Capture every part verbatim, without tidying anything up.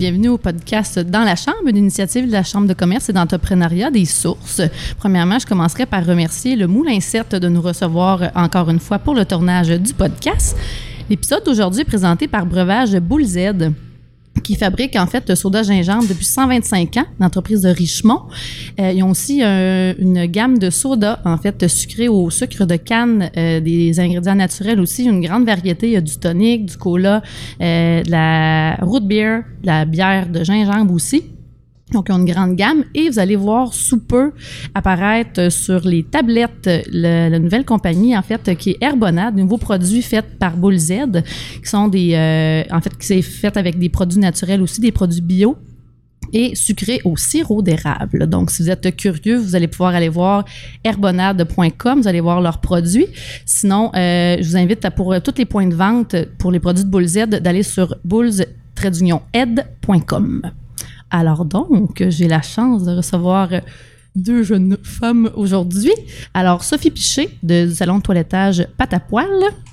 bienvenue au podcast Dans la Chambre, une initiative de la Chambre de commerce et d'entrepreneuriat des Sources. Premièrement, je commencerai par remercier le Moulin sept de nous recevoir encore une fois pour le tournage du podcast. L'épisode d'aujourd'hui est présenté par Breuvage Boule Z, qui fabrique en fait le soda gingembre depuis cent vingt-cinq ans, l'entreprise de Richemont. Euh, ils ont aussi euh, une gamme de soda, en fait, sucré au sucre de canne, euh, des ingrédients naturels aussi, une grande variété. Il y a du tonic, du cola, euh, de la root beer, de la bière de gingembre aussi. Donc, ils ont une grande gamme et vous allez voir sous peu apparaître sur les tablettes le, la nouvelle compagnie, en fait, qui est Herbonade, nouveau produit fait par Boule Z, qui sont des, euh, en fait, qui s'est fait avec des produits naturels aussi, des produits bio et sucrés au sirop d'érable. Donc, si vous êtes curieux, vous allez pouvoir aller voir herbonade point com, vous allez voir leurs produits. Sinon, euh, je vous invite à, pour tous les points de vente pour les produits de Boule Z, d'aller sur bulls tiret ed point com. Alors donc, j'ai la chance de recevoir deux jeunes femmes aujourd'hui. Alors, Sophie Piché, de, du salon de toilettage Pâte à Poil,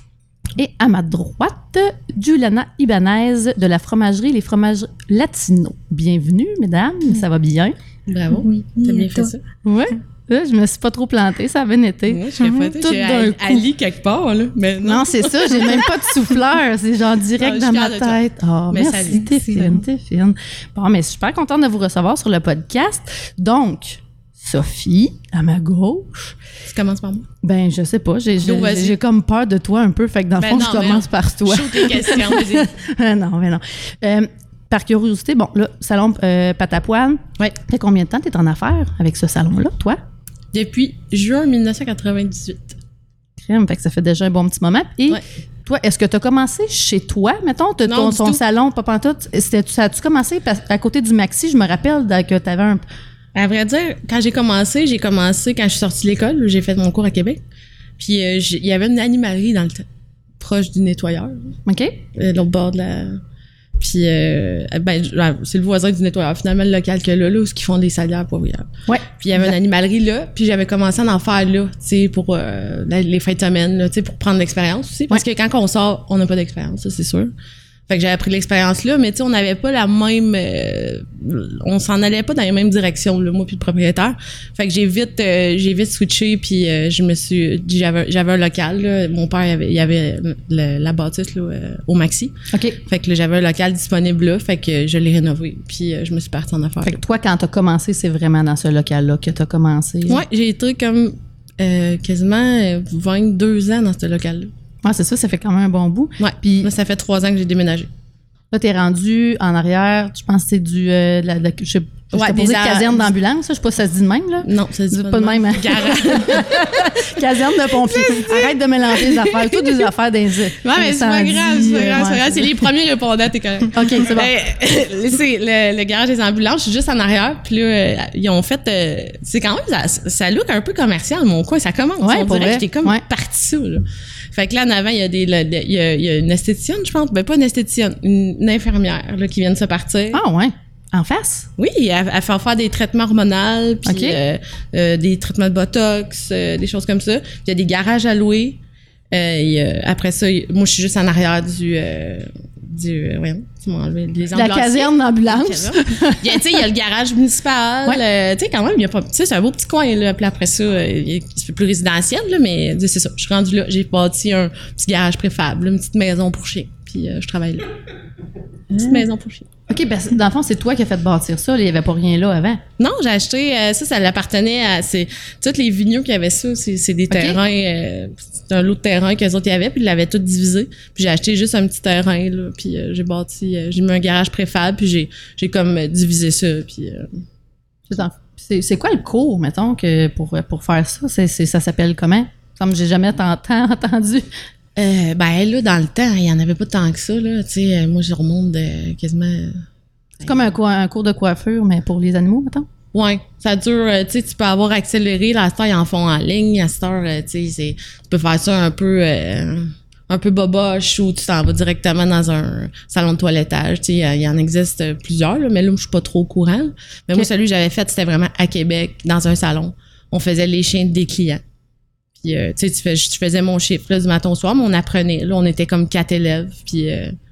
et à ma droite, Juliana Ibanez, de la fromagerie Les Fromages Latino. Bienvenue, mesdames, ça va bien? Bravo, oui, t'as bien fait ça. Oui. Là, je me suis pas trop plantée, ça a bien été. Ouais, je mm-hmm. Tout j'ai d'un coup. Ali quelque part, là. Mais non, non c'est ça, j'ai même pas de souffleur, c'est genre direct non, dans ma tête. Oh, mais merci, t'es fine, t'es fine. Bon, mais je suis super contente de vous recevoir sur le podcast. Donc, Sophie, à ma gauche. Tu commences par moi? Ben, je sais pas, j'ai, j'ai, j'ai, j'ai comme peur de toi un peu, fait que dans le ben fond, non, je commence non. par toi. Chaud tes questions, vas-y. non, mais non. Euh, Par curiosité, bon, là, salon euh, Pâte à Poil. Oui. Ça fait combien de temps tu es en affaires avec ce salon-là, toi? Depuis juin dix-neuf cent quatre-vingt-dix-huit. Crème, fait que ça fait déjà un bon petit moment. Et ouais. Toi, est-ce que tu as commencé chez toi, mettons, ton, non, ton salon, pas pantoute? C'était, ça a-tu commencé à côté du Maxi? Je me rappelle que tu avais un... À vrai dire, quand j'ai commencé, j'ai commencé quand je suis sortie de l'école, où j'ai fait mon cours à Québec. Puis il euh, y avait une animalerie dans le temps, proche du nettoyeur. OK. Euh, l'autre bord de la... Puis, euh, ben, c'est le voisin du nettoyeur, finalement, le local que là, là, où ils font des salières poivrières. Ouais. Puis, il y avait une animalerie là, puis j'avais commencé à en faire là, tu sais, pour euh, les fins de semaine, tu sais, pour prendre l'expérience aussi. Parce ouais. que quand on sort, on n'a pas d'expérience, ça, c'est sûr. Fait que j'avais pris l'expérience là, mais tu sais, on n'avait pas la même... Euh, on s'en allait pas dans les mêmes directions, là, moi puis le propriétaire. Fait que j'ai vite euh, j'ai vite switché, puis euh, je me suis... J'avais, j'avais un local, là. Mon père, il avait, il avait le, la bâtisse là, euh, au Maxi. OK. Fait que là, j'avais un local disponible là, fait que je l'ai rénové, puis euh, je me suis partie en affaires. Fait que toi, quand t'as commencé, c'est vraiment dans ce local-là que t'as commencé? Ouais, j'ai été comme euh, quasiment vingt-deux ans dans ce local-là. Ah, c'est ça, ça fait quand même un bon bout. Ouais. Puis là, ça fait trois ans que j'ai déménagé. Là, t'es rendu en arrière, je pense que c'est du... Euh, la, la, je, je ouais, t'ai posé ar- caserne d'ambulance, je sais pas si ça se dit de même, là. Non, ça se dit pas, pas de même. même. Caserne de pompiers. Arrête de mélanger les affaires. Toutes des affaires d'indices. Ouais, mais c'est pas grave, c'est pas grave, c'est grave. C'est les premiers répondants, t'es correct. OK, c'est bon. Euh, c'est le, le garage des ambulances, je suis juste en arrière, puis là, euh, ils ont fait... Euh, c'est quand même... Ça, ça look un peu commercial, mon coin, ça commence. Ouais, on pour dirait vrai. que j'étais comme ouais. partie ça, là. Fait que là, en avant, il y a des, il y a, il y a une esthéticienne, je pense. Ben, pas une esthéticienne, une, une infirmière, là, qui vient de se partir. Ah, ouais. En face? Oui, elle, elle fait faire des traitements hormonaux, puis okay. euh, euh, des traitements de botox, euh, des choses comme ça. Puis il y a des garages à louer. Euh, et, euh, après ça, moi, je suis juste en arrière du... Euh, du euh, voyons, tu m'as enlevé les ambulances. La caserne d'ambulance. Il y a, tu sais, il y a le garage municipal. Ouais. Euh, tu sais, quand même, il y a pas... Tu sais, c'est un beau petit coin, là. Puis après ça, euh, il se fait plus résidentiel, là, mais c'est ça. Je suis rendue là. J'ai bâti un petit garage préfab, là, une petite maison pour chiens. Puis euh, je travaille là. Une petite mmh. maison pour chiens. OK, ben, dans le fond, c'est toi qui as fait bâtir ça. Là, il n'y avait pas rien là avant. Non, j'ai acheté... Euh, ça, ça l'appartenait à... C'est, tous les vignoux qui avaient ça, c'est, c'est des okay. terrains... Euh, c'est un lot de terrain qu'eux autres y avaient, puis ils l'avaient tout divisé. Puis j'ai acheté juste un petit terrain, là, puis euh, j'ai bâti... Euh, j'ai mis un garage préfab, puis j'ai, j'ai comme euh, divisé ça, puis... Euh... C'est, c'est quoi le cours, mettons, que pour, pour faire ça? C'est, c'est, ça s'appelle comment? Comme j'ai jamais tant, tant entendu... Euh, ben là, dans le temps, il y en avait pas tant que ça, là. Tu sais, euh, moi, je remonte de quasiment... C'est comme un, co- un cours de coiffure, mais pour les animaux, mettons? Ouais, ça dure, euh, tu sais, tu peux avoir accéléré, là, à cette heure, ils en font en ligne, à cette heure, euh, tu sais, c'est, tu peux faire ça un peu, euh, un peu boboche, ou tu t'en vas directement dans un salon de toilettage, tu sais, il y en existe plusieurs, là, mais là, je suis pas trop au courant. Mais okay. moi, celui que j'avais fait, c'était vraiment à Québec, dans un salon. On faisait les chiens des clients. Puis, euh, tu sais, tu fais, je faisais mon chiffre, là, du matin au soir, mais on apprenait. Là, on était comme quatre élèves. Puis, euh, tu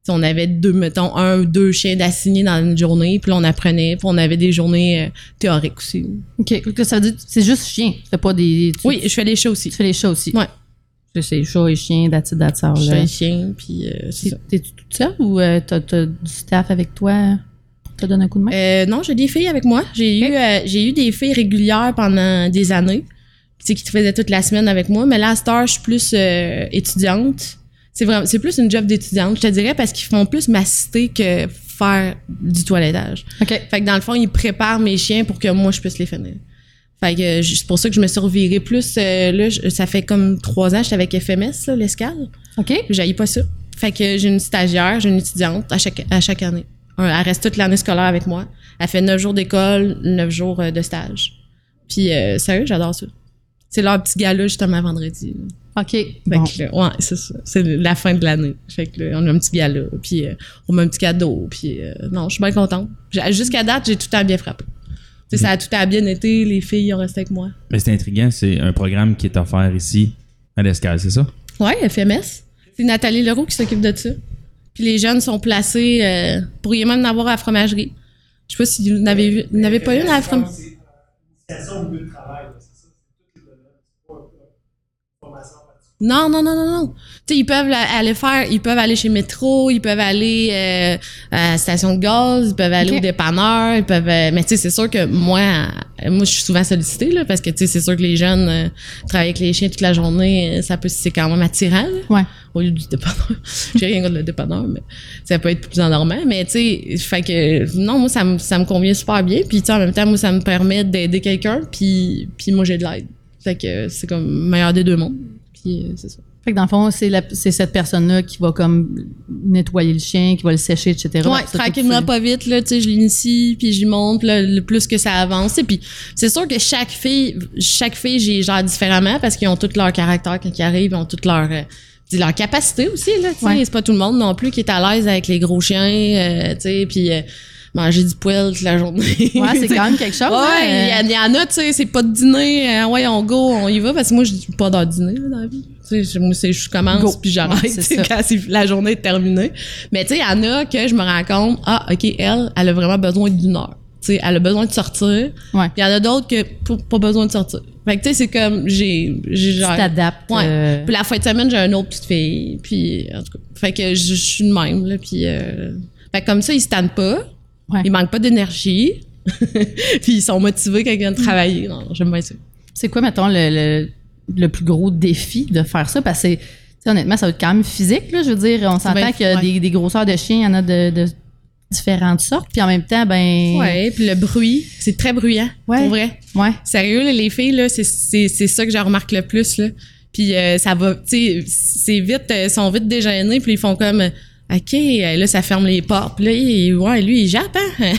T'sais, on avait deux, mettons, un ou deux chiens d'assignés dans une journée, puis là, on apprenait, puis on avait des journées euh, théoriques aussi. OK. Ça veut dire c'est juste chien. Tu fais pas des... Tu, Oui, je fais les chats aussi. Tu fais les chats aussi. Ouais. C'est chats et chiens, that's it, that's all. Je fais les chiens, puis euh, c'est ça. T'es-tu toute seule ou euh, t'as, t'as du staff avec toi pour te donner un coup de main? Euh, non, j'ai des filles avec moi. J'ai okay. eu euh, j'ai eu des filles régulières pendant des années, tu sais, qui faisaient toute la semaine avec moi. Mais là, à cette heure, je suis plus euh, étudiante. C'est vraiment, c'est plus une job d'étudiante, je te dirais, parce qu'ils font plus m'assister que faire du toilettage. OK. Fait que dans le fond, ils préparent mes chiens pour que moi, je puisse les finir. Fait que c'est pour ça que je me suis revirée plus. Euh, là, je, ça fait comme trois ans, j'étais avec F M S, là, l'escale. OK. J'haïs pas ça. Fait que j'ai une stagiaire, j'ai une étudiante à chaque, à chaque année. Elle reste toute l'année scolaire avec moi. Elle fait neuf jours d'école, neuf jours de stage. Puis, euh, sérieux, j'adore ça. C'est leur petit gala, justement, vendredi. Là. OK. Fait Bon. que là, ouais, c'est ça. C'est la fin de l'année. Fait que là, on a un petit gala, puis euh, on met un petit cadeau, puis euh, non, je suis bien contente. Jusqu'à date, j'ai tout le temps bien frappé. T'sais, ça a tout à bien été, les filles ont resté avec moi. Mais c'est intriguant, c'est un programme qui est offert ici à l'Escale, c'est ça? Oui, F M S. C'est Nathalie Leroux qui s'occupe de ça. Puis les jeunes sont placés, euh, pourriez même en avoir à la fromagerie. Je sais pas si vous n'avez vu, vous n'avez pas une à la fromagerie. C'est l'initiation au lieu de travail, c'est ça? C'est tous les domaines, c'est pas une formation. Non, non, non, non, non. Tu sais, ils peuvent aller faire, ils peuvent aller chez Métro, ils peuvent aller euh, à la station de gaz, ils peuvent aller okay. au dépanneur, ils peuvent. Euh, mais tu sais, c'est sûr que moi, euh, moi, je suis souvent sollicitée là, parce que tu sais, c'est sûr que les jeunes euh, travaillent avec les chiens toute la journée, ça peut, c'est quand même attirant. Là, ouais. Au lieu du dépanneur, j'ai rien contre le dépanneur, mais ça peut être plus endormant. Mais tu sais, fait que non, moi, ça me ça me convient super bien. Puis tu sais, en même temps, moi, ça me permet d'aider quelqu'un, puis puis moi, j'ai de l'aide. Fait que c'est comme meilleur des deux mondes. C'est ça. Fait que dans le fond, c'est, la, c'est cette personne-là qui va comme nettoyer le chien, qui va le sécher, et cetera. Ouais, tranquillement, pas vite, là, tu sais, je l'initie, puis j'y monte, là, le plus que ça avance. Puis c'est sûr que chaque fille, chaque fille, j'y gère différemment parce qu'ils ont tout leur caractère quand ils arrivent, ils ont toute leur, euh, leur capacité aussi, là, tu sais. Ouais. C'est pas tout le monde non plus qui est à l'aise avec les gros chiens, euh, tu sais, puis... Euh, manger du poêle toute la journée. Ouais, c'est quand même quelque chose. Ouais, il hein? y, y en a, tu sais, c'est pas de dîner. Euh, ouais, on go, on y va. Parce que moi, je dis pas d'heure de dîner là, dans la vie. Tu sais, moi, c'est, je commence puis j'arrête ouais, c'est quand c'est, la journée est terminée. Mais tu sais, il y en a que je me rends compte, ah, OK, elle, elle a vraiment besoin d'une heure. Tu sais, elle a besoin de sortir. Ouais. Il y en a d'autres que pas, pas besoin de sortir. Fait que tu sais, c'est comme, j'ai... j'ai tu t'adaptes. Ouais. Euh... Puis la fin de semaine, j'ai une autre petite fille. Puis, en tout cas, fait que je, je suis de même, là. Puis, euh, fait que comme ça, ils se tannent pas. Ouais. Ils manquent pas d'énergie. Puis ils sont motivés quand ils viennent travailler. Non, j'aime bien ça. C'est quoi, mettons, le, le, le plus gros défi de faire ça? Parce que, honnêtement, ça va être quand même physique, là. Je veux dire, on s'entend qu'il y a ouais. des, des grosseurs de chiens, il y en a de, de différentes sortes. Puis en même temps, ben... Ouais, puis le bruit, c'est très bruyant, ouais. pour vrai. Ouais. Sérieux, là, les filles, là, c'est, c'est, c'est ça que je remarque le plus, là. Puis euh, ça va, tu sais, c'est vite, ils sont vite déjeunés, puis ils font comme... OK, là, ça ferme les portes. Puis là, il, ouais, lui, il jappe, hein?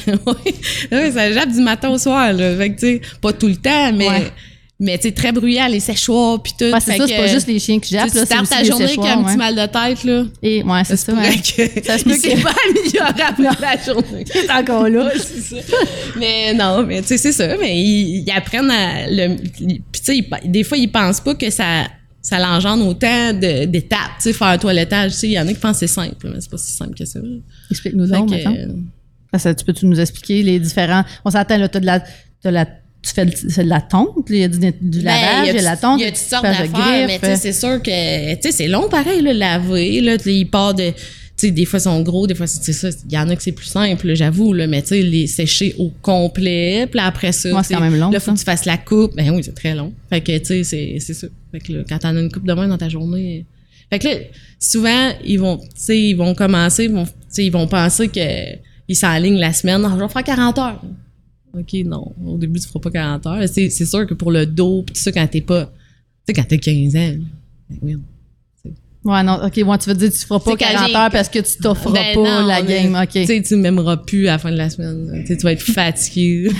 Oui, ça jappe du matin au soir, là. Fait que, tu sais, pas tout le temps, mais, ouais. mais tu sais, très bruyant, les séchoirs, puis tout. Ouais, c'est ça, que, c'est pas juste les chiens qui jappent, là. Tu startes ta journée avec un petit mal de tête, là. Et, ouais, c'est ça. ça, ouais. que, ça se peut qu'il pas amélioré après non. la journée. C'est encore là. Ouais, c'est ça. Mais non, mais tu sais, c'est ça. Mais ils, ils apprennent à le. Puis, tu sais, des fois, ils pensent pas que ça. Ça l'engendre autant de, d'étapes, tu sais, faire un toilettage, tu sais, il y en a qui pensent que c'est simple, mais c'est pas si simple que ça. Explique-nous donc, maintenant. Euh, ça, tu peux-tu nous expliquer les différents... On s'attend, là, t'as de la... T'as la tu fais de, de la tonte, il y a du, du lavage, il y a de la tonte, il y a toutes sortes d'affaires, mais tu sais, c'est sûr que, tu sais, c'est long pareil, là, laver, là, il part de... Tu sais, des fois, ils sont gros, des fois, c'est ça. Il y en a que c'est plus simple, là, j'avoue, là, mais tu sais, les sécher au complet, puis après ça, moi, c'est quand même long. Là, faut que tu fasses la coupe. Ben oui, c'est très long. Fait que, tu sais, c'est, c'est ça. Fait que là, quand t'en as une coupe de main dans ta journée. Fait que là, souvent, ils vont, tu sais, ils vont commencer, ils vont, tu sais, ils vont penser que ils s'enlignent la semaine. Non, je vais faire quarante heures. OK, non. Au début, tu feras pas quarante heures. C'est, c'est sûr que pour le dos, pis tout ça, quand t'es pas, tu sais, quand t'as quinze ans, ben oui. Ouais, non, OK, ouais, tu veux dire, tu feras pas quarante heures parce que tu t'offres ben pas non, la game, OK. Tu sais, tu m'aimeras plus à la fin de la semaine. Tu vas être fatigué.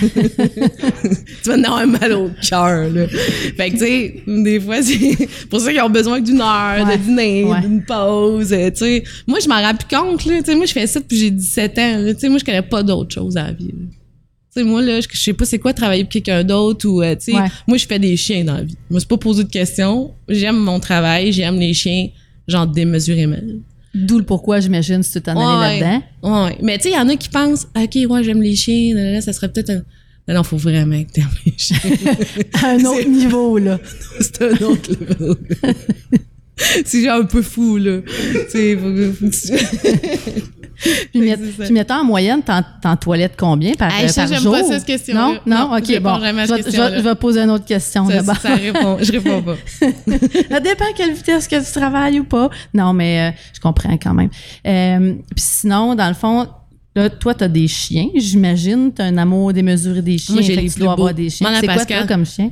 Tu vas en avoir un mal au cœur, là. Fait que, tu sais, des fois, c'est pour ça qu'ils ont besoin d'une heure ouais. de dîner, ouais. d'une pause, tu sais. Moi, je m'en rends plus compte, là. Tu sais, moi, je fais ça depuis j'ai dix-sept ans, tu sais. Moi, je connais pas d'autre chose à la vie, là. Tu sais, moi, là, je, je sais pas c'est quoi travailler pour quelqu'un d'autre ou, euh, tu sais, ouais. moi, je fais des chiens dans la vie. Moi, c'est pas poser de questions. J'aime mon travail, j'aime les chiens. Genre démesurément. D'où le pourquoi, j'imagine, si tu t'en allais Ouais. là-dedans. Ouais. Mais tu sais, il y en a qui pensent, OK, ouais, j'aime les chiens, là, là, ça serait peut-être un. Non, non, faut vraiment que t'aimes les chiens. À un autre niveau, là. C'est un autre level. C'est genre un peu fou, là. Tu sais, faut que. Faut que tu... Puis, met, c'est ça. puis mettons en moyenne, t'en, t'en toilettes combien par, Hey, euh, ça, par j'aime jour? pas ça, cette question-là. Non? Non? Non, OK, je réponds bon. jamais à Je cette vais, je, question-là. vais, je vais poser une autre question. Ça, d'abord. ça répond. Je réponds pas. Ça dépend à quelle vitesse que tu travailles ou pas. Non, mais euh, je comprends quand même. Euh, puis sinon, dans le fond, là, toi, t'as des chiens, j'imagine. T'as un amour démesuré des chiens. Moi, j'ai fait que les tu plus dois avoir beaux. des chiens. Demande à C'est quoi, Pascal. toi, comme chien?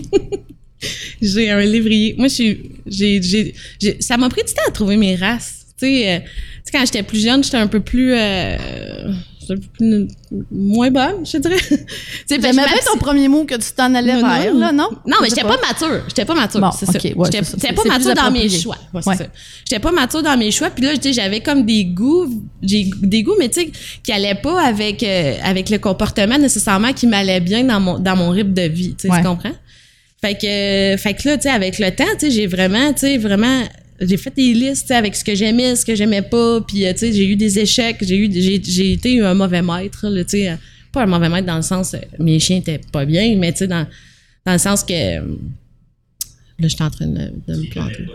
J'ai un lévrier. Moi, je suis. J'ai, j'ai, j'ai- ça m'a pris du temps à trouver mes races. Tu sais, euh, tu sais, quand j'étais plus jeune, j'étais un peu plus. Euh, j'étais un peu plus moins bonne, je te dirais. Tu sais, ben, J'aimais je bien ton m'abs- premier mot que tu t'en allais Non, vers, non. là, non? Non, mais Je sais j'étais pas. mature. J'étais pas mature. Bon, c'est ok, ça. ouais, j'étais, c'est ça. j'étais C'est- pas c'est mature plus dans mes approprié. choix. Ouais, c'est Ouais. ça. J'étais pas mature dans mes choix. Puis là, tu sais, j'avais comme des goûts, j'ai des goûts, mais tu sais, qui allaient pas avec euh, avec le comportement nécessairement qui m'allait bien dans mon dans mon rythme de vie. Tu sais, Ouais. tu comprends? Fait que, euh, fait que là, tu sais, avec le temps, tu sais, j'ai vraiment, tu sais, vraiment, j'ai fait des listes, tu sais, avec ce que j'aimais, ce que j'aimais pas, puis, euh, tu sais, j'ai eu des échecs, j'ai eu, j'ai, j'ai été un mauvais maître, là, tu sais, euh, pas un mauvais maître dans le sens, euh, mes chiens étaient pas bien, mais tu sais, dans, dans le sens que, euh, là, j'étais en train de, de me planter.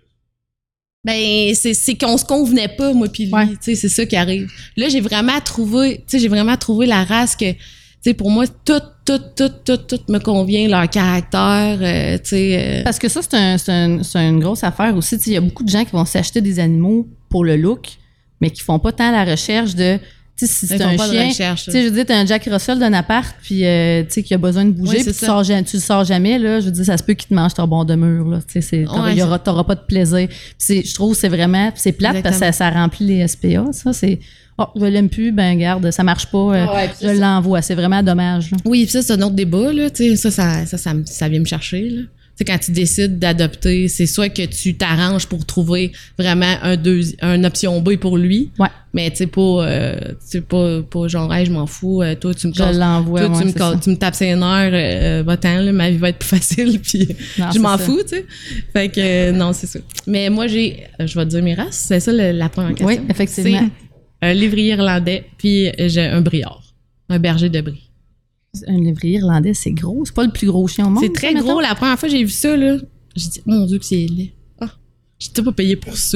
Ben, c'est, c'est qu'on se convenait pas, moi puis lui, Ouais. tu sais, c'est ça qui arrive. Là, j'ai vraiment trouvé, tu sais, j'ai vraiment trouvé la race que, tu sais, pour moi, tout, tout, tout, tout, tout me convient, leur caractère, euh, tu sais. euh, Parce que ça, c'est, un, c'est, un- c'est une grosse affaire aussi. Tu sais, il y a beaucoup de gens qui vont s'acheter des animaux pour le look, mais qui font pas tant la recherche de... Tu sais, si c'est Ils font un pas de chien... recherche, Tu sais, je veux dire, t'as un Jack Russell d'un appart, puis euh, tu sais, qui a besoin de bouger, Ouais, puis c'est tu, ça. sors, ja- tu le sors jamais, là. Je veux dire, ça se peut qu'il te mange ton bord de mur, là. Tu sais, c'est, t'auras, Ouais, il y aura, t'auras pas de plaisir. Puis c'est, je trouve que c'est vraiment... puis c'est plate parce que ça, ça remplit les S P A, ça. C'est... Oh, je l'aime plus, ben garde, ça marche pas, euh, Ouais, puis je ça, ça- l'envoie. C'est vraiment dommage, là. Oui, puis ça, c'est un autre débat, là, tu sais, ça, ça, ça, ça, me- ça vient me chercher, là. Tu sais, quand tu décides d'adopter, c'est soit que tu t'arranges pour trouver vraiment un deuxi- une option B pour lui, Ouais. mais tu sais, pas, euh, tu sais, pas, pas genre, hey, je m'en fous, euh, toi, tu me Je casses- l'envoie, toi, ouais, tu, me c'est casses- ça. tu me tapes ses nerfs, euh, va-t'en, là, ma vie va être plus facile, puis Non, je c'est m'en ça. fous, tu sais. Fait que, euh, non, c'est ça. Mais moi, j'ai, euh, je vais te dire mes races, c'est ça le- la première question. Oui, effectivement. C'est un lévrier irlandais, puis euh, j'ai un briard, un berger de brie. Un lévrier irlandais, c'est gros. C'est pas le plus gros chien au monde. C'est très ça, gros. mettons? La première fois que j'ai vu ça, là, j'ai dit, mon Dieu, que c'est laid. Ah, j'étais pas payé pour ça.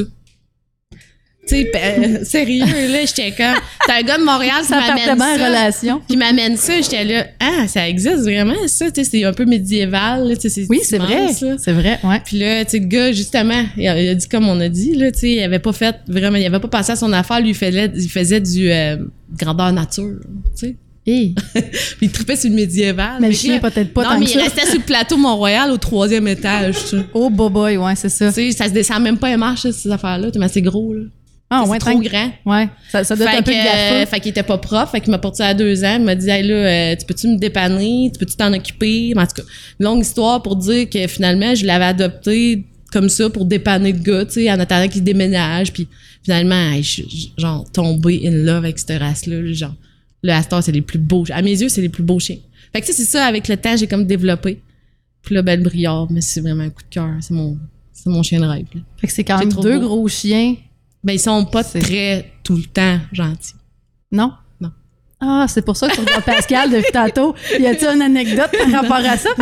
Tu sais, ben, sérieux, là, j'étais comme. T'as un gars de Montréal qui Ça partait m'amène bien en ça. relation. Qui m'amène ça, j'étais là, ah, ça existe vraiment, ça, tu sais, c'est un peu médiéval, là, tu sais, c'est Oui, c'est vrai. immense, là. C'est vrai, ouais. Puis là, tu sais, le gars, justement, il a, il a dit comme on a dit, là, tu sais, il avait pas fait vraiment, il avait pas passé à son affaire, lui, il faisait, il faisait du euh, grandeur nature, tu sais. Hey. Puis il trippait sur le médiéval. Mais le Fait que chien, là- peut-être pas Non, tant mais que il ça. restait sur le plateau Mont-Royal au troisième étage, tu sais. Oh, boboy, ouais, c'est ça. Tu sais, ça se descend même pas les marches, là, ces affaires-là. T'es assez gros, là. Ah, C'est ouais, trop tant- grand. Ouais, ça, ça doit être Fait un peu que, de euh, gaffe. fait qu'il était pas prof, fait qu'il m'a porté à deux ans. Il m'a dit, hey, là, euh, tu peux-tu me dépanner? Tu peux-tu t'en occuper? Mais en tout cas, longue histoire pour dire que finalement, je l'avais adopté comme ça pour dépanner le gars, tu sais, en attendant qu'il déménage. Puis finalement, hey, je suis genre tombé in love avec cette race-là. là, Genre, le Astor, c'est les plus beaux. À mes yeux, c'est les plus beaux chiens. Fait que tu sais, c'est ça, avec le temps, j'ai comme développé. Puis là, ben, le Briard, mais c'est vraiment un coup de cœur. C'est mon, c'est mon chien de rêve, là. Fait que c'est quand c'est même trop deux beau. gros chiens. Ben, ils sont pas C'est- très, tout le temps, gentils. Non? Non. Ah, c'est pour ça que tu regardes Pascal depuis tantôt. Y a-t-il une anecdote par rapport à ça,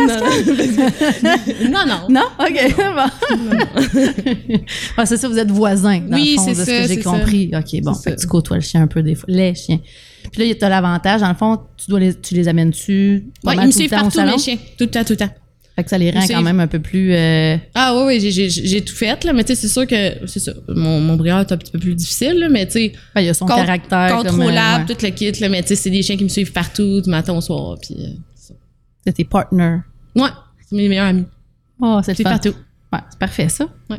Pascal? Non, non. Non? OK, bon. Ah, c'est ça, vous êtes voisins, dans Oui, le fond, c'est de ce ça, que j'ai c'est compris. OK, bon, C'est fait ça. que tu côtoies le chien un peu des fois. Les chiens. Puis là, t'as l'avantage, dans le fond, tu, dois les, tu les amènes-tu pas Ouais, mal ils me tout le suivent temps au partout, salon? mes chiens. Tout le temps, tout le temps. Fait que ça les rend Ils me quand suivent. même un peu plus... euh, Ah oui, oui, j'ai, j'ai, j'ai tout fait, là, mais tu sais, c'est sûr que, c'est ça, mon, mon briard est un petit peu plus difficile, là, mais tu sais, ben, il y a son con- caractère. comme, euh, contrôlable, ouais. tout le kit, là, mais tu sais, c'est des chiens qui me suivent partout, du matin au soir, puis euh, c'est ça. C'est tes partners. Ouais, c'est mes meilleurs amis. Oh, c'est le C'est fun. partout. Ouais, c'est parfait, ça. Ouais.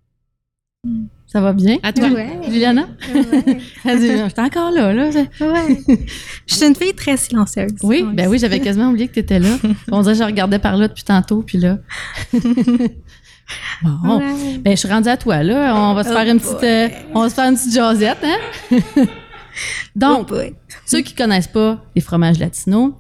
Ça va bien? À toi. Ouais. Juliana? Ouais. Elle dit, je suis encore là, là. Ouais. Je suis une fille très silencieuse. Oui, Ouais. ben oui, j'avais quasiment oublié que tu étais là. On dirait que je regardais par là depuis tantôt, puis là. Bon, Ouais. ben je suis rendue à toi, là. On va se Oh faire une boy. petite, euh, on va se faire une petite jasette, hein? Donc, Oh boy. ceux qui connaissent pas les fromages latinos,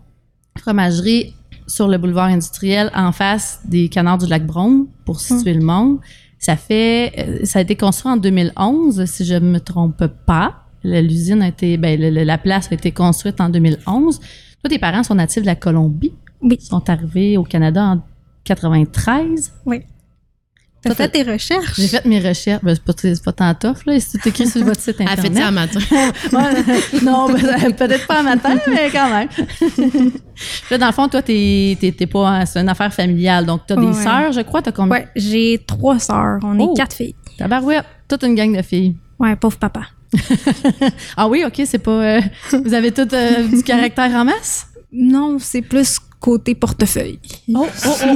fromagerie sur le boulevard industriel en face des Canards du Lac Brome, pour situer le monde. Ça fait, euh, ça a été construit en deux mille onze, si je ne me trompe pas. L'usine a été, ben, le, le, la place a été construite en deux mille onze. Toi, tes parents sont natifs de la Colombie. Oui. Ils sont arrivés au Canada en quatre-vingt-treize. Oui. T'as fait tes recherches? J'ai fait mes recherches. Ben, c'est pas, c'est pas tant tough, là. C'est écrit sur votre site Internet. Elle fait ça un matin. Ouais, non, ben, peut-être pas un matin, mais quand même. Là, dans le fond, toi, t'es, t'es, t'es pas... C'est une affaire familiale. Donc, t'as des Ouais. sœurs, je crois. T'as combien? Ouais, j'ai trois sœurs. On est Oh. quatre filles. Tabarouette. Toute une gang de filles. Ouais, pauvre papa. Ah oui, OK, c'est pas... Euh, vous avez toutes euh, du caractère en masse? Non, c'est plus côté portefeuille. Oh, oh, oh!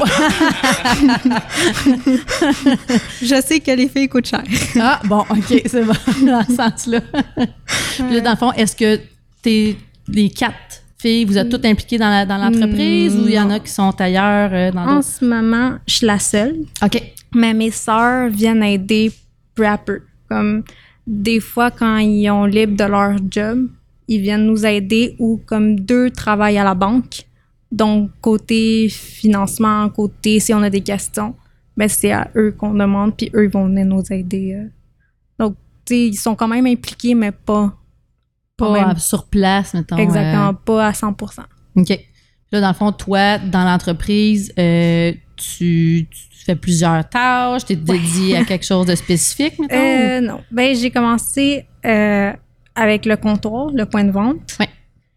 Je sais que les filles coûtent cher. Ah, bon, OK, c'est bon, dans ce sens-là. Puis là, dans le fond, est-ce que t'es les quatre filles, vous êtes toutes impliquées dans, la, dans l'entreprise Mm, ou il y en non. a qui sont ailleurs euh, dans En d'autres? ce moment, je suis la seule, OK. mais mes sœurs viennent aider peu à peu. Comme des fois, quand ils ont libre de leur job, ils viennent nous aider ou comme deux travaillent à la banque. Donc, côté financement, côté si on a des questions, ben c'est à eux qu'on demande, puis eux, ils vont venir nous aider. euh. Donc, tu sais, ils sont quand même impliqués, mais pas... Pas même- euh, sur place, mettons. exactement, pas à cent pour cent. euh, OK. Là, dans le fond, toi, dans l'entreprise, euh, tu, tu fais plusieurs tâches, t'es dédié à quelque chose de spécifique, mettons? Euh, non. Ben, j'ai commencé euh, avec le comptoir, le point de vente. Ouais.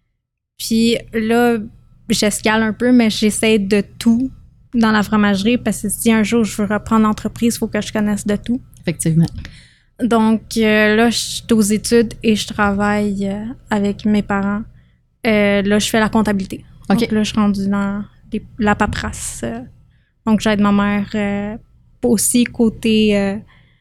Puis là, j'escale un peu, mais j'essaie de tout dans la fromagerie parce que si un jour je veux reprendre l'entreprise, il faut que je connaisse de tout. Effectivement. Donc euh, là, je suis aux études et je travaille euh, avec mes parents. Euh, là, je fais la comptabilité. OK. Donc là, je suis rendue dans les- la paperasse. euh. donc, j'aide ma mère euh, aussi côté euh,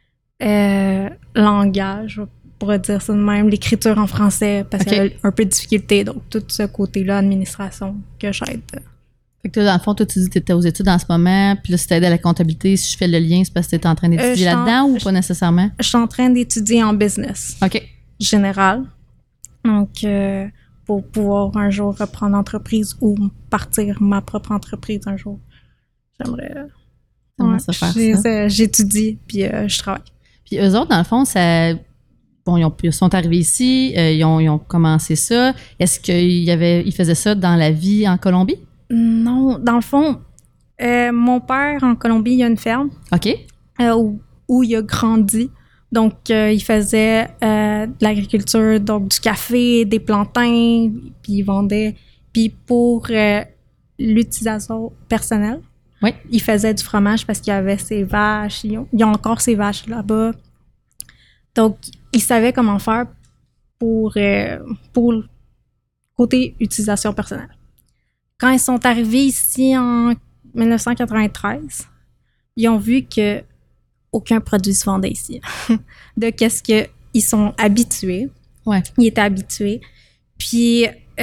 euh, langage, on pourrait dire ça de même, l'écriture en français, parce OK. qu'elle a un peu de difficulté. Donc, tout ce côté-là, administration, que j'aide. Fait que là, dans le fond, toi, tu dis que tu étais aux études en ce moment, puis là, si t'aides à la comptabilité, si je fais le lien, c'est parce que tu étais en train d'étudier Euh, je suis en- là-dedans ou je- pas nécessairement? Je suis en train d'étudier en business OK. général. Donc, euh, pour pouvoir un jour reprendre entreprise ou partir ma propre entreprise un jour. J'aimerais... euh, Comment ouais, ça faire j'ai- ça? c'est- J'étudie, puis euh, je travaille. Puis eux autres, dans le fond, ça... Bon, ils, ont- ils sont arrivés ici, euh, ils, ont, ils ont commencé ça. Est-ce qu'ils y avait, ils faisaient ça dans la vie en Colombie? Non, dans le fond, euh, mon père, en Colombie, il y a une ferme OK. euh, où, où il a grandi. Donc, euh, il faisait euh, de l'agriculture, donc du café, des plantains, puis il vendait. Puis pour euh, l'utilisation personnelle, Oui. il faisait du fromage parce qu'il y avait ses vaches. Ils ont, ils ont encore ses vaches là-bas. Donc, il savait comment faire pour, euh, pour le côté utilisation personnelle. Quand ils sont arrivés ici en dix-neuf cent quatre-vingt-treize, ils ont vu que aucun produit se vendait ici. De qu'est-ce qu'ils sont habitués. Ouais. Ils étaient habitués. Puis,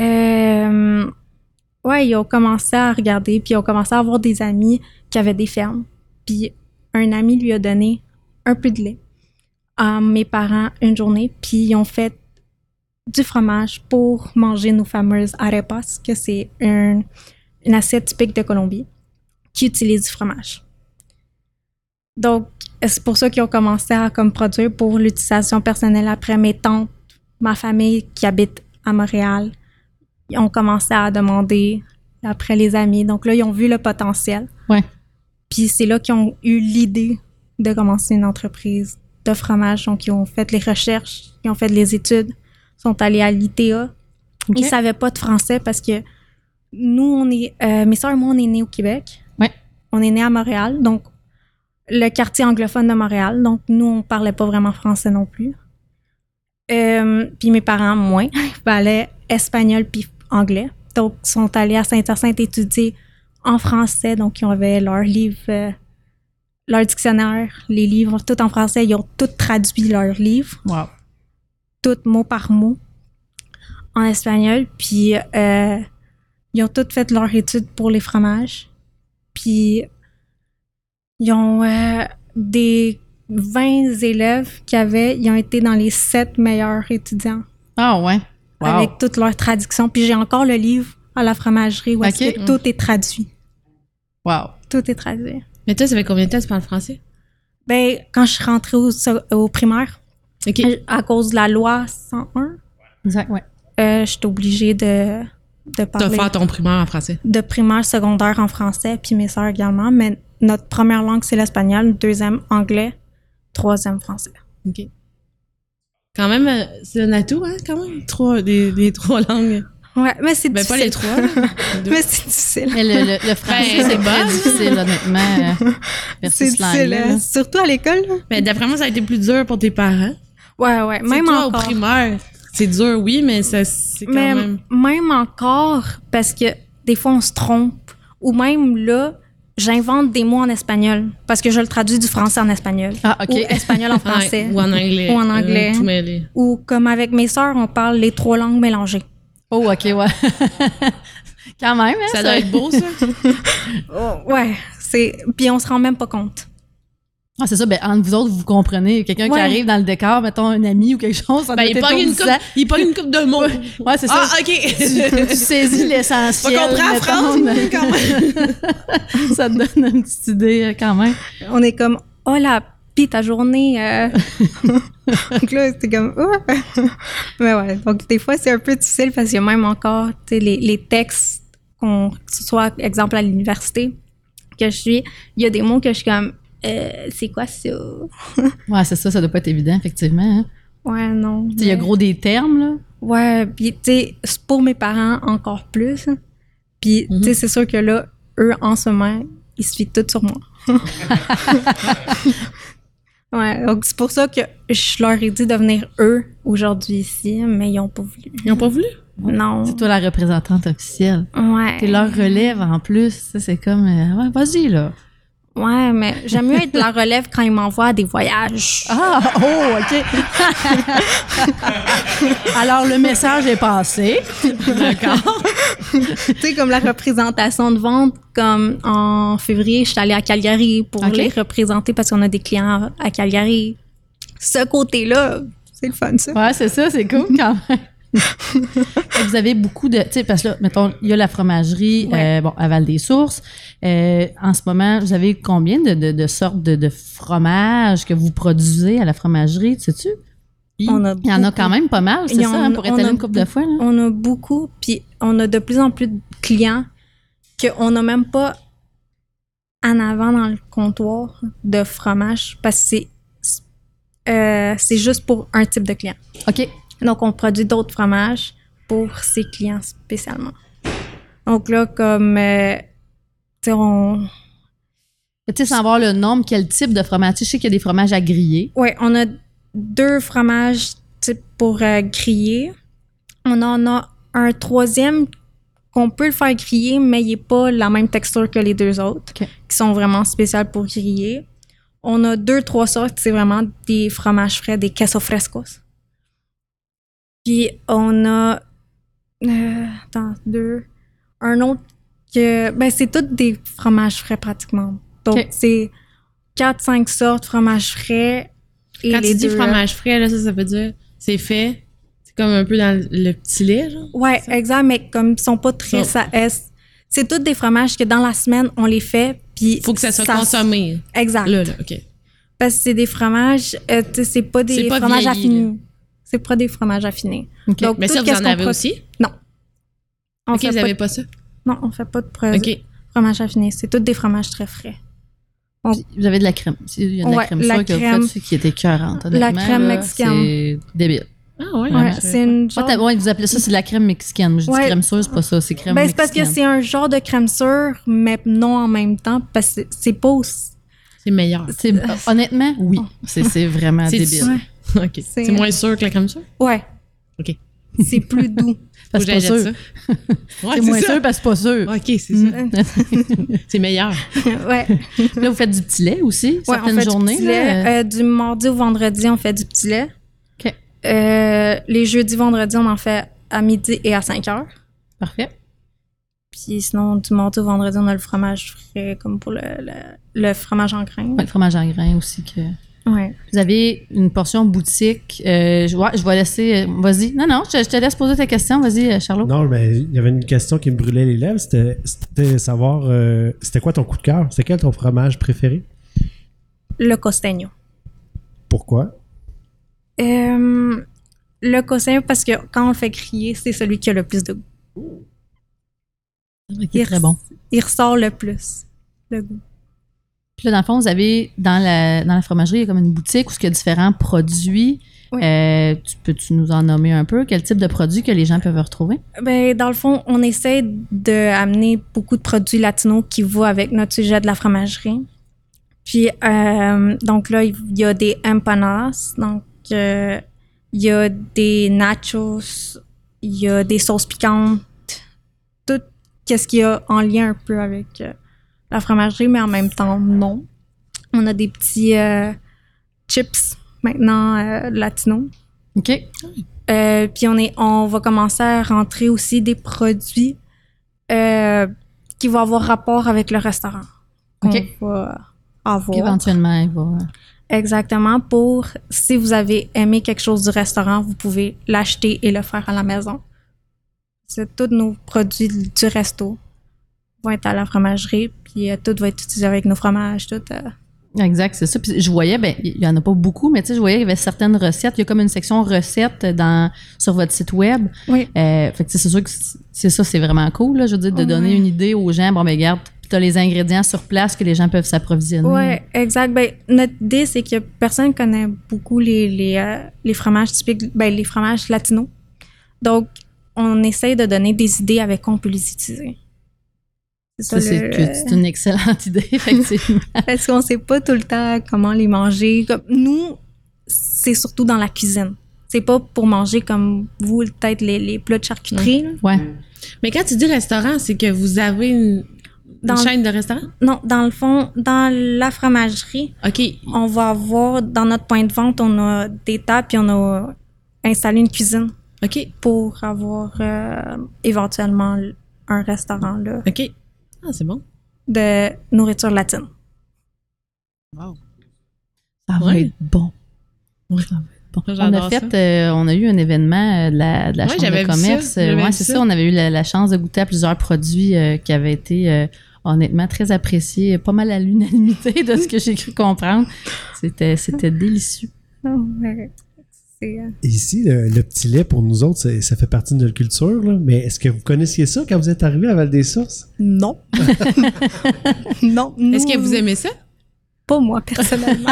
euh, ouais, ils ont commencé à regarder, puis ils ont commencé à avoir des amis qui avaient des fermes. Puis, un ami lui a donné un peu de lait à mes parents une journée, puis ils ont fait du fromage pour manger nos fameuses arepas, que c'est un, une assiette typique de Colombie qui utilise du fromage. Donc, c'est pour ça qu'ils ont commencé à comme, produire pour l'utilisation personnelle. Après, mes tantes, ma famille qui habite à Montréal, ils ont commencé à demander après les amis. Donc là, ils ont vu le potentiel. Ouais. Puis c'est là qu'ils ont eu l'idée de commencer une entreprise de fromage. Donc, ils ont fait les recherches, ils ont fait les études, sont allés à l'I T A. OK. Ils ne savaient pas de français parce que nous, on est, euh, mes soeurs et moi, on est nés au Québec. Ouais. On est nés à Montréal, donc le quartier anglophone de Montréal. Donc, nous, on ne parlait pas vraiment français non plus. Euh, puis mes parents, moins. Ils parlaient espagnol puis anglais. Donc, ils sont allés à Saint-Hyacinthe étudier en français. Donc, ils avaient leurs livres, euh, leur dictionnaire, les livres, tout en français. Ils ont tout traduit leurs livres, Wow. tout mot par mot, en espagnol. Puis, euh, ils ont toutes fait leur étude pour les fromages. Puis, ils ont euh, des vingt élèves qui avaient, ils ont été dans les sept meilleurs étudiants Ah ouais. Wow. avec toute leur traduction. Puis j'ai encore le livre à la fromagerie où est-ce Ok. que tout est traduit. Wow. Tout est traduit. Mais toi, ça fait combien de temps que tu parles français? Ben, quand je suis rentrée au, au primaire, OK. à cause de la loi cent un, Exact, ouais. euh, j'étais obligée de, de Tu vas parler faire ton primaire en français. de primaire, secondaire en français, puis mes sœurs également. Mais notre première langue, c'est l'espagnol, deuxième, anglais, troisième, français. OK. Quand même, euh, c'est un atout, hein, quand même. Trois, les, les trois langues. Ouais, mais c'est Ben, pas difficile. les trois. là. Les deux. Mais c'est difficile. Mais le, le, le français, Ben, c'est bon. très difficile, honnêtement, euh, C'est versus difficile, l'anglais. hein. là. Surtout à l'école. là. Mais d'après moi, ça a été plus dur pour tes parents. Ouais, ouais. C'est Même toi, encore. au primaire, c'est dur, oui, mais ça, c'est quand Mais même... même encore, parce que des fois, on se trompe. Ou même là, j'invente des mots en espagnol parce que je le traduis du français en espagnol. Ah, OK. Ou espagnol en français. Ouais, ou en anglais. Ou en anglais. Euh, tout mêlé. Ou comme avec mes sœurs, on parle les trois langues mélangées. Oh, OK, ouais. Quand même, hein, Ça doit être beau, ça. Oh, ouais, c'est... Puis on se rend même pas compte. Ah, c'est ça, ben, entre vous autres, vous comprenez. Quelqu'un qui Ouais. arrive dans le décor, mettons un ami ou quelque chose, ça Ben, doit il être pogne une étourdissant. coupe, il pogne une coupe de mots. Ouais, c'est ça. Ah, OK. tu, tu saisis l'essentiel. Pas comprendre la mettons, phrase, mais- quand même. Ça te donne une petite idée, euh, quand même. On est comme, oh là, pis ta journée. euh. Donc là, c'est comme, oh. Mais ouais, donc des fois, c'est un peu difficile parce qu'il y a même encore, tu sais, les, les textes, qu'on, que ce soit, exemple, à l'université, que je suis, il y a des mots que je suis comme, euh, c'est quoi ça? Ouais, c'est ça, ça doit pas être évident, effectivement. hein. Ouais, non. Tu sais, il y a mais- gros des termes, là. Ouais, puis tu sais, c'est pour mes parents encore plus. Puis, tu sais, c'est sûr que là, eux, en ce moment, ils se fient tout sur moi. Ouais, donc c'est pour ça que je leur ai dit de venir eux aujourd'hui ici, mais ils ont pas voulu. Ils ont pas voulu? Non. C'est toi la représentante officielle. Ouais. T'es leur relève en plus. Ça, c'est comme, euh, ouais, vas-y, là. Ouais, mais j'aime mieux être la relève quand ils m'envoient à des voyages. Ah, oh, OK. Alors, le message est passé. D'accord. Tu sais, comme la représentation de vente, comme en février, je suis allée à Calgary pour Ok. les représenter parce qu'on a des clients à Calgary. Ce côté-là, c'est le fun, ça. Ouais, c'est ça, c'est cool quand même. Vous avez beaucoup de... Tu sais, parce que là, mettons, il y a la fromagerie, Ouais. euh, bon, à Val-des-Sources. Euh, en ce moment, vous avez combien de, de, de sortes de, de fromages que vous produisez à la fromagerie, tu sais-tu? On a Il y en a beaucoup. quand même pas mal, c'est Il y ça, en hein, a- pour on étaler a une couple de beaucoup. fois. Là. On a beaucoup, puis on a de plus en plus de clients qu'on n'a même pas en avant dans le comptoir de fromage parce que c'est euh, c'est juste pour un type de client. OK. Donc, on produit d'autres fromages pour ces clients spécialement. Donc là, comme, euh, tu sais, on... Tu sais, sans voir le nombre, quel type de fromage. Tu sais, je sais qu'il y a des fromages à griller. Ouais, on a deux fromages type pour euh, griller. On en a un troisième qu'on peut le faire griller, mais il n'est pas la même texture que les deux autres, OK. qui sont vraiment spéciales pour griller. On a deux, trois sortes, c'est vraiment des fromages frais, des queso frescos. Puis on a... Euh, attends, deux... Un autre que... Ben, c'est tous des fromages frais pratiquement. Donc, OK. c'est quatre, cinq sortes de fromages frais. Et Quand les tu dis deux- fromage frais, là, ça, ça veut dire c'est fait. C'est comme un peu dans le petit lait, genre. Ouais, exact, mais comme ils sont pas très... Sont- Ça, est- c'est tous des fromages que dans la semaine, on les fait, puis... Faut que ça soit consommé. Exact. Là, là, OK. Parce que c'est des fromages... euh, tu sais, c'est pas des C'est pas fromages vieilli, affinés. C'est pas des fromages affinés. OK. Donc, Mais tout ça, vous qu'est-ce en qu'on avez pro- aussi? Non. On OK, fait vous pas avez de- pas ça? Non, on fait pas de pro- OK. fromage affiné. C'est tous des fromages très frais. Vous avez de la crème. Il y a de la Ouais, crème la sûre que vous crème- faites aussi qui est écœurante. la honnêtement, crème là, mexicaine. C'est débile. Ah ouais? Ouais, je savais c'est une Ouais, genre... t'as- ouais, vous appelez ça, c'est de la crème mexicaine. Moi, je dis Ouais. crème sûre, c'est pas ça, c'est crème Ben, c'est mexicaine. parce que c'est un genre de crème sûre, mais non en même temps, parce que c'est pas aussi... C'est meilleur. C'est- honnêtement, oui. C'est c'est vraiment C'est- débile. Ouais. OK. C'est- C'est moins sûr que la crème sûre? Ouais. OK. C'est plus doux. Parce Faut que que c'est pas j'achète sûr. ça. Ouais, C'est moins ça. sûr parce que c'est pas sûr. OK, c'est ça. C'est meilleur. Ouais. Là, vous faites du petit lait aussi, Ouais, on certaines fait journées. du petit lait. là. Euh, du mardi au vendredi, on fait du petit lait. OK. Euh, les jeudis, vendredis, on en fait à midi et à cinq heures. Parfait. Puis sinon, du mardi au vendredi, on a le fromage frais, comme pour le, le, le fromage en grains. Ouais, le fromage en grains aussi. Que... Ouais. Vous avez une portion boutique. Euh, je, ouais, je vais laisser. euh, Vas-y. Non, non, je, je te laisse poser ta question. Vas-y, euh, Charlot. Non, mais il y avait une question qui me brûlait les lèvres. C'était, c'était savoir, euh, c'était quoi ton coup de cœur? C'était quel ton fromage préféré? le costeño. Pourquoi? Euh, le costeño, parce que quand on le fait crier, c'est celui qui a le plus de goût. C'est très bon. Il ressort le plus, le goût. Puis là, dans le fond, vous avez, dans la, dans la fromagerie, il y a comme une boutique où il y a différents produits. Oui. Euh, tu peux-tu nous en nommer un peu? Quel type de produits que les gens peuvent retrouver? Ben, dans le fond, on essaie d'amener beaucoup de produits latinos qui vont avec notre sujet de la fromagerie. Puis, euh, donc là, il y a des empanadas, donc euh, il y a des nachos, il y a des sauces piquantes, tout ce qu'il y a en lien un peu avec euh, la fromagerie, mais en même temps, non. On a des petits euh, chips maintenant euh, latinos. OK. Euh, puis on est, on va commencer à rentrer aussi des produits euh, qui vont avoir rapport avec le restaurant. Qu'on OK. va avoir. Puis éventuellement, il va... Exactement. Pour, si vous avez aimé quelque chose du restaurant, vous pouvez l'acheter et le faire à la maison. C'est tous nos produits du resto vont être à la fromagerie, puis euh, tout va être utilisé avec nos fromages, tout. Euh. Exact, c'est ça. Puis je voyais, ben il y en a pas beaucoup, mais tu sais, je voyais qu'il y avait certaines recettes. Il y a comme une section recettes dans sur votre site web. Oui. Euh, fait que c'est sûr que c'est ça, c'est vraiment cool, là. Je veux dire, de Ouais. donner une idée aux gens. Bon, ben regarde, tu as les ingrédients sur place que les gens peuvent s'approvisionner. Oui, exact. Ben, notre idée, c'est que personne ne connaît beaucoup les, les, euh, les fromages typiques, ben, les fromages latinos. Donc, on essaye de donner des idées avec quoi on peut les utiliser. Ça, ça, c'est, le- que c'est une excellente idée, effectivement. Parce qu'on sait pas tout le temps comment les manger. Comme nous, c'est surtout dans la cuisine. C'est pas pour manger comme vous, peut-être les, les plats de charcuterie. là. Ouais. Mais quand tu dis restaurant, c'est que vous avez une, une Dans- chaîne de restaurants? Non, dans le fond, dans la fromagerie, OK. on va avoir, dans notre point de vente, on a des tables puis on a installé une cuisine OK. pour avoir euh, éventuellement un restaurant là, OK. Ah, c'est bon. de nourriture latine. Ça va Ouais. être bon. Ouais. Ça va être bon. Ça, On a j'adore fait, ça. euh, on a eu un événement euh, de la, de la Ouais, Chambre j'avais de vu ça. commerce. Euh, J'avais ouais, vu c'est ça. ça. On avait eu la, la chance de goûter à plusieurs produits euh, qui avaient été euh, honnêtement très appréciés, pas mal à l'unanimité de ce que j'ai cru comprendre. C'était, c'était délicieux. C'est, euh, Et ici, le, le petit lait, pour nous autres, c'est- ça fait partie de notre culture, là. Mais est-ce que vous connaissiez ça quand vous êtes arrivé à Val-des-Sources? Non. non. Est-ce que nous- vous aimez ça? Pas moi, personnellement.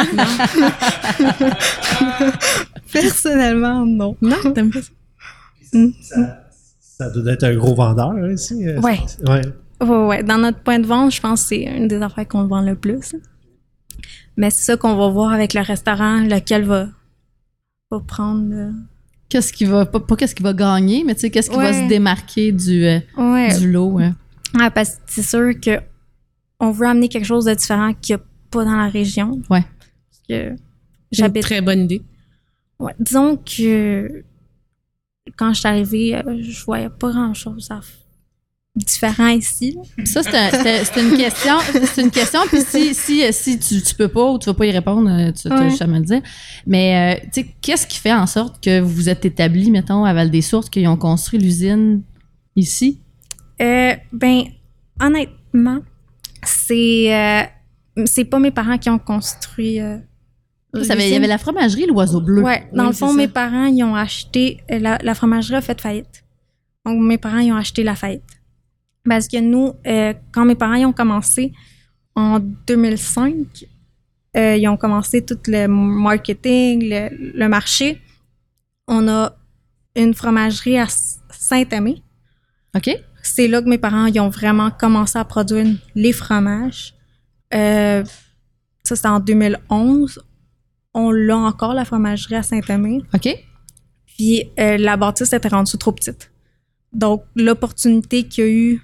personnellement, non. Non, t'aimes pas ça? Ça, ça doit être un gros vendeur, hein, ici. euh, Ouais. c'est- Ouais. Ouais, ouais. Dans notre point de vente, je pense que c'est une des affaires qu'on vend le plus. Mais c'est ça qu'on va voir avec le restaurant, lequel va, va prendre. euh, Qu'est-ce qui va, pas, pas qu'est-ce qui va gagner, mais tu sais, qu'est-ce qui va Ouais. se démarquer du, euh, Ouais. du lot. hein. Ouais, parce que c'est sûr que on veut amener quelque chose de différent qu'il n'y a pas dans la région. Ouais. Parce que C'est une j'habite. très bonne idée. Ouais, disons que quand je suis arrivée, euh, je voyais pas grand-chose à f- différent ici. là. Ça, c'est, un- c'était- c'est une question. C'est une question. Puis si, si, si tu, tu peux pas ou tu vas pas y répondre, euh, tu as Ouais. juste à me le dire. Mais, euh, tu sais, qu'est-ce qui fait en sorte que vous vous êtes établis, mettons, à Val-des-Sources, qu'ils ont construit l'usine ici? Euh, ben, honnêtement, c'est euh, c'est pas mes parents qui ont construit. euh, Ça avait- il y avait la fromagerie, l'Oiseau Bleu. Ouais, dans Oui, le c'est fond, ça. mes parents, ils ont acheté. euh, La, la fromagerie a fait faillite. Donc, mes parents, ils ont acheté la faillite. Parce que nous, euh, quand mes parents ils ont commencé en deux mille cinq, euh, ils ont commencé tout le marketing, le, le marché. On a une fromagerie à S- Saint-Aimé. OK? C'est là que mes parents ils ont vraiment commencé à produire les fromages. Euh, ça, c'était en deux mille onze. On l'a encore, la fromagerie à Saint-Aimé. OK? Puis euh, la bâtisse était rendue trop petite. Donc, l'opportunité qu'il y a eu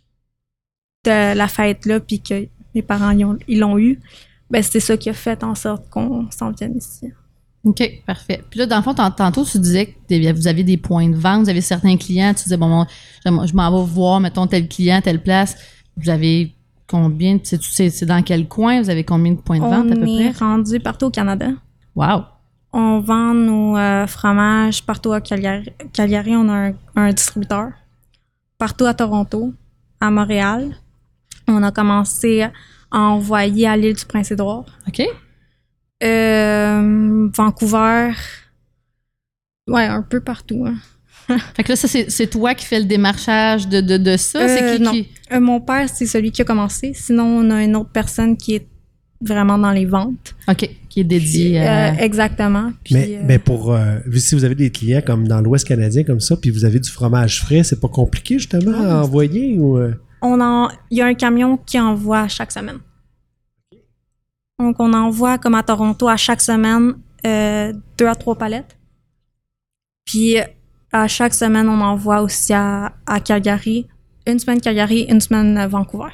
de la fête-là, puis que mes parents ils ont- ils l'ont eu, ben c'est ça qui a fait en sorte qu'on s'en vienne ici. OK, parfait. Puis là, dans le fond, tant- tantôt, tu disais que des- vous avez des points de vente, vous avez certains clients, tu disais, bon, bon, je je m'en vais voir, mettons, tel client, telle place. Vous avez combien, tu sais, tu sais, c'est dans quel coin? Vous avez combien de points de vente à peu On est près? rendu partout au Canada. Wow! On vend nos euh, fromages partout à Cagliari. Cagliari, on a un, un distributeur. Partout à Toronto, à Montréal. On a commencé à envoyer à l'île du Prince-Édouard. OK? Euh, Vancouver. Ouais, un peu partout. Hein. Fait que là, ça, c'est, c'est toi qui fais le démarchage de, de, de ça? Euh, c'est qui non. qui... Euh, mon père, c'est celui qui a commencé. Sinon, on a une autre personne qui est vraiment dans les ventes. OK, qui est dédié Puis, à... euh, exactement. Puis, Mais, euh, mais pour euh, vu si vous avez des clients comme dans l'Ouest canadien comme ça, puis vous avez du fromage frais, c'est pas compliqué justement à envoyer ou euh? on en, il y a un camion qui envoie chaque semaine. Donc, on envoie, comme à Toronto, à chaque semaine, euh, deux à trois palettes. Puis, à chaque semaine, on envoie aussi à, à Calgary. Une semaine Calgary, une semaine à Vancouver.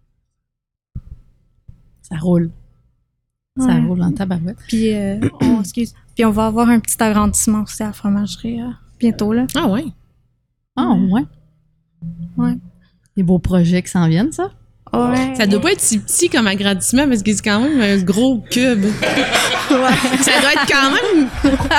Ça roule. Ça Ouais. roule en tabarouette. Puis, euh, on, excuse. Puis, on va avoir un petit agrandissement aussi à la fromagerie euh, bientôt, là. Ah ouais. Ah, ouais. Ouais. Des beaux projets qui s'en viennent, ça? Ouais. Ça doit pas être si petit comme agrandissement parce que c'est quand même un gros cube. Ça doit être quand même.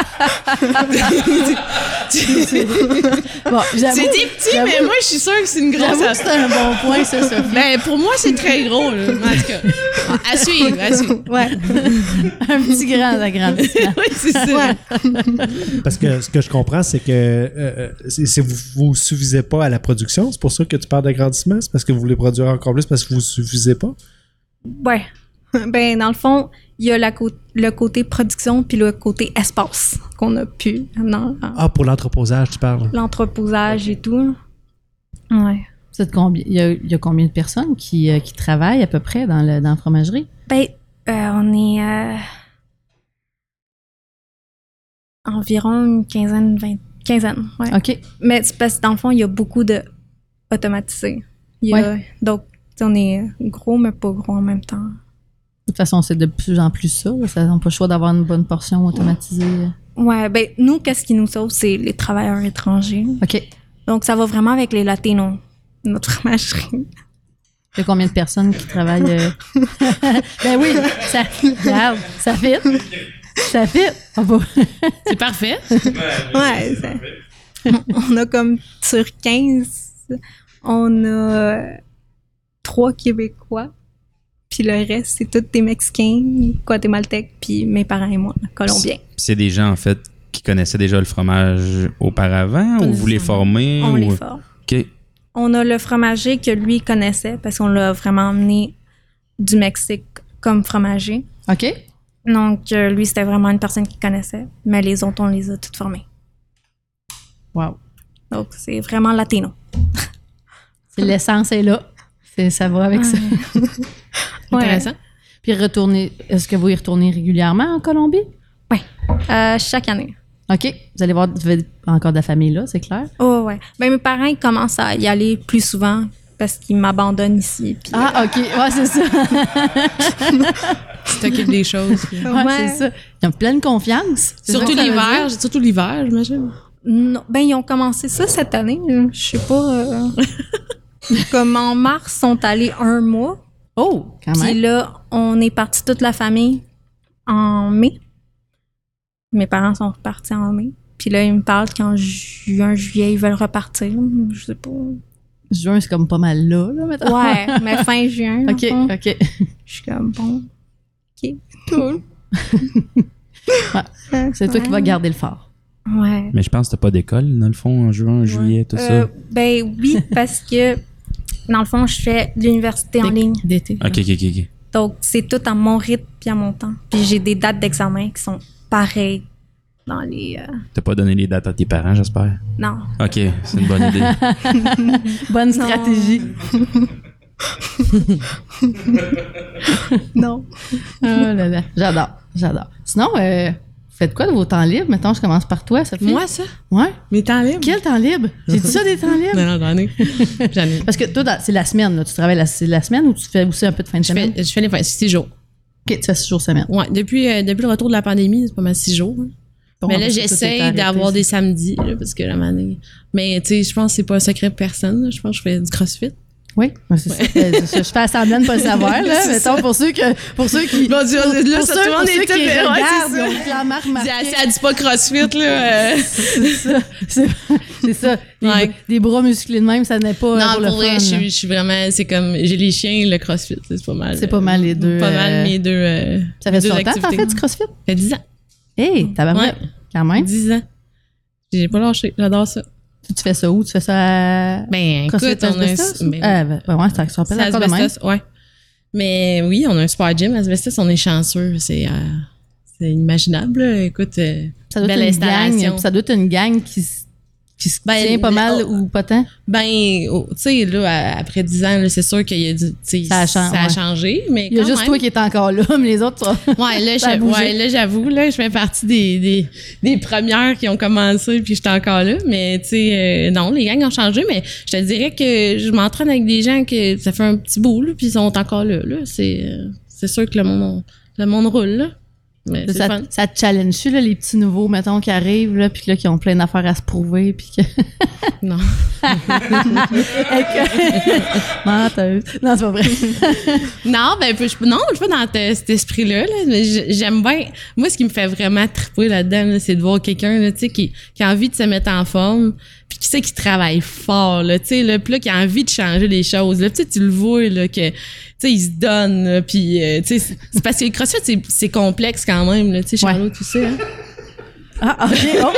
Bon, j'avoue, C'est des petits, j'avoue- mais moi, je suis sûre que c'est une J'avoue grosse. que c'est un bon point, ça, Sophie. Ben, pour moi, c'est très gros, là. En tout cas. À suivre, à suivre. Ouais. Un petit grand agrandissement. Oui, c'est ça. Parce que ce que je comprends, c'est que euh, euh, c'est, c'est vous vous suffisez pas à la production. C'est pour ça que tu parles d'agrandissement. C'est parce que vous voulez produire encore plus parce que vous suffisez pas. Ouais. Ben, dans le fond, il y a la cô- le côté production puis le côté espace qu'on a pu dans Ah, pour l'entreposage, tu parles. l'entreposage et tout. Ouais. C'est de combien, il, y a, il y a combien de personnes qui, euh, qui travaillent à peu près dans, le, dans la fromagerie? Ben, euh, on est euh, environ une quinzaine, vingt, quinzaine, ouais. OK. Mais c'est parce que dans le fond, il y a beaucoup de automatisé. Il y a, Donc, tu sais, on est gros, mais pas gros en même temps. De toute façon, c'est de plus en plus ça. là. Ça n'a pas le choix d'avoir une bonne portion automatisée. Ouais, ben, nous, qu'est-ce qui nous sauve, c'est les travailleurs étrangers. OK. Donc, ça va vraiment avec les latinos, notre fromagerie. Il y a combien de personnes qui travaillent? euh? Ben oui, ça, regarde, ça fit. Ça fit. On va- C'est parfait. Ouais, ça- on a comme sur quinze, on a euh, trois Québécois, puis le reste, c'est tous des Mexicains, Guatémaltèques, puis mes parents et moi, Colombiens. C'est des gens, en fait, qui connaissaient déjà le fromage auparavant Pas ou vous les nécessairement. formez? On ou... les forme. OK. On a le fromager que lui connaissait, parce qu'on l'a vraiment emmené du Mexique comme fromager. OK. Donc, euh, lui, c'était vraiment une personne qui connaissait, mais les autres, on les a toutes formés. Wow. Donc, c'est vraiment latino. C'est, l'essence est là. C'est, ça va avec ça. Ouais. Intéressant. Puis retourner, est-ce que vous y retournez régulièrement en Colombie? Euh, chaque année. OK. Vous allez voir, vous avez encore de la famille là, c'est clair? Oh, ouais. Ben, mes parents, ils commencent à y aller plus souvent parce qu'ils m'abandonnent ici. Puis, Ah, OK. Ouais, c'est ça. Tu t'occupes des choses. puis- Ouais, Ouais. c'est ça. Ils ont pleine confiance. C'est Surtout ça que ça veut l'hiver. dire? Surtout l'hiver, j'imagine. non, ben, ils ont commencé ça cette année. là. Je sais pas. euh, comme en mars, ils sont allés un mois. Oh, quand Puis même. là, on est parti toute la famille en mai. Mes parents sont repartis en mai. Puis là, ils me parlent qu'en juin, juillet, ils veulent repartir. Je sais pas. Juin, c'est comme pas mal là, là, maintenant. Ouais, mais fin juin. dans OK, le fond. OK. Je suis comme, bon, OK, cool. Ouais. C'est toi qui vas garder le fort. Ouais. Mais je pense que t'as pas d'école, dans le fond, en juin, en juillet, tout Euh, ça. ben oui, parce que dans le fond, je fais de l'université en ligne. D'été. OK, OK, OK. ok. Donc, c'est tout à mon rythme puis à mon temps. Puis j'ai des dates d'examen qui sont pareilles dans les... euh, T'as pas donné les dates à tes parents, j'espère? non. OK, c'est une bonne idée. Bonne stratégie. Non. Oh là là. J'adore, j'adore. Sinon, euh, vous faites quoi de vos temps libres? Mettons, je commence par toi, Sophie. Moi, ça? Ouais. Mes temps libres? Quel temps libre? J'ai dit ça, des temps libres? Non, non, j'en ai. J'en ai. Parce que toi, dans- c'est la semaine, là. Tu travailles la, c'est la semaine ou tu fais aussi un peu de fin de Je semaine? fais, je fais les fins- six jours. OK, tu fais six jours semaine. Ouais, depuis, euh, depuis le retour de la pandémie, c'est pas mal six jours. hein. Bon, Mais là, parce que tout est j'essaye arrêté, d'avoir ça. des samedis, là, parce que la manée. Mais, tu sais, je pense que c'est pas un secret pour personne. là. Je pense que je fais du crossfit. Oui, c'est ça. Je, je fais semblant de pas le savoir, là. C'est Mettons, ça. pour ceux, que, pour ceux qui. Bon, Dieu, pour, là, pour ça, ceux, tout le monde pour ceux est qui tout- ouais, regardent, c'est ça. ils ont clairement remarqué. Si elle dit pas CrossFit, là. euh, C'est ça. C'est, c'est ça. Des, Ouais. des bras musclés de même, ça n'est pas. Non, pour le pour vrai, fun, je là. suis- je suis vraiment. C'est comme. J'ai les chiens, le CrossFit. C'est pas mal. C'est pas mal les deux, Pas euh, mal mes deux. euh, Ça mes fait deux longtemps que t'en activités. fais du CrossFit? Ça fait dix ans. Hey, t'as Ouais. quand même. dix ans. J'ai pas lâché. J'adore ça. Tu, tu fais ça où? Tu fais ça à. Ben, CrossFit écoute, on a un. Asbestos? ben, Euh, ben, ben ouais, ça se rappelle c'est encore de même. Asbestos, ouais. Mais oui, on a un super gym. Asbestos, on est chanceux. C'est, euh, c'est inimaginable, là. Écoute, euh, Ça doit belle être une gang, installation. ça doit être une gang qui, s- qui se Ben, tient pas le- mal oh. ou pas tant. Ben, oh, tu sais, là, à- après dix ans, là, c'est sûr qu'il y a du, tu sais, Ça a chang- ça a ouais. changé, mais Il y a quand juste même. toi qui est encore là, mais les autres, ça- Ouais, là, ça a je- bougé. ouais, là, j'avoue, là, je fais partie des, des, des premières qui ont commencé, puis j'étais encore là. Mais, tu sais, euh, non, les gangs ont changé, mais je te dirais que je m'entraîne avec des gens que ça fait un petit bout, là, puis ils sont encore là, là. C'est, euh, c'est sûr que le monde, le monde roule, là. Mais c'est ça, fun. ça te challenge-tu, là, les petits nouveaux, mettons, qui arrivent, là, puis là, qui ont plein d'affaires à se prouver, puis que. Non. Et que- Menteuse. Non, c'est pas vrai. Non, ben, je, non, je suis pas dans te- cet esprit-là, là, mais j- j'aime bien. Moi, ce qui me fait vraiment triper là-dedans, là, c'est de voir quelqu'un, là, tu sais, qui, qui a envie de se mettre en forme, puis qui sait qu'il travaille fort, là, tu sais, là, puis là, qui a envie de changer les choses, là, tu sais, tu le vois, là, que, tu sais, il se donne, là, puis, euh, tu sais, c'est- c'est parce que le CrossFit, c'est, c'est complexe quand même, là, tu sais, Charlotte, tu sais, hein. Ah, OK. Oh,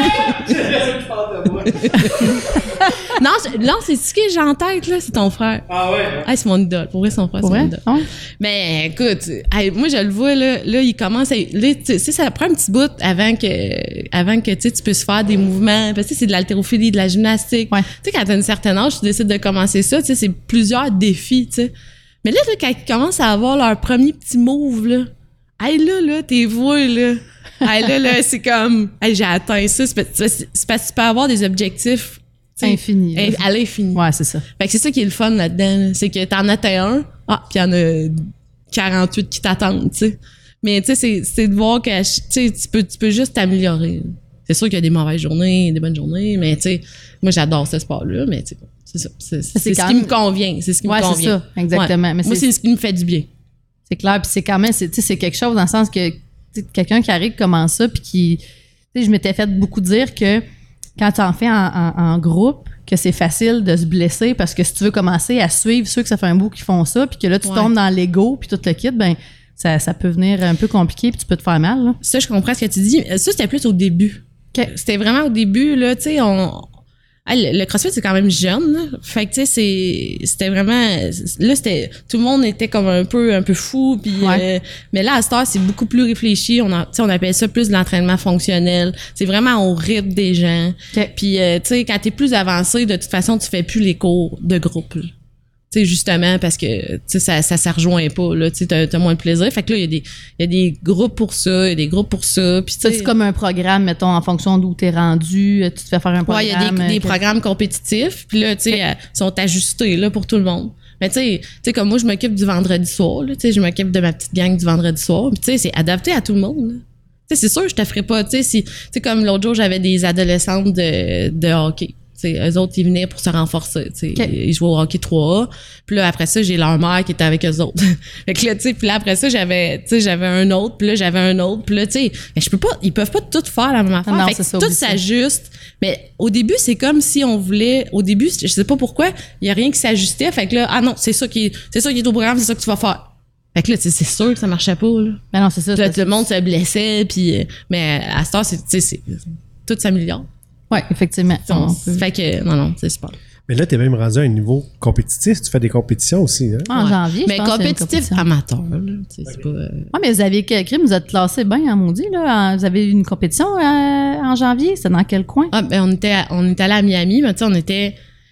Non, je- non, c'est ce que j'ai en tête, là, c'est ton frère. Ah ouais? Ah, c'est mon idole. Pour vrai, son frère, pour c'est mon vrai? idole. Ah ouais? Mais écoute, hey, moi je le vois là, là il commence à là, tu sais ça prend un petit bout avant que avant que tu sais tu puisses faire des mouvements parce que c'est de l'haltérophilie, de la gymnastique. Ouais. Tu sais quand t'as un certain âge, tu décides de commencer ça, tu sais c'est plusieurs défis, tu sais. Mais là, là quand ils commencent à avoir leur premier petit move là, hey là là t'es vois là. Hey là là, c'est comme hey, j'ai atteint ça, c'est parce c'est parce que tu peux avoir des objectifs tu sais, Infini. là. à l'infini. Ouais, c'est ça. Fait que c'est ça qui est le fun là-dedans, là. C'est que t'en atteins un, ah, puis il y en a quarante-huit qui t'attendent, tu sais. Mais tu sais, c'est, c'est de voir que, tu sais, tu peux, tu peux juste t'améliorer. C'est sûr qu'il y a des mauvaises journées, des bonnes journées, mais tu sais, moi j'adore ce sport-là, mais tu sais, c'est ça. C'est, c'est, C'est ce quand qui même- me convient, c'est ce qui Ouais, me c'est convient. ça, exactement. Ouais. Mais Moi, c'est- c'est ce qui me fait du bien. C'est clair, puis c'est quand même, c'est, tu sais, c'est quelque chose dans le sens que tu sais, quelqu'un qui arrive comme ça, puis qui, tu sais, je m'étais fait beaucoup dire que quand tu en fais en, en- en groupe, que c'est facile de se blesser parce que si tu veux commencer à suivre ceux que ça fait un bout qui font ça, puis que là, tu Ouais. tombes dans l'ego, puis tout le kit, ben ça, ça peut venir un peu compliqué, puis tu peux te faire mal. Là. Ça, je comprends ce que tu dis. Ça, c'était plus au début. OK. C'était vraiment au début, là, tu sais, on... Ah, le, le CrossFit, c'est quand même jeune, là. Fait que, tu sais, c'est, c'était vraiment... Là, c'était... Tout le monde était comme un peu, un peu fou, puis... Ouais. euh, mais là, à cette heure, c'est beaucoup plus réfléchi. On, a, tu sais, on appelle ça plus de l'entraînement fonctionnel. C'est vraiment au rythme des gens. OK. Puis, euh, tu sais, quand t'es plus avancé, de toute façon, tu fais plus les cours de groupe, là. Tu sais, justement, parce que, tu sais, ça, ça, ça rejoint pas, là. Tu sais, t'as, t'as moins de plaisir. Fait que là, il y a des, il y a des groupes pour ça, il y a des groupes pour ça. Puis, tu Ça, sais, c'est comme un programme, mettons, en fonction d'où tu es rendu, tu te fais faire un ouais, programme. il y a des, euh, des que- programmes compétitifs. Puis là, tu sais, euh, sont ajustés, là, pour tout le monde. Mais tu sais, tu sais, comme moi, je m'occupe du vendredi soir, là. Tu sais, je m'occupe de ma petite gang du vendredi soir. Puis, tu sais, c'est adapté à tout le monde, là. Tu sais, c'est sûr, je te ferai pas, tu sais, si, tu sais, comme l'autre jour, j'avais des adolescentes de, de hockey. Tu sais, eux autres, ils venaient pour se renforcer. Tu sais, Okay. ils jouaient au hockey trois A. Puis là, après ça, j'ai leur mère qui était avec eux autres. Fait que là, tu sais, puis là, après ça, j'avais, tu sais, j'avais un autre. Puis là, j'avais un autre. Puis là, tu sais, mais je peux pas, ils peuvent pas tout faire la même affaire. non, fait c'est que ça, tout oublie ça. s'ajuste. Mais au début, c'est comme si on voulait, au début, je sais pas pourquoi, il y a rien qui s'ajustait. Fait que là, ah non, c'est ça qui est, c'est ça qui est au programme, c'est ça que tu vas faire. Fait que là, tu sais, c'est sûr que ça marchait pas, là. Ben non, c'est ça. Puis là, c'est- tout le monde se blessait, puis euh, mais à cette heure, c'est, tu sais, c'est, tout s'améliore. Ouais, effectivement. On- On peut- Fait que, non, non, c'est super. Mais là, t'es même rendu à un niveau compétitif. Tu fais des compétitions aussi, hein? En Ouais. janvier, je Mais pense, c'est une compétitif compétition. amateur, là. Tu sais, c'est pas. euh, Ouais, mais vous avez Crime, vous êtes classé bien en maudit, là. En- Vous avez eu une compétition euh, en janvier. C'est dans quel coin? Ah, ben, on était, à- on était allé à Miami, mais tu sais, on était.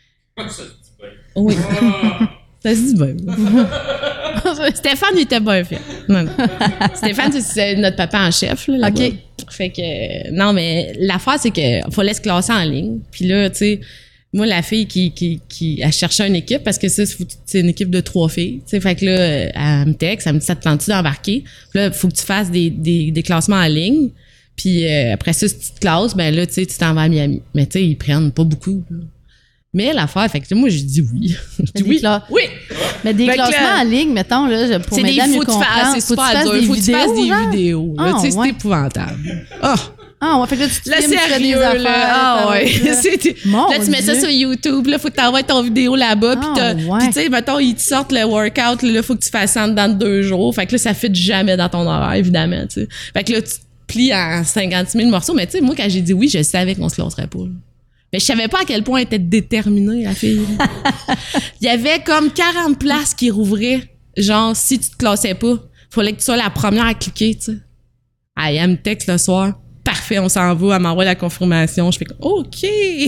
Oui. Ça se dit bien. Stéphane, il était bien fait. Non, non. Stéphane, c'est- c'est notre papa en chef, là. là-bas. OK. Fait que, euh, non, mais l'affaire, c'est qu'il fallait se classer en ligne. Puis là, tu sais, moi, la fille qui, qui, qui a cherché une équipe, parce que ça, c'est c'est une équipe de trois filles. Tu sais, fait que là, euh, elle me texte, elle me dit, ça te tente-tu d'embarquer? Puis là, il faut que tu fasses des, des, des classements en ligne. Puis euh, après ça, si tu te classes, ben là, tu sais, tu t'en vas à Miami. Mais tu sais, ils prennent pas beaucoup, là. Mais l'affaire, fait que moi, j'ai dit oui. J'ai dit des oui. cla- Oui. Mais des Fait que classements là, en ligne, mettons, là, pour c'est des m'aider à mieux faut que tu fasses, comprendre, c'est faut que tu super fasses dur. des Faut que tu fasses des genre? vidéos. là. Ah, Tu sais, ouais. c'est épouvantable. Ah! Ah, ouais, fait que là, tu te Là, filmes, tu fais des sérieux, affaires. là. Ah, t'as- ouais. là. C'était- Mon là, tu mets ça Dieu. sur YouTube. Là, faut que tu envoies ton vidéo là-bas. Puis, Ah, t'as- ouais. puis tu sais, mettons, ils te sortent le workout. Là, faut que tu fasses ça dans deux jours. Fait que là, ça fit jamais dans ton horaire, évidemment, tu sais. Fait que là, tu te plies en cinquante mille morceaux. Mais tu sais, moi, quand j'ai dit oui, je savais qu'on se lancerait pas. Là. Mais je savais pas à quel point elle était déterminée, la fille. Il y avait comme quarante places qui rouvraient. Genre, si tu te classais pas, fallait que tu sois la première à cliquer, tu sais. Ah, elle me texte le soir. Parfait, on s'en va. Elle m'envoie la confirmation. Je fais comme, OK.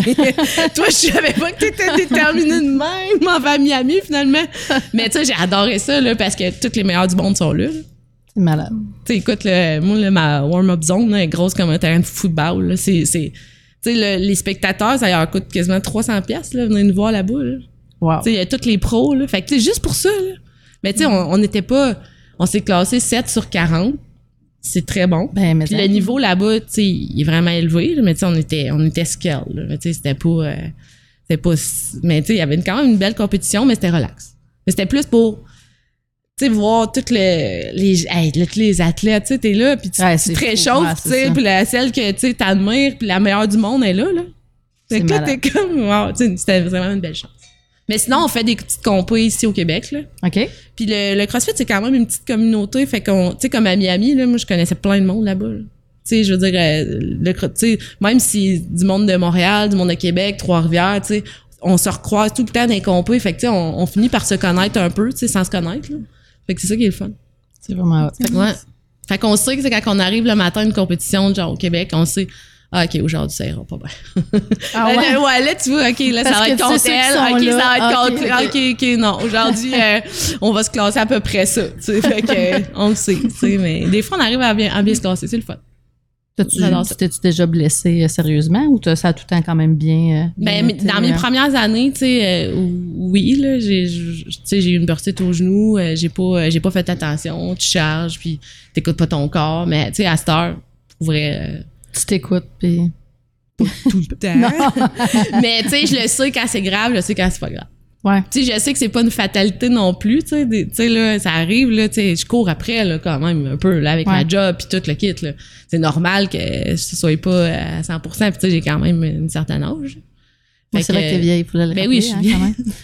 Toi, je savais pas que t'étais déterminée de même. On va à Miami, finalement. Mais tu sais, j'ai adoré ça, là, parce que tous les meilleurs du monde sont là. là. C'est malade. Tu sais, écoute, le, moi, là, ma warm-up zone, là, est grosse comme un terrain de football. Là. C'est, c'est, tu sais, le- les spectateurs, ça leur coûte quasiment trois cents piastres, là, venir nous voir là-bas. Là. Wow. Tu sais, il y a tous les pros, là. Fait que, tu sais, juste pour ça, là. Mais, tu sais, on on n'était pas... On s'est classé sept sur quarante. C'est très bon. Ben, mais Puis ça- le niveau là-bas, tu sais, il est vraiment élevé, là, mais tu sais, on était, on était scale, là. Mais tu sais, c'était pas... euh, c'était pas... Mais tu sais, il y avait quand même une belle compétition, mais c'était relax. Mais c'était plus pour... Tu sais, voir toutes le, les, hey, là, tous les athlètes, tu sais, t'es là, puis tu, Ouais, tu c'est te fou. réchauffes, Ouais, tu c'est sais, ça. puis la, celle que, tu sais, t'admires, puis la meilleure du monde est là, là. Fait C'est que là, malade. t'es comme... Wow, tu sais, c'était vraiment une belle chance. Mais sinon, on fait des petites compés ici au Québec, là. OK. Puis le, le CrossFit, c'est quand même une petite communauté. Fait qu'on, tu sais, comme à Miami, là, moi, je connaissais plein de monde là-bas. là. Tu sais, je veux dire, euh, le, cro- tu sais, même si du monde de Montréal, du monde de Québec, Trois-Rivières, tu sais, on se recroise tout le temps dans les compés. Fait que, tu sais, on, on finit par se connaître un peu, tu sais, sans se connaître, là. Fait que c'est ça qui est le fun. C'est vraiment hot. Fait que, ouais. Fait qu'on sait que c'est quand on arrive le matin à une compétition, genre au Québec, on sait, ah, OK, aujourd'hui, ça ira pas bien. Ah Là, ouais? là, ouais, là, tu vois, OK, là, Parce ça va que être tu sais contre ceux qui elle. sont OK, là. ça va être Ah, contre... ok, OK, OK, non. Aujourd'hui, euh, on va se classer à peu près ça. Tu sais, fait que, euh, on le sait, tu sais, mais des fois, on arrive à bien, à bien se classer. C'est le fun. T'as-tu, J'adore ça. t'es-tu déjà blessé euh, sérieusement ou t'as- ça a tout le temps quand même bien. euh, Ben, bien mais été, dans mes euh, premières années, tu sais, euh, oui, là, j'ai, je- tu sais, j'ai eu une bursite au genou, euh, j'ai pas, euh, j'ai pas fait attention, tu charges, puis t'écoutes pas ton corps, mais tu sais, à cette heure, pour vrai, euh, Tu t'écoutes, puis. tout le temps. Mais tu sais, je le sais quand c'est grave, je sais quand c'est pas grave. Ouais. Tu sais, je sais que c'est pas une fatalité non plus, tu sais, des- tu sais, là, ça arrive, là, tu sais, je cours après, là, quand même, un peu, là, avec Ouais. ma job puis tout le kit, là. C'est normal que ce soit pas à cent pour cent, puis tu sais, j'ai quand même une certaine âge. Ouais, Fait c'est que- vrai que t'es vieille, il faut le Ben rappeler, oui, je suis hein, vieille. quand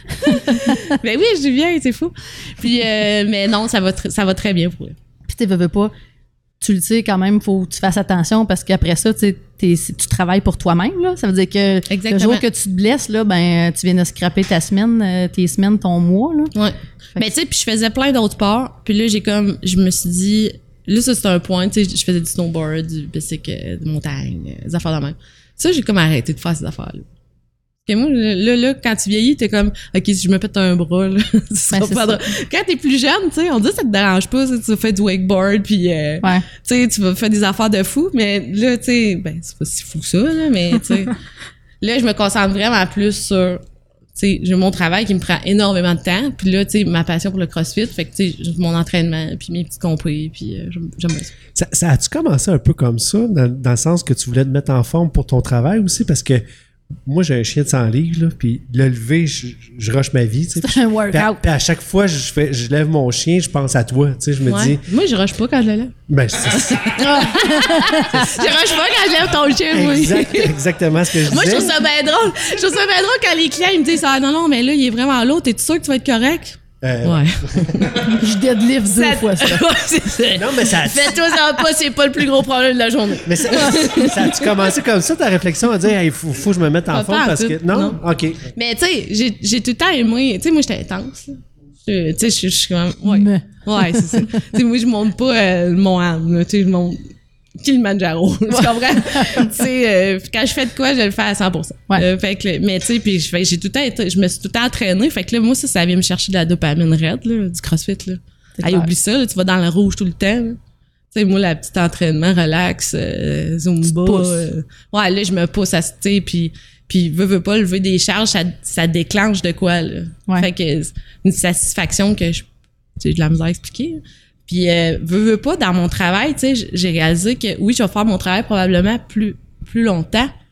même. Ben oui, je suis bien, c'est fou. Puis, euh, mais non, ça va, tr- ça va très bien pour eux. Puis tu veux, veux pas, tu le sais quand même, faut que tu fasses attention parce qu'après ça, tu sais, t'es- tu travailles pour toi-même. Là. Ça veut dire que Exactement. le jour que tu te blesses, là, ben, tu viens de scraper ta semaine, euh, tes semaines, ton mois. Là. Ouais. Mais tu sais, puis je faisais plein d'autres sports. Puis là, j'ai comme, je me suis dit, là, ça, c'est un point. Tu sais, je faisais du snowboard, du bicycle, euh, de montagne, euh, des affaires de même. Ça, j'ai comme arrêté de faire ces affaires-là. Parce que moi, là, là, quand tu vieillis, t'es comme, OK, si je me pète un bras, là, ce sera Ben, c'est pas ça. drôle. Quand t'es plus jeune, tu sais, on dit que ça te dérange pas, tu sais, tu fais du wakeboard, puis, euh, Ouais. tu sais, tu vas faire des affaires de fou, mais là, tu sais, ben, c'est pas si fou que ça, là, mais, tu sais, là, je me concentre vraiment plus sur, tu sais, j'ai mon travail qui me prend énormément de temps, puis là, tu sais, ma passion pour le CrossFit, fait que, tu sais, j'ai mon entraînement, puis mes petits compris, puis euh, j'aime j'aime bien ça. Ça, ça a-tu commencé un peu comme ça, dans, dans le sens que tu voulais te mettre en forme pour ton travail aussi? Parce que moi, j'ai un chien de cent livres, là, puis le lever, je, je rush ma vie, tu sais. C'est un Puis à, workout. puis à chaque fois, je, fais, je lève mon chien, je pense à toi, tu sais, je me Ouais. dis, Moi, je rush pas quand je le lève. ben, c'est Je rush pas quand je lève ton chien, moi. exact- exactement ce que je Moi, je disais. trouve ça bien drôle. Je trouve ça bien drôle quand les clients ils me disent, ah non, non, mais là, il est vraiment lourd, t'es sûr que tu vas être correct? Euh, Ouais. Je deadlift deux Ça- fois ça. Ouais, c'est ça. Non, mais ça a- Fais-toi ça pas, c'est pas le plus gros problème de la journée. Mais ça, ça a-tu commencé comme ça, ta réflexion, à dire, il faut, faut que je me mette en Pas forme pas parce en que. tout, Non? non. OK. Mais tu sais, j'ai, j'ai tout le temps aimé. Tu sais, moi, j'étais intense. là. Je- Tu sais, je je suis quand même. Ouais, Mais- ouais c'est ça. Tu sais, moi, je monte pas euh, le Mont Ham. là. Tu sais, je monte Kilimanjaro. Tu comprends? Tu sais, euh, quand je fais de quoi, je le fais à cent pour cent. Ouais. Euh, fait que, mais tu sais, puis je fais- j'ai tout le temps été- je me suis tout le temps entraînée. Fait que là, moi, ça, ça vient me chercher de la dopamine raide, là, du CrossFit, là. C'est Hey, clair. oublie ça, là, tu vas dans le rouge tout le temps, là. Tu sais, moi, la petite entraînement, relax, euh, Zumba. pousses. euh, ouais, là, je me pousse à, tu sais, puis, puis veux, veux pas lever des charges, ça, ça déclenche de quoi, là. Ouais. Fait que c'est une satisfaction que je, j'ai de la misère à expliquer. là. Puis, euh, veux, veux pas, dans mon travail, tu sais, j- j'ai réalisé que oui, je vais faire mon travail probablement plus, plus longtemps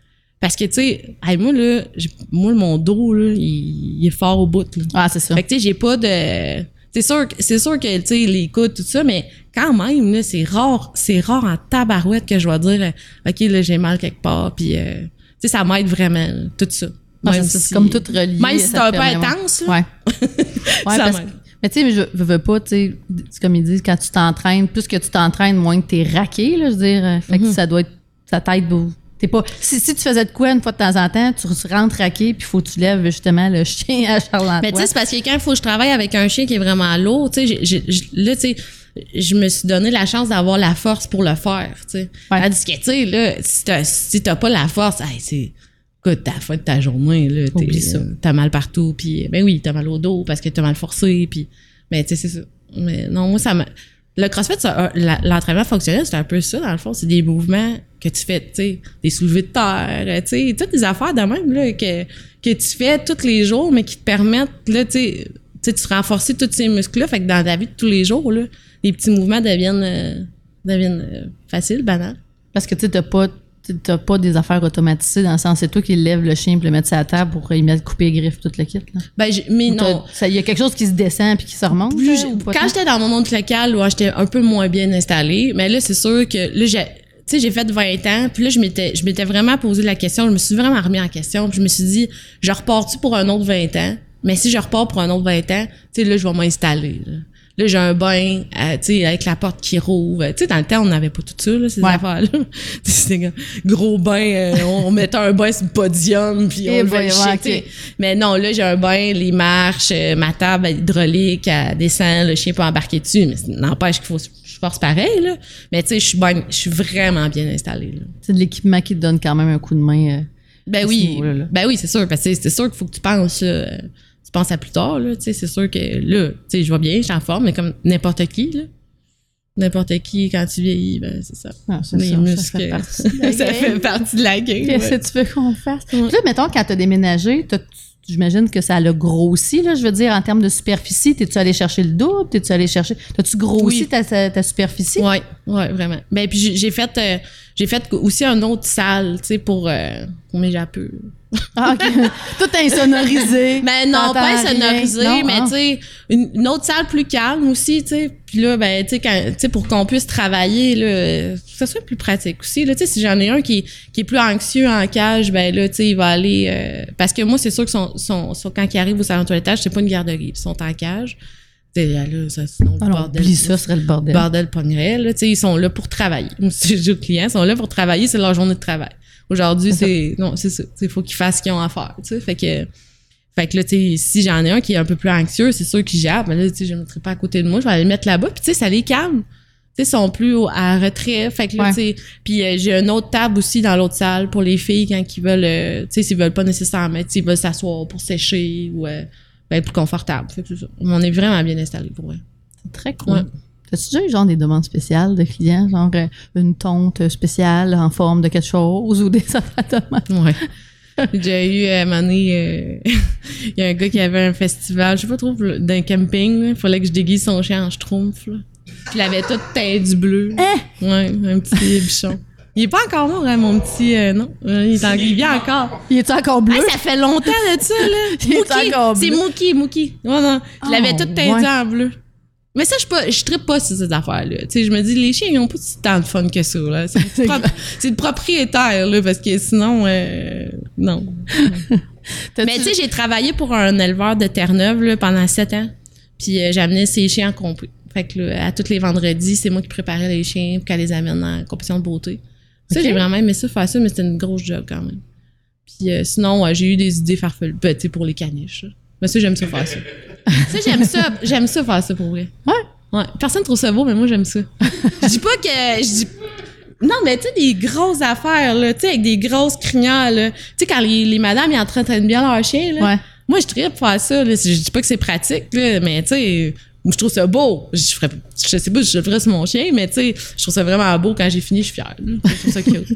Parce que, tu sais, hey, moi, là, j'ai- moi, mon dos, là, il, il est fort au bout, là. Ah, c'est ça. Fait que, tu sais, j'ai pas de... C'est sûr, que- c'est sûr que, tu sais, les coudes, tout ça, mais quand même, là, c'est rare, c'est rare en tabarouette que je vais dire, euh, OK, là, j'ai mal quelque part, puis, euh, tu sais, ça m'aide vraiment, là, tout ça. Ah, Même c'est ça, c'est si- comme tout relié. Même si c'est ça un te peu permet- intense, là. Ouais. Ouais, Ça parce m'aide. que- mais tu sais, mais je je veux pas, tu sais, c'est comme ils disent, quand tu t'entraînes, plus que tu t'entraînes, moins que t'es raqué, là, je veux dire. euh, Fait que Mhm. ça doit être, ça t'aide beaucoup. T'es pas, si, si tu faisais de quoi une fois de temps en temps, tu rentres raqué, puis faut que tu lèves justement le chien à Charles-Antoine. Mais tu sais, c'est parce que quand il faut que je travaille avec un chien qui est vraiment lourd, tu sais, j'ai- j'ai- j'ai- là, tu sais, je me suis donné la chance d'avoir la force pour le faire, tu sais. Ouais. Tandis que, tu sais, là, si t'as, si t'as pas la force, hey, c'est, écoute, t'as la fin de ta journée, là, t'es, Oublie ça. euh, t'as mal partout, puis ben oui, t'as mal au dos parce que t'as mal forcé, puis, mais tu sais, c'est ça. Mais non, moi, ça m'a, le CrossFit, ça, la- l'entraînement fonctionnel, c'est un peu ça, dans le fond, c'est des mouvements que tu fais, tu sais, des soulevés de terre, tu sais, toutes des affaires de même, là, que, que tu fais tous les jours, mais qui te permettent, là, tu sais, tu sais, tu renforces tous ces muscles-là, fait que dans ta vie de tous les jours, là, les petits mouvements deviennent, euh, deviennent euh, faciles, banals. Parce que tu sais, t'as pas, tu sais, t'as pas des affaires automatisées dans le sens, c'est toi qui lèves le chien pour le mettre sur la table pour y mettre, couper les griffes, tout le kit, là. Ben, j'ai- mais Ou non. t'as- ça- il y a quelque chose qui se descend puis qui se remonte. Plus là, j'ai- ou pas quand tant? j'étais dans mon monde local, ouais, j'étais un peu moins bien installée, mais là, c'est sûr que là, j'ai, tu sais, j'ai fait vingt ans, puis là, je m'étais, je m'étais vraiment posé la question, je me suis vraiment remis en question, puis je me suis dit, je repars-tu pour un autre vingt ans? Mais si je repars pour un autre vingt ans, tu sais, là, je vais m'installer, là. Là, j'ai un bain, euh, tu sais, avec la porte qui rouvre. Tu sais, dans le temps, on n'avait pas tout ça, là, ces Ouais. affaires-là. C'était un gros bain, euh, on mettait un bain sur le podium, puis on Eh levait ben, le ouais, chien, ok. tu sais. Mais non, là, j'ai un bain, les marches, euh, ma table hydraulique, elle descend, le chien peut embarquer dessus, mais ça n'empêche qu'il faut je force pareil, là. Mais tu sais, je suis bien, je suis vraiment bien installée, là. C'est de l'équipement qui te donne quand même un coup de main. euh, Ben à ce oui, niveau-là, là. ben oui, c'est sûr, parce que c'est sûr qu'il faut que tu penses, là, euh, tu penses à plus tard, là, tu sais, c'est sûr que là, tu sais, je vois bien, je suis en forme, mais comme n'importe qui, là. N'importe qui, quand tu vieillis, ben c'est ça. Ah, c'est Les ça, muscles, ça fait partie de la ça game. fait partie de la game. Qu'est-ce ouais. que tu veux qu'on fasse? Ouais. Puis là, mettons, quand tu as déménagé, t'as- j'imagine que ça l'a grossi, là, je veux dire, en termes de superficie. T'es-tu allé chercher le double? T'es-tu allé chercher... T'as-tu grossi Oui. ta, ta, ta superficie? Ouais, ouais, vraiment. Ben puis j'ai j'ai fait euh, j'ai fait aussi une autre salle, tu sais, pour euh, pour mes japeux. Ah, OK. Tout insonorisé. Ben non, T'entends pas rien. insonorisé, Non, mais ah. tu sais une, une autre salle plus calme aussi, tu sais. Puis là ben tu sais quand tu sais pour qu'on puisse travailler là, euh, que ça soit plus pratique aussi là, tu sais si j'en ai un qui qui est plus anxieux en cage, ben là tu sais il va aller euh, parce que moi c'est sûr que son, son, son quand il arrive au salon de toilettage, c'est pas une garderie, ils sont en cage. Tu sais là ça sinon le Ah non, bordel. oublie ça, ce serait le bordel. bordel pognerait, là, tu sais, ils sont là pour travailler. Moi, si je dis aux clients, ils sont là pour travailler, c'est leur journée de travail. Aujourd'hui, c'est, non, c'est ça. Il faut qu'ils fassent ce qu'ils ont à faire, tu sais. Fait que, fait que là, tu sais, si j'en ai un qui est un peu plus anxieux, c'est sûr qu'il gère, mais là, tu sais, je ne mettrai pas à côté de moi, je vais aller le mettre là-bas, puis tu sais, ça les calme. Tu sais, ils sont plus au- à retrait. Fait que là, Ouais. tu sais, puis euh, j'ai une autre table aussi dans l'autre salle pour les filles quand ils veulent, euh, tu sais, s'ils veulent pas nécessairement, tu sais, ils veulent s'asseoir pour sécher ou, euh, ben, être plus confortable. Fait que c'est ça. On est vraiment bien installés pour vrai. C'est très cool. Ouais. T'as-tu déjà eu genre des demandes spéciales de clients, genre euh, une tonte spéciale en forme de quelque chose ou des affaires de même? Ouais. J'ai déjà eu, à un moment donné, euh, il y a un gars qui avait un festival, je sais pas trop, d'un camping, il fallait que je déguise son chien en schtroumpf, là. Puis il avait tout teint du bleu. Hein? Ouais, un petit bichon. Il est pas encore mort, hein, mon petit, euh, non. Euh, Il est en, il vit encore. Il est encore bleu? Ah, ça fait longtemps de ça, là. Il est Mookie. encore bleu. C'est Mookie, Mookie. Ouais, non. Je Oh, l'avais tout teinté ouais. en bleu. Mais ça, je pas, je trippe pas sur ces affaires-là. Tu sais, je me dis, les chiens, ils ont pas tant de fun que ça, là. C'est le, propre- c'est le propriétaire, là, parce que sinon, euh, non. T'as-tu- Mais tu sais, j'ai travaillé pour un éleveur de Terre-Neuve, là, pendant sept ans. Puis euh, j'amenais ses chiens en compé. Fait que, là, à tous les vendredis, c'est moi qui préparais les chiens pour qu'elle les amène en compétition de beauté. Ça, Ok. j'ai vraiment aimé ça, faire ça, mais c'était une grosse job quand même. Puis euh, sinon, ouais, j'ai eu des idées farfelues, ben, tu sais, pour les caniches, là. Mais ça, j'aime ça faire ça. ça, j'aime ça, j'aime ça faire ça pour vrai. Ouais. Ouais. Personne trouve ça beau, mais moi, j'aime ça. Je dis pas que. Je dis. Non, mais tu sais, des grosses affaires, là, tu sais, avec des grosses crinières, là. Tu sais, quand les, les madames, ils entretiennent bien leur chien, là. Ouais. Moi, je tripe faire ça, là. Je dis pas que c'est pratique, là, mais tu sais, je trouve ça beau. Je ferais, je sais pas si je le ferais sur mon chien, mais tu sais, je trouve ça vraiment beau. Quand j'ai fini, je suis fière, là. Je trouve ça cute.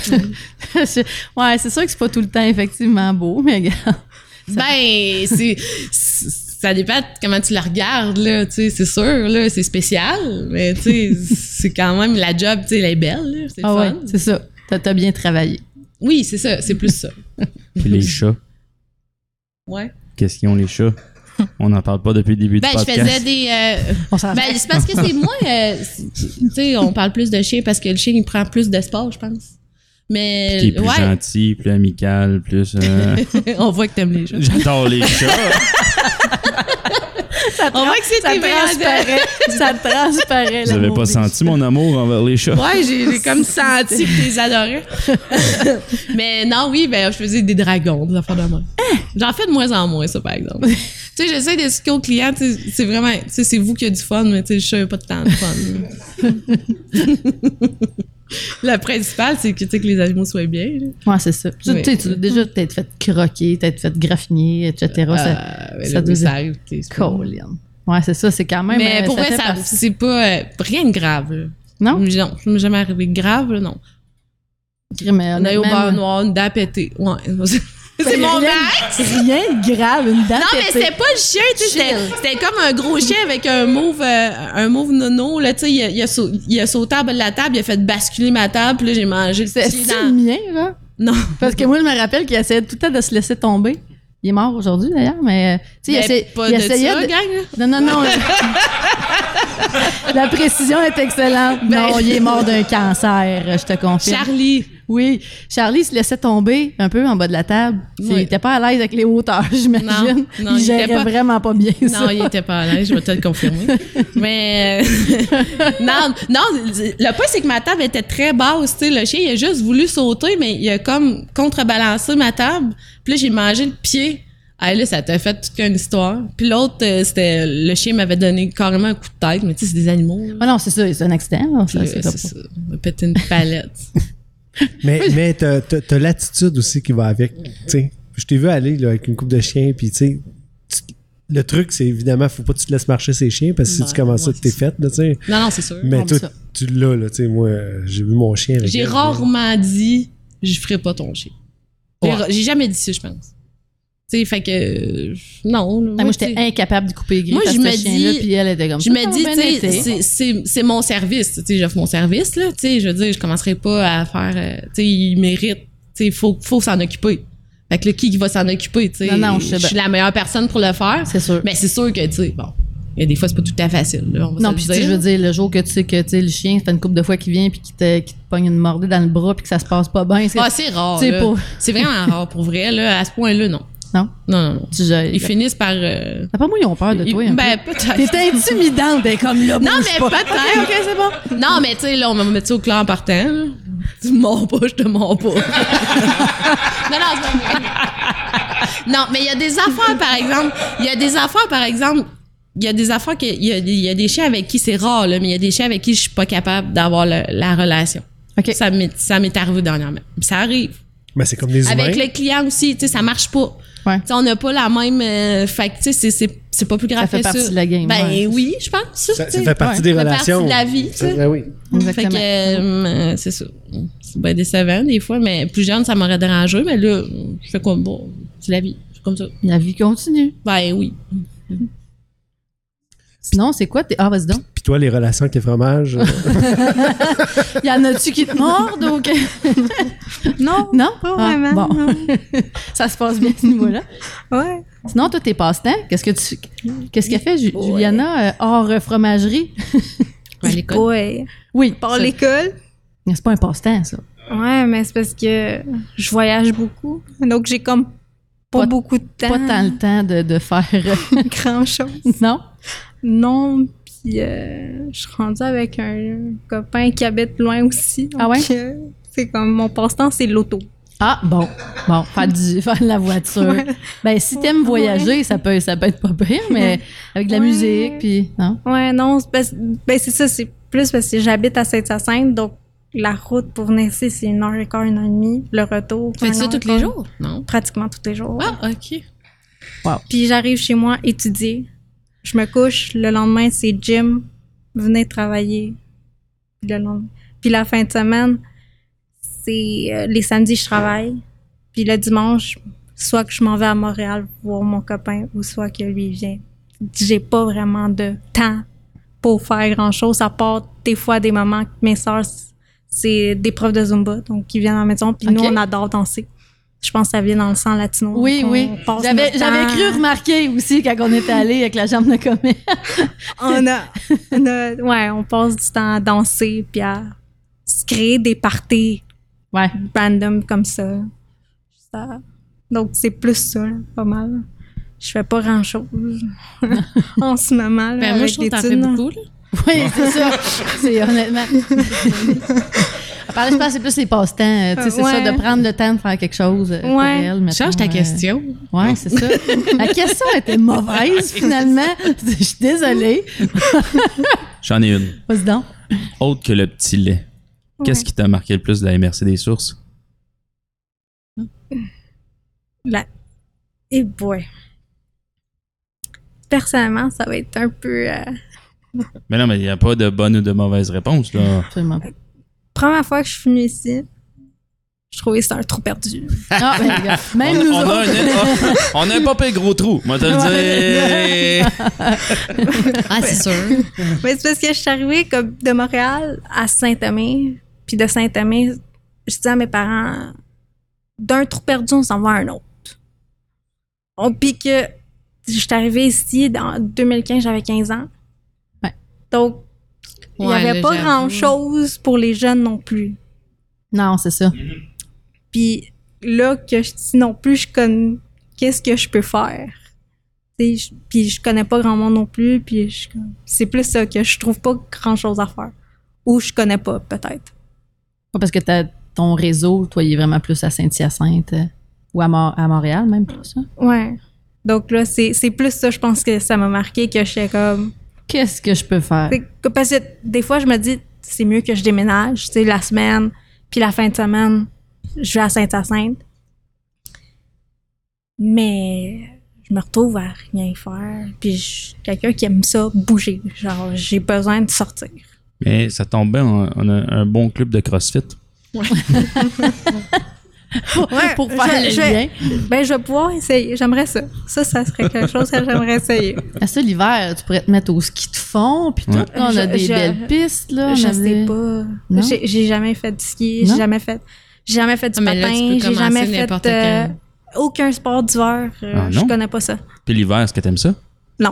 Je- ouais, c'est sûr que c'est pas tout le temps effectivement beau, mais regarde. Ben, c'est, c'est- ça dépend de comment tu la regardes, là, tu sais, c'est sûr, là, c'est spécial, mais tu sais, c'est quand même la job, tu sais, elle est belle, là, c'est Ah le ouais, fun. c'est ça. T'as, t'as bien travaillé. Oui, c'est ça, c'est plus ça. Puis les chats. Ouais. Qu'est-ce qu'ils ont, les chats? On n'en parle pas depuis le début Ben, du je podcast. faisais des. euh, On s'en ben, c'est parce que c'est moins. euh, c'est- tu sais, on parle plus de chien parce que le chien, il prend plus d'espace, je pense. Mais. Qui est plus ouais. gentil, plus amical, plus... euh, On voit que t'aimes les chats. J'adore les chats. On voit que c'est ça tes transparaît. Ça transparaît. Vous avez pas senti mon amour envers les chats? Ouais, j'ai j'ai comme senti que tu les adorais. Mais non, oui, ben, je faisais des dragons, des affaires de moi. J'en fais de moins en moins, ça, par exemple. Tu sais, j'essaie d'expliquer aux clients, tu sais, c'est vraiment, tu sais, c'est vous qui avez du fun, mais tu sais, je suis pas de temps de fun. Le principal, c'est que, tu sais, que les animaux soient bien. Là. Ouais, c'est ça. Tu Oui. sais, tu as déjà peut-être fait croquer, peut-être fait graffiner, et cetera. ça, Euh, mais ça là, doit oui, ça arrive. tu sais, c'est pas- Colin. Ouais, c'est ça, c'est quand même. Mais euh, pour ça vrai, fait ça, partie- c'est pas euh, rien de grave. Là. Non? Non, ça m'est jamais arrivé grave, là, non. Mais On a eu au honnêtement, beurre noir, une dent à péter. Ouais. C'est mon rien, max! rien de grave, une dent Non, mais pétée. c'était pas le chien, tu sais, c'était- Chill. c'était comme un gros chien avec un mauve, euh, un mauve nono, là, tu sais, il, a- il, a sau- il a sauté en bas de la table, il a fait basculer ma table, puis là, j'ai mangé le C'est pied c'est dans... le mien, là. Non. Parce que moi, je me rappelle qu'il essayait tout le temps de se laisser tomber. Il est mort aujourd'hui, d'ailleurs, mais... Tu sais, il, Mais essaie- pas il de essayait ça, de... gang, là. Non, non, non. La précision est excellente. Ben- Non, il est mort d'un cancer, je te confirme. Charlie. Oui, Charlie se laissait tomber un peu en bas de la table. C'est- Oui. Il était pas à l'aise avec les hauteurs, j'imagine. Non, non, il il gérait était pas- vraiment pas bien ça. Non, il était pas à l'aise, je vais te le confirmer. Mais euh, non, non, le point c'est que ma table était très basse, tu sais, le chien il a juste voulu sauter mais il a comme contrebalancé ma table. Puis là j'ai mangé le pied. Ah là ça t'a fait toute une histoire. Puis l'autre euh, c'était le chien m'avait donné carrément un coup de tête, mais tu sais c'est des animaux. là. Ah non, c'est ça, c'est un accident. Là. Puis Ça, là, c'est c'est pas- ça, il m'a pété une palette. Mais, mais t'as, t'as, t'as l'attitude aussi qui va avec. Tu sais, je t'ai vu aller là, avec une coupe de chiens, puis tu sais, tu- le truc, c'est évidemment, faut pas que tu te laisses marcher ces chiens, parce que si Ouais, tu commences ça, ouais, t'es c'est fait, là, tu sais. Non non c'est sûr. Mais On dit toi, ça. tu l'as, là, tu sais, moi, euh, j'ai vu mon chien avec J'ai elle, rarement dit je ferai pas ton chien. J'ai, Ouais. j'ai jamais dit ça je pense. Tu sais fait que euh, non. Ah, moi, j'étais tu sais, incapable de couper les griffes Moi, à je ce me chien-là, dis- puis elle était comme Je ça. me dis, Ben tu sais, été. c'est- c'est c'est mon service, tu sais, j'offre mon service, là, tu sais, je veux dire, je commencerai pas à faire, euh, tu sais, il mérite, tu sais, il faut, faut s'en occuper. Fait que là, qui qui va s'en occuper, tu sais, Non, non, je sais je suis bien. la meilleure personne pour le faire, C'est sûr. mais c'est sûr que, tu sais, bon, il y a des fois, c'est pas tout à fait facile, là, on va Non, se puis le tu sais, dire. je veux dire, le jour que tu sais que tu sais, le chien, ça fait une couple de fois qu'il vient puis qu'il te, qu'il te pogne une mordée dans le bras puis que ça se passe pas bien. C'est, Ah, c'est rare, c'est là. pas- C'est vraiment rare, pour vrai, là, à ce point-là, non. Non? Non, non, non. Tu gères. Ils finissent par... euh, T'as pas moi, ils ont peur de ils- toi. un ben, peu. peut-être. T'es intimidante, t'es comme là. Non, bouge mais pas. peut-être. Ok, ok, c'est bon. Non, mais tu sais, là, on va me mettre ça au clair en partant. Là. Tu me mords pas, je te mords pas. non, non, c'est pas vrai. Non, mais il y a des affaires, par exemple. Il y a des affaires, par exemple. Il y a des affaires que. Il y a, il y a des chiens avec qui c'est rare, là, mais il y a des chiens avec qui je suis pas capable d'avoir le- la relation. OK. Ça m'est, ça m'est arrivé dernièrement. Ça arrive. Mais c'est comme des humains. Avec le client aussi, tu sais, ça marche pas. Ouais. Tu sais, on n'a pas la même. Euh, fait que, tu sais, c'est, c'est, c'est pas plus grave Ça fait que ça. partie de la game, Ben ouais, c'est oui, je pense. Ça, tu ça sais. fait partie ouais, des ça fait relations. partie de la vie, tu sais. Ben oui. Exactement. Fait que, euh, c'est ça. C'est bien décevant, des fois, mais plus jeune, ça m'aurait dérangé, mais là, je fais comme, bon, c'est la vie. C'est comme ça. La vie continue. Ben oui. Sinon, c'est quoi? T'es... Ah, vas-y donc. Puis toi, les relations avec les fromages. euh, Y en a-tu qui te mordent ou que- Non, Non? pas Ah, vraiment. bon. non. Ça se passe bien à ce niveau-là. Ouais. Sinon, toi, tes passe-temps, qu'est-ce que tu... Qu'est-ce qu'elle fait, Ju- Ouais. Juliana, euh, hors euh, fromagerie? À l'école. Ouais. Oui. Par ça- l'école. Mais c'est pas un passe-temps, ça. Ouais, mais c'est parce que je voyage beaucoup. Donc, j'ai comme pas, Pas- beaucoup de temps. Pas tant le temps de, de faire... euh, grand-chose. non? Non, puis euh, je suis rendue avec un copain qui habite loin aussi. Donc, Ah ouais? euh, c'est comme mon passe-temps, c'est l'auto. Ah, bon. Bon, faire, du, faire de la voiture. Ouais. Ben, si t'aimes voyager, ça peut, ça peut être pas pire, mais avec de la Ouais. musique, puis... Non? Ouais, non, c'est parce- ben c'est ça, c'est plus parce que j'habite à Sainte-Hyacinthe, donc la route pour venir ici, c'est une heure et quart, une heure et demie. Le retour. Fais-tu une ça heure et tous les quart. jours? Non. Pratiquement tous les jours. ouais. Ah, OK. Puis j'arrive chez moi étudier. Je me couche. Le lendemain, c'est gym. Venez travailler. Puis le lendemain. Puis la fin de semaine, c'est euh, les samedis, je travaille. Puis le dimanche, soit que je m'en vais à Montréal voir mon copain ou soit que lui vient. J'ai pas vraiment de temps pour faire grand-chose, à part des fois des moments que mes sœurs s- c'est des profs de Zumba, donc qui viennent à la maison, puis Ok. nous, on adore danser. Je pense que ça vient dans le sang latino. Oui, donc oui. on passe J'avais, notre j'avais temps- cru remarquer aussi quand on était allé avec la jambe de commerce. on a, on a- ouais, on passe du temps à danser puis à se créer des parties Ouais. random comme ça. Ça- Donc, c'est plus ça, là, pas mal. Je fais pas grand-chose en ce moment. Là, Ben, moi, avec je trouve des que t'en fais tunes. beaucoup, là. Oui, c'est ça. C'est honnêtement. À part, je pense que c'est plus les passe-temps. euh, tu sais, c'est Ouais. ça, de prendre le temps de faire quelque chose euh, pour Ouais. elle. mettons, Change ta euh, question. Ouais, c'est ça. La question était mauvaise, finalement. Je suis désolée. J'en ai une. Vas-y donc. Autre que le petit lait. Qu'est-ce Ouais. qui t'a marqué le plus de la M R C des sources? La... Et boy. Personnellement, ça va être un peu... euh, Mais non, mais il n'y a pas de bonne ou de mauvaise réponse, là. Absolument pas. Première fois que je suis venue ici, je trouvais que c'était un trou perdu. Ah, ben, regarde, même on, nous on a autres. un, on a un pas pire gros trou, moi te le dire. Ah, c'est sûr. Mais c'est parce que je suis arrivée comme de Montréal à Saint-Thomé, puis de Saint-Thomé, je disais à mes parents, d'un trou perdu, on s'en va à un autre. Oh, puis que je suis arrivée ici en deux mille quinze, j'avais quinze ans. Ouais. Donc, il n'y Ouais, avait là, pas j'avoue. grand-chose pour les jeunes non plus. Non, c'est ça. Puis là, que je dis non plus, je connais qu'est-ce que je peux faire. Tu sais, je- Puis je connais pas grand monde non plus, puis je- c'est plus ça que je trouve pas grand-chose à faire. Ou je connais pas, peut-être. Pas parce que t'as ton réseau, toi, il est vraiment plus à Saint-Hyacinthe euh, ou à, Mor- à Montréal, même plus. Hein? Ouais. Donc là, c'est c'est plus ça, je pense que ça m'a marqué, que je suis comme... Qu'est-ce que je peux faire? c'est que- Parce que des fois, je me dis, c'est mieux que je déménage, tu sais, la semaine, puis la fin de semaine, je vais à Saint-Hyacinthe. Mais je me retrouve à rien faire. Puis je suis quelqu'un qui aime ça, bouger. Genre, j'ai besoin de sortir. Mais ça tombe bien, on on a un bon club de CrossFit. Pour, Ouais, pour faire je- le je- lien. Ben, je vais pouvoir essayer. J'aimerais ça. Ça, ça serait quelque chose que j'aimerais essayer. À ça, l'hiver, tu pourrais te mettre au ski de fond, puis tout. Ouais. Là, on a Je- des je- belles pistes, là. Je on a sais des- pas. Non? J'ai j'ai jamais fait du ski. Non? J'ai jamais fait... J'ai jamais fait du Ah, mais là, tu patin. peux J'ai commencer jamais n'importe fait euh, quand. aucun sport d'hiver. Euh, Ah, je non? connais pas ça. Puis l'hiver, est-ce que t'aimes ça? Non.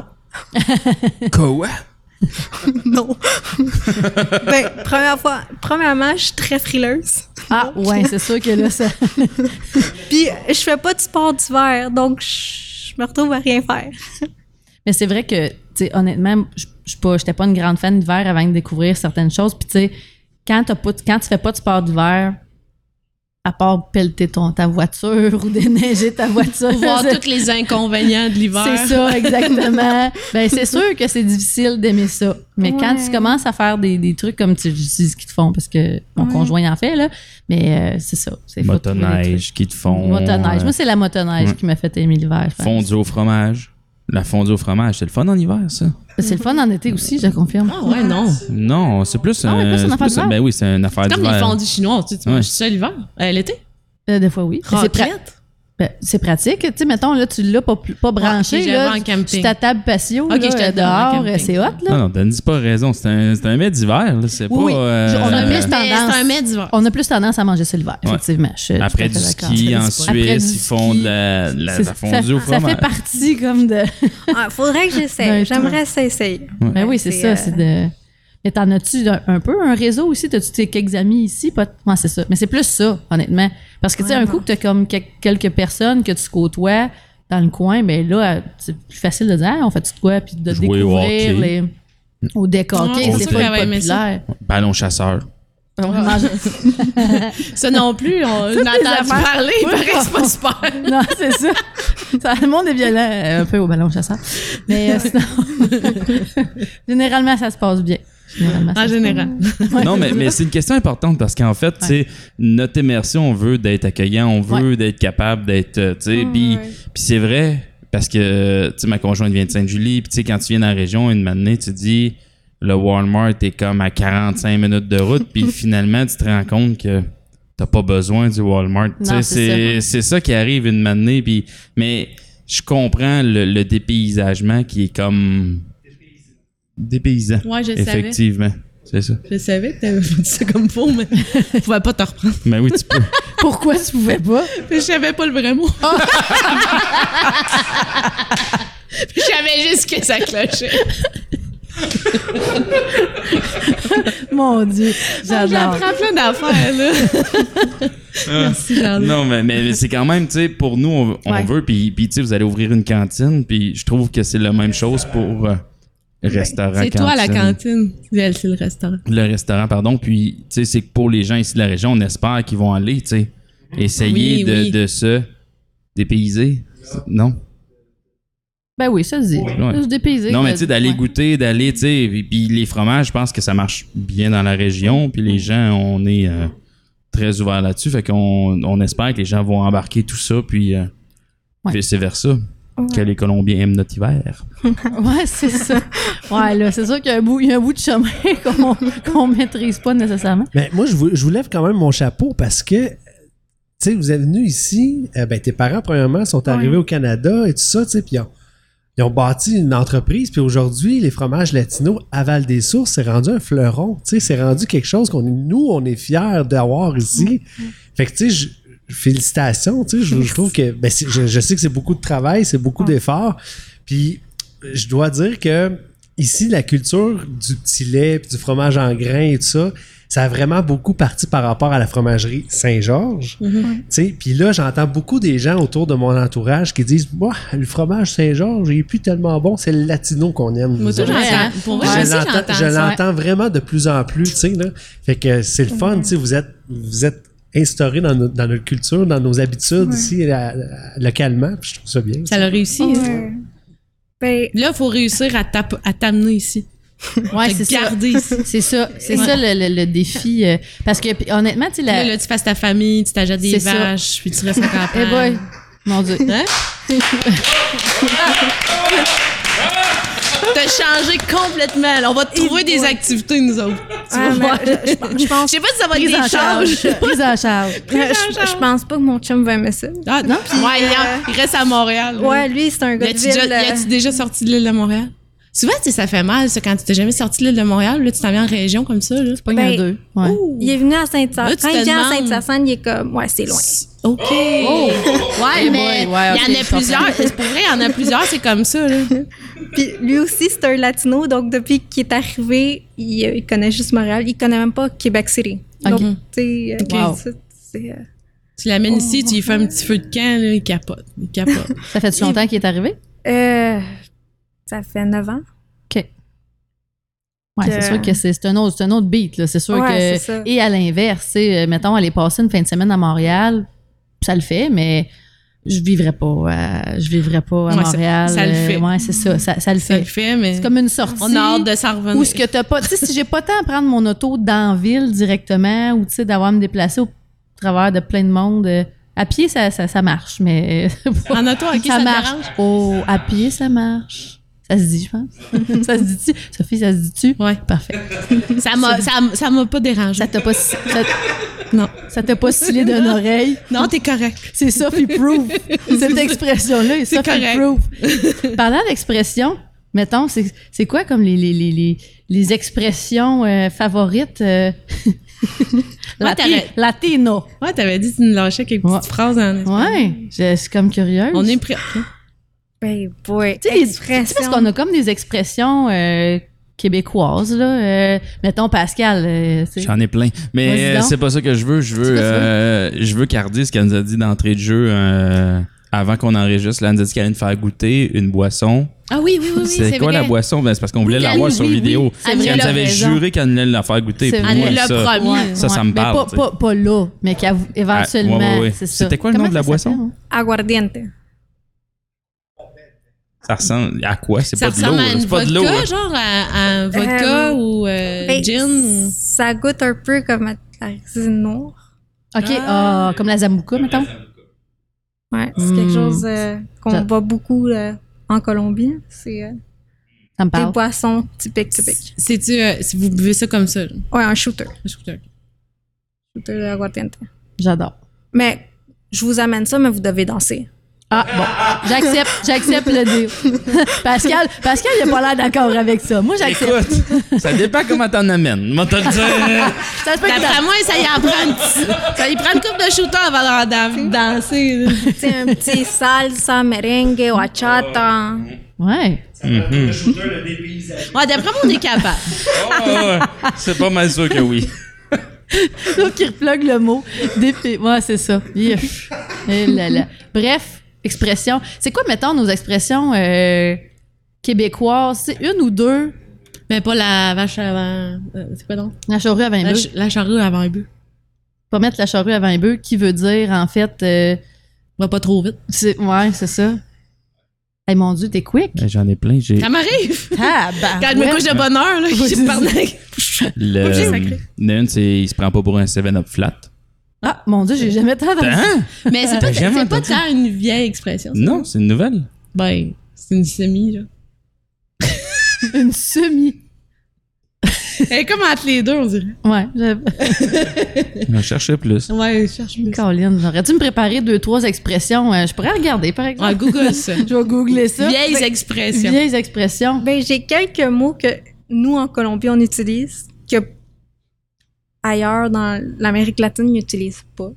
Quoi? Non. ben, première fois, premièrement, je suis très frileuse. Ah, ouais, c'est sûr que là, ça. Puis, je fais pas de sport d'hiver, donc je je me retrouve à rien faire. Mais c'est vrai que, tu sais, honnêtement, je je suis pas, j'étais pas une grande fan d'hiver avant de découvrir certaines choses. Puis, tu sais, quand, t'as pas, quand tu fais pas de sport d'hiver, à part pelleter ton, ta voiture ou déneiger ta voiture. Pour voir c'est- tous les inconvénients de l'hiver. C'est ça, exactement. Ben, c'est sûr que c'est difficile d'aimer ça. Mais Ouais. quand tu commences à faire des, des trucs comme tu dis ce qu'ils te font, parce que mon Ouais. conjoint en fait, là, mais euh, c'est ça. C'est faut trouver des Motoneige qui te font. trucs. Motoneige. Moi, c'est la motoneige Ouais. qui m'a fait aimer l'hiver. je pense. Fondue au fromage. La fondue au fromage, c'est le fun en hiver, ça? C'est le fun en été aussi, je confirme. Ah ouais, non. Non, c'est plus Ah ouais, un. plus une c'est affaire d'hiver? Ben oui, c'est une affaire C'est comme les d'hiver. fondus chinois. Tu, sais, tu Ouais. manges ça l'hiver? Euh, l'été? Euh, des fois, oui. Mais C'est, pra- Raclette? ben, c'est pratique. Tu sais, mettons, là, tu l'as pas, pas branché. ok, j'avais là, en camping. sur ta table patio, Ok, là, j'étais dans dehors, en camping. c'est hot, là. Non, non, donne pas raison. C'est un, c'est un mets d'hiver, là. C'est Oui, pas. euh, on a Mais mis c'est tendance. un mets d'hiver. On a plus tendance à manger ça l'hiver, Ouais. effectivement. Je suis tout Après à du fait d'accord. ski en Après du Suisse, ils font ski. de la, de la, C'est- de la fondue au ça, ça fromage. fait partie comme de. Ah, faudrait que Ben, j'essaye. J'aimerais ça essayer. Ben oui, c'est ça. euh, C'est de. Mais t'en as-tu un, un peu un réseau aussi? T'as-tu tes quelques amis ici? Pas... Ouais, c'est ça. Mais c'est plus ça, honnêtement. Parce que, tu sais, Ouais, un non. coup que t'as comme quel- quelques personnes que tu côtoies dans le coin, ben là, c'est plus facile de dire, ah, on fait de quoi? Puis de Jouer au découvrir hockey. les. Au deck hockey, Ouais, c'est c'est sûr pas qu'elle va le aimer ça. populaire. Ballon chasseur. On mange- Ça non plus, on a entendu affaires. parler, il Oui, paraît que c'est bon. pas super. Non, c'est ça. Ça. Le monde est violent euh, un peu au ballon chasseur. Mais euh, sinon, généralement, ça se passe bien. Généralement, ça En se général. passe bien. Non, mais, mais c'est une question importante parce qu'en fait, tu sais, notre immersion, on veut d'être accueillant, on veut d'être capable d'être, euh, tu sais, puis Ouais. puis c'est vrai parce que, tu sais, ma conjointe vient de Sainte-Julie, puis tu sais, quand tu viens dans la région, une matinée, tu te dis, le Walmart est comme à quarante-cinq minutes de route, puis finalement, tu te rends compte que t'as pas besoin du Walmart. Tu sais, Non, c'est c'est c'est ça qui arrive une matinée, puis mais je comprends le, le dépaysagement qui est comme dépaysant. Ouais, je le savais. Effectivement. C'est ça. Je savais que t'avais fait ça comme faux, mais je pouvais pas te reprendre. Mais oui, tu peux. Pourquoi tu pouvais pas? Je savais pas le vrai mot. Je savais juste que ça clochait. Mon Dieu, j'adore. J'apprends plein d'affaires, là. Merci, Jean-Luc. Non, mais, mais, mais c'est quand même, tu sais, pour nous, on, on Ouais. veut, puis, puis tu sais, vous allez ouvrir une cantine, puis je trouve que c'est la même chose pour euh, le restaurant. C'est toi la cantine. Elle, c'est le restaurant. Le restaurant, pardon. Puis, tu sais, c'est que pour les gens ici de la région, on espère qu'ils vont aller, tu sais, essayer Oui, de, oui. de se dépayser. Non? Ben oui, ça se dit. Ouais. Ça se dépayser. Non, mais tu sais, d'aller Ouais. goûter, d'aller, tu sais, puis, puis les fromages, je pense que ça marche bien dans la région, puis les gens, on est euh, très ouverts là-dessus, fait qu'on on espère que les gens vont embarquer tout ça, puis euh, Ouais. vice-versa, que les Colombiens aiment notre hiver. Ouais, c'est ça. Ouais, là, c'est sûr qu'il y a un bout, il y a un bout de chemin qu'on qu'on maîtrise pas nécessairement. Mais moi, je vous, je vous lève quand même mon chapeau parce que, tu sais, vous êtes venu ici, euh, ben, tes parents, premièrement, sont arrivés Ouais. au Canada et tout ça, tu sais, puis ils ont, ils ont bâti une entreprise, puis aujourd'hui, les fromages latinos à Val-des-Sources, c'est rendu un fleuron, tu sais, c'est rendu quelque chose qu'on est, nous, on est fiers d'avoir ici. Fait que, tu sais, je- félicitations, tu sais, je, je trouve que, ben, c'est- je, je sais que c'est beaucoup de travail, c'est beaucoup d'efforts, puis je dois dire que ici, la culture du petit lait, puis du fromage en grains et tout ça, ça a vraiment beaucoup parti par rapport à la fromagerie Saint-Georges. Tu sais, puis là, j'entends beaucoup des gens autour de mon entourage qui disent « Moi, le fromage Saint-Georges, il est plus tellement bon, c'est le latino qu'on aime. » Moi, ça, vrai, j'entends. hein? Pour vrai, je je sais, l'entends, j'entends je ça. l'entends vraiment de plus en plus, tu sais, là. Fait que c'est le fun, tu sais, vous êtes, vous êtes instauré dans, nos- dans notre culture, dans nos habitudes ici, à- à- localement, puis je trouve ça bien. Ça l'a réussi. hein. Ouais. Ben, Là, il faut réussir à t'ap- à t'amener ici. Ouais, Te c'est ça. garder ici. C'est ça, c'est Ouais. ça le, le- le défi. euh, parce que, puis, honnêtement, tu sais, Là, la. là, tu fasses ta famille, tu t'achètes des C'est ça. vaches, puis tu restes en Eh campagne. boy, mon Dieu. Hein? T'as changé complètement. là. On va te trouver des boy. activités, nous autres. Tu ah, vas mais voir. je, je pense- je pense, Je sais pas si ça va être Prise en des charge. charges. Prise en charge. je, je- je pense pas que mon chum va aimer ça. Ah, non? Ouais, il, il reste à Montréal. lui. Ouais, lui, c'est un gars de L'as-tu déjà, ville. euh, l'as-tu déjà sorti de l'île de Montréal? Souvent, tu sais, ça fait mal, ça, quand tu t'es jamais sorti de l'île de Montréal, là, tu t'en viens en région comme ça, là. Pas Ben, un deux. Ouais. Il est venu à Sainte-Saëns. Là, tu Quand te il vient à demandes- Sainte-Saëns, il est comme, ouais, c'est loin. OK. Oh. Ouais, Eh mais boy, ouais, il ok, y en a je comprends. plusieurs. C'est pour vrai, il y en a plusieurs, c'est comme ça, là. Puis lui aussi, c'est un latino, donc depuis qu'il est arrivé, il, euh, il connaît juste Montréal. Il connaît même pas Québec City. Ok. Donc, tu sais, euh, Ok. Wow. c'est- c'est, euh, Tu l'amènes ici, tu lui fais un petit feu de camp, là, il capote. Il capote. Ça fait longtemps qu'il est arrivé? euh, ça fait neuf ans. OK. Ouais, Que- c'est sûr que c'est c'est un autre, c'est un autre beat, là. C'est sûr Ouais, que. c'est ça. Et à l'inverse, tu sais, euh, mettons, aller passer une fin de semaine à Montréal, ça le fait, mais je vivrais pas à, je vivrais pas à Ouais, ça- Montréal. ça le euh, fait. Ouais, c'est ça, ça, ça le Ça le fait. fait, mais C'est comme une sortie. on a hâte de s'en revenir. Ou ce que t'as pas. Tu sais, si j'ai pas tant à prendre mon auto dans la ville directement, ou tu sais, d'avoir à me déplacer au travers de plein de monde. euh, à pied, ça, ça, ça marche, mais. En auto, ok, ça, te marche. dérange? Oh, à pied, ça marche. Ça se dit, je pense. Ça se dit-tu? Sophie, ça se dit-tu? Ouais. Parfait. Ça m'a, ça, ça m'a pas dérangé. Ça t'a pas, ça, Non. ça t'a pas scellé d'une oreille. Non, t'es correct. C'est Sophie Proof. Cette expression-là est C'est Sophie correct. Proof. Parlant d'expression, mettons, c'est, c'est quoi comme les, les, les, les, les expressions euh, favorites? Euh, Ouais, Lati- t'aurais- Latino. Ouais, t'avais dit que tu nous lâchais quelques Ouais. petites phrases en espagnol. Ouais, je suis comme curieuse. On est prêts. Ben, boy. Tu sais, les- tu sais, expression. parce qu'on a comme des expressions euh, québécoises, là. Euh, mettons, Pascal. euh, tu sais. J'en ai plein. Mais Vas-y euh, donc. c'est pas ça que je veux. Je veux, C'est quoi ça? euh, je veux qu'Hardy, ce qu'elle nous a dit d'entrée de jeu euh, avant qu'on enregistre, là, elle nous a dit qu'elle allait nous faire goûter une boisson. Ah oui, oui, oui, oui, c'est c'est quoi vrai. la boisson? Ben, c'est parce qu'on voulait Oui, l'avoir oui, sur oui, vidéo. oui. C'est Parce vrai, qu'elle nous elle a avait raison. juré qu'elle allait la faire goûter. C'est Puis vrai. moi, Elle l'a ça, promis. Ouais, ça, ça ouais. me Mais parle. pas, tu sais. pas, pas là, mais qu'avou- éventuellement, Ah, ouais, ouais, ouais. c'est ça. C'était quoi le nom Comment de la ça boisson? s'appelle, hein? Aguardiente. Ça ressemble à quoi? C'est Ça pas de l'eau. ressemble à là. une C'est pas de l'eau. vodka, là. genre à, à vodka Euh, ou euh, Ben, gin. ou- Ça goûte un peu comme la résine noire. OK, Ah. ah, comme la Zambuca, mettons. Ouais, c'est Hmm. quelque chose euh, qu'on Ça- voit beaucoup euh, en Colombie. C'est euh, Ça me des parle. boissons typiques, typiques. C'est-tu, euh, si vous buvez ça comme ça? là? Ouais, un shooter. Je trouve que- Shooter de aguardiente. J'adore. Mais je vous amène ça, mais vous devez danser. Ah, bon. J'accepte, j'accepte le deal. Pascal, Pascal, il a pas l'air d'accord avec ça. Moi, j'accepte. Écoute, ça dépend comment t'en amènes. Moi, te le dire. Ça se peut que D'après moi, ça y en prend une petite- ça y prend une couple de shooters avant de dan- danser. là. Tu sais, un petit salsa, merengue, bachata. Ouais. Le shooter, le dépaysage. Ouais, d'après moi, on est capable. Oh, ouais. C'est pas mal sûr que oui. Sauf qu'il replogue le mot. Dépé... Ouais, c'est ça. Yif. Eh là là. Bref, expression. C'est quoi, mettons, nos expressions euh, québécoises? C'est une ou deux? Mais pas la vache avant. euh, c'est quoi donc? La charrue avant un La, bœuf. ch- la charrue avant un bœuf. Pas mettre la charrue avant un bœuf, qui veut dire, en fait... euh, Va pas trop vite. c'est... Ouais, c'est ça. Hey, mon Dieu, t'es quick. Ben, J'en ai plein. J'ai Ça m'arrive! Tabarouette. Quand je me couche de bonne heure, là, Oui, je c'est parle le. J'ai sacré. Il y en a une, c'est il se prend pas pour un seven up flat. Ah, mon Dieu, j'ai jamais entendu ça. Hein? Mais c'est pas, T'as jamais c'est pas entendu? tant une vieille expression. ça. Non, c'est une nouvelle. Ben, c'est une semi, là. Une semi. Elle est comme entre les deux, on dirait. Ouais, je... On cherchait plus. Ouais, je cherche plus. Colin, j'aurais dû me préparer deux, trois expressions. Euh, je pourrais regarder, par exemple. Ouais, Google ça. Je vais googler ça. Vieilles Fait- expressions. Vieilles expressions. Ben, j'ai quelques mots que nous, en Colombie, on utilise, que ailleurs, dans l'Amérique latine, ils n'utilisent pas.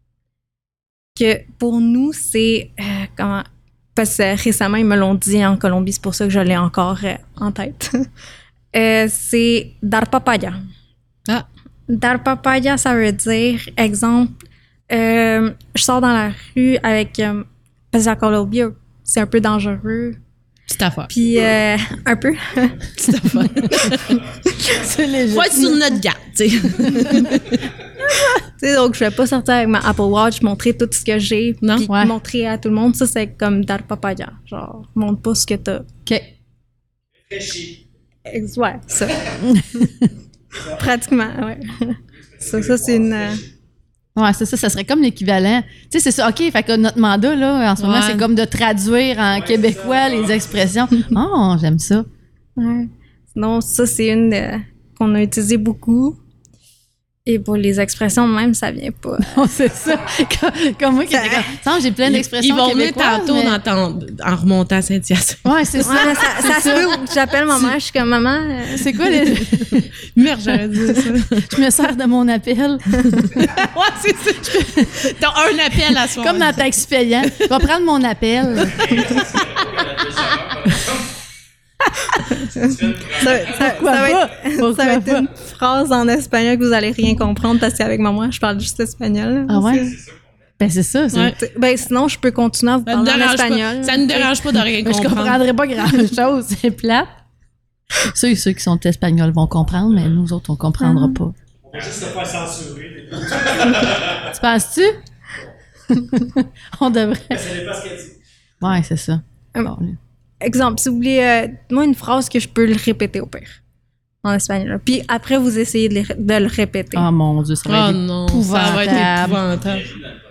Que pour nous, c'est... euh, comment... Parce que récemment, ils me l'ont dit en Colombie, c'est pour ça que je l'ai encore euh, en tête. Euh, c'est dar papaya. Ah. Dar papaya, ça veut dire, exemple, euh, je sors dans la rue avec... Euh, parce qu'en Colombie, c'est un peu dangereux. Petite affaire. Puis, euh, un peu. Petite affaire. C'est léger. Faut être sur notre garde, tu sais. Tu sais, donc, je vais pas sortir avec ma Apple Watch, montrer tout ce que j'ai, Non. puis Ouais. montrer à tout le monde. Ça, c'est comme dar papaya. Genre, montre pas ce que t'as. OK. Ex- Ouais, ça. Pratiquement, ouais. Ça, ça c'est une... euh, Ouais, c'est ça, ça serait comme l'équivalent. Tu sais, c'est ça. OK, fait que notre mandat, là, en ce moment, Ouais. c'est comme de traduire en québécois les expressions. Oh, j'aime ça. ouais. Sinon, ça, c'est une euh, qu'on a utilisée beaucoup. Et pour les expressions même, ça vient pas. Oh, c'est ça. Comme, comme moi qui Ça- était comme... Sans, j'ai plein Ils, d'expressions ils vont venir québécoises, tantôt mais- dans ton- en remontant à Saint-Hyacinthe. Ouais, c'est ça. Ouais, ça, ça se peut. J'appelle ma mère, je suis comme, maman... euh, C'est quoi les... Merde, j'aurais dit ça. Je me sers de mon appel. Ouais, c'est ça. T'as un appel à soir. Comme dans Taxi payant. Je vais prendre mon appel. Ça, ça, Pourquoi ça va pas? être, Pourquoi ça va être pas? une phrase en espagnol que vous allez rien comprendre parce qu'avec maman, je parle juste espagnol. Ah ouais? Ben, c'est ça. c'est- Ouais. C'est- Ben, sinon, je peux continuer à vous Ça ne parler en dérange espagnol. pas. Ça ne dérange pas de rien Mais je comprendre. comprendrais pas grand-chose. C'est plate. Ceux, ceux qui sont espagnols vont comprendre, mais nous autres, on comprendra Ah. pas. On va juste se faire censurer. Tu penses-tu? On devrait. Ça dépend ce qu'elle dit. Ouais, c'est ça. Hum. Bon, là. Exemple, si vous voulez, euh, moi, une phrase que je peux le répéter au pire en espagnol. Puis après, vous essayez de, les- de le répéter. Oh mon Dieu, ça va Oh être non, ça va être épouvantable. épouvantable.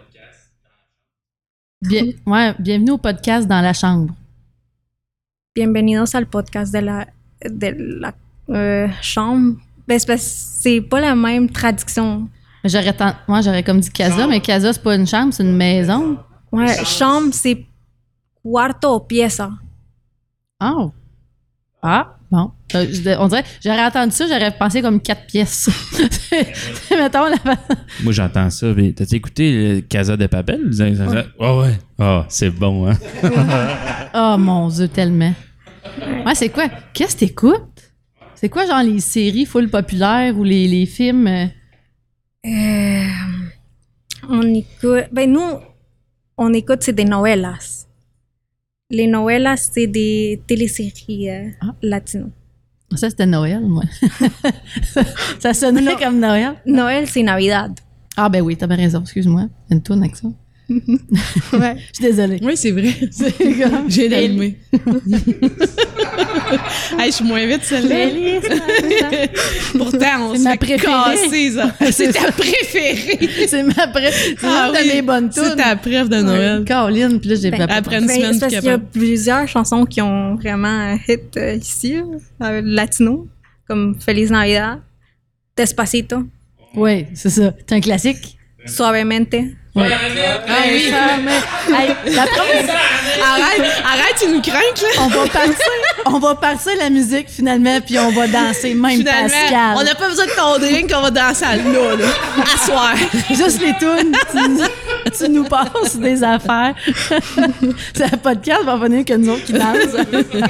Bien, ouais, bienvenue au podcast dans la chambre. Bienvenidos al podcast de la, de la euh, chambre. Ben, c'est parce que c'est pas la même traduction. J'aurais, ten- moi, j'aurais comme dit casa, mais casa, c'est pas une chambre, c'est une maison. Ouais, chambre, c'est cuarto o pieza. Oh. Ah, bon. Euh, je- on dirait, j'aurais entendu ça, j'aurais pensé comme quatre pièces. C'est- mettons, la... Moi, j'entends ça. mais T'as-tu écouté le Casa de Papel? Ouais, ouais. Ah, c'est bon, hein? Oh mon Dieu, tellement. Ouais, c'est quoi? Qu'est-ce que t'écoutes? C'est quoi, genre, les séries full populaires ou les, les films? euh? Euh, on écoute. Ben, nous, on écoute, c'est des novelas. Les novelas, c'est des téléséries euh, Ah. latino. Ça, c'était Noël, moi. ça, ça sonnait Non. comme Noël. Noël, c'est Navidad. Ah, ben oui, t'as bien raison, excuse-moi. Il y a une tourne avec ça. Ouais. Je suis désolée. Oui, c'est vrai. C'est comme... J'ai allumé. Hey, je suis moins vite, celle-là. Pourtant, on C'est ma s'est préférée. cassé, ça. C'est ta préférée. C'est ma pré... C'est Ah une de oui, mes bonnes C'est tunes. ta préf de Noël. Caroline, puis là, j'ai Ben, pas... après une Ben, semaine, c'est parce plus qu'il y a capable. plusieurs chansons qui ont vraiment un hit euh, ici, là, euh, latino, comme Feliz Navidad, Despacito, Oui, c'est ça. C'est un classique. Suavemente. Ouais. Ah oui. Ça, mais, hey, la première- Arrête, arrête, tu nous crains, là. on va partir, on va partir la musique finalement, puis on va danser, même Finalement, Pascal. on n'a pas besoin de ton drink, on va danser à là, là. À soir. Juste les tunes, tu, tu nous passes des affaires. C'est un podcast, va venir que nous autres qui dansent.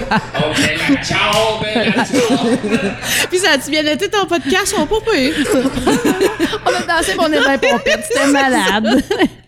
Puis ça a-tu bien été ton podcast? On va pas payer. On a dansé, puis on est bien pompette. C'était malade.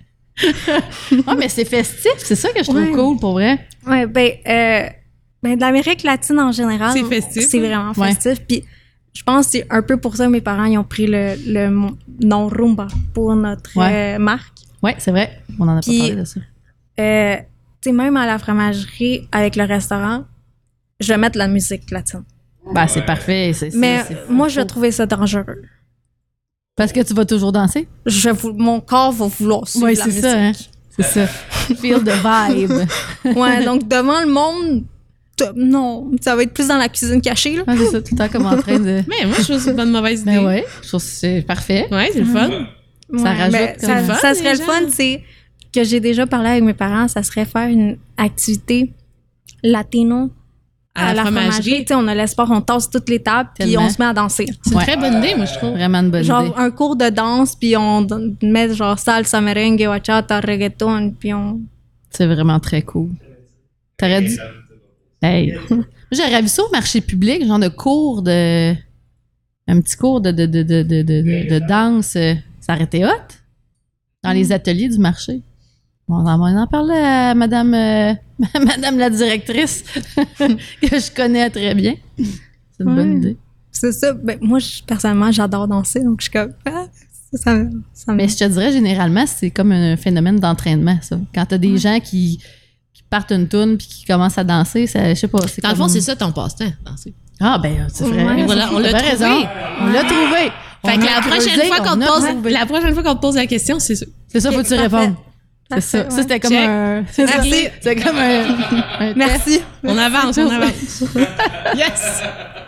Ah, mais c'est festif, c'est ça que je trouve Ouais. cool pour vrai. Ouais, ben, euh, ben, de l'Amérique latine en général. C'est festif, C'est hein? vraiment Ouais. festif. Puis je pense que c'est un peu pour ça que mes parents ils ont pris le, le mo- nom Rumba pour notre Ouais. euh, marque. Ouais, c'est vrai. On en a Puis- pas parlé de ça. Euh, tu sais, même à la fromagerie, avec le restaurant, je vais mettre la musique latine. Ben, c'est parfait. c'est- c'est- Mais c'est moi, fou. je vais trouver ça dangereux. Parce que tu vas toujours danser? Je vou- mon corps va vouloir suivre Oui, la c'est musique. ça, hein? C'est ça. Feel the vibe. Ouais, donc devant le monde, t- non, ça va être plus dans la cuisine cachée, là. Ouais, c'est ça, tout le temps comme en train de. Mais moi, je trouve que c'est pas une mauvaise idée. Ben ouais, je trouve que c'est parfait. Ouais, c'est le fun. Ça rajoute mais comme ça, fun, ça serait les le fun, gens. c'est que j'ai déjà parlé avec mes parents, ça serait faire une activité latino À la fromagerie. Tu sais, on a l'espoir, on tasse toutes les tables, puis Tellement. on se met à danser. C'est une Ouais. très bonne idée, moi, je trouve. Vraiment une bonne Genre idée. un cours de danse, puis on don- met genre salsa, merengue, bachata, reggaeton, puis on... C'est vraiment très cool. T'aurais dû. Hey. J'aurais vu ça au marché public, genre de cours de. Un petit cours de, de, de, de, de, de, de danse. euh, Ça aurait été hot. Dans les ateliers du marché. On en, on en parlait à madame, euh, madame la directrice, que je connais très bien. C'est une Ouais. bonne idée. C'est ça. Ben, moi, je- personnellement, j'adore danser, donc je suis comme... Ah, ça, ça, me- ça me- Mais je te dirais, généralement, c'est comme un phénomène d'entraînement, ça. Quand t'as des gens qui, qui partent une toune puis qui commencent à danser, ça, je sais pas. c'est Dans le comme- fond, c'est ça ton passe-temps, danser. Ah, ben, c'est vrai. Ouais, voilà, on l'a T'as trouvé. raison. On l'a trouvé. Fait On que a la prochaine creusé, fois qu'on on te a pose, trouvé. la prochaine fois qu'on te pose la question, c'est ça. C'est ça, faut que tu Ok, parfait. répondes. C'est Parfait, ça. Ça, ouais. c'était comme Check. un. C'est ça. Merci. C'est comme un. un Merci. On avance, on avance. Yes!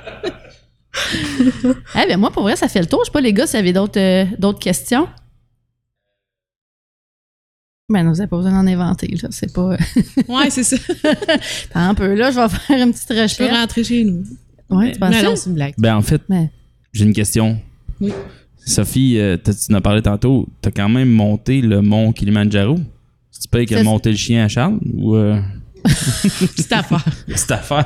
Eh bien, moi, pour vrai, ça fait le tour. Je sais pas, les gars, s'il y avait d'autres euh, d'autres questions. Ben, non, vous n'avez pas besoin d'en inventer, là. C'est pas. Ouais, c'est ça. Attends un peu, là, je vais faire une petite Je peux recherche. rentrer chez nous. Ouais, tu penses Mais ça? non, c'est une blague. Ben, en fait, Mais- j'ai une question. Oui. Sophie, euh, t'as- tu en as parlé tantôt. T'as quand même monté le mont Kilimanjaro. Tu payes que C'est- monter le chien à Charles ou euh, Petite affaire. cette affaire?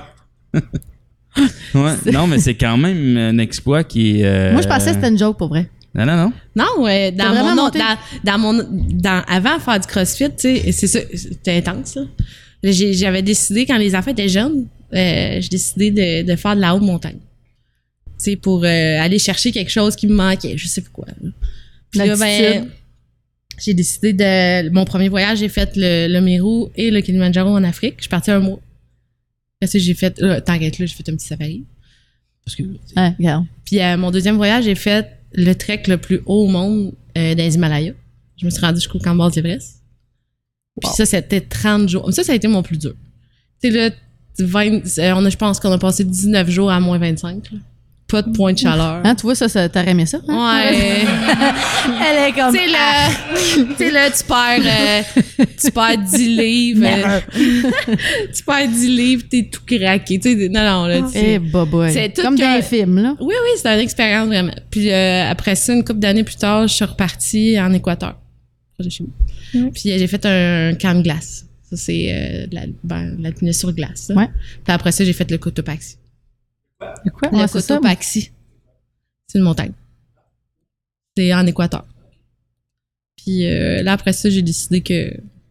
Ouais, non, mais c'est quand même un exploit qui est. euh, Moi, je pensais que c'était une joke, pour vrai. Non, non, non. Non, ouais, T'as dans vraiment mon, monté? dans, dans mon, dans, avant de faire du CrossFit, tu sais, c'est ça, c'était intense, là. J'ai- J'avais décidé, quand les enfants étaient jeunes, euh, j'ai décidé de, de faire de la haute montagne. Tu sais, pour euh, aller chercher quelque chose qui me manquait, je sais pas quoi. là. Puis là, ben, L'altitude. j'ai décidé de, mon premier voyage, j'ai fait le, le Meru et le Kilimanjaro en Afrique. Je suis partie un mois. Parce que j'ai fait, euh, tant qu'être là, j'ai fait un petit safari. Parce que, Ouais, regarde. puis euh, mon deuxième voyage, j'ai fait le trek le plus haut au monde euh, dans les Himalayas. Je me suis rendue jusqu'au camp de base de l'Everest. Puis ça, c'était trente jours. Ça, ça a été mon plus dur. Tu sais, là, vingt, euh, on a, je pense qu'on a passé dix-neuf jours à moins vingt-cinq. Là. Pas de point de chaleur. Hein, tu vois, ça, ça t'aurais aimé ça? hein? Ouais. Elle est comme. Tu sais, là, tu sais, là, tu perds, euh, tu perds dix livres. euh, tu perds dix livres, t'es tout craqué. Tu sais, non, non, là, tu Eh, sais. boboy. C'est tout Comme que- dans les films, là. Oui, oui, c'était une expérience vraiment. Puis euh, après ça, une couple d'années plus tard, je suis repartie en Équateur. Près de chez nous. Mm. Puis euh, j'ai fait un camp de glace. Ça, c'est euh, de la, ben, de l'alpinisme sur glace. là. Ouais. Puis après ça, j'ai fait le Cotopaxi. C'est quoi? Le Ouais, c'est ça. Cotopaxi. C'est une montagne. C'est en Équateur. Puis euh, là, après ça, j'ai décidé que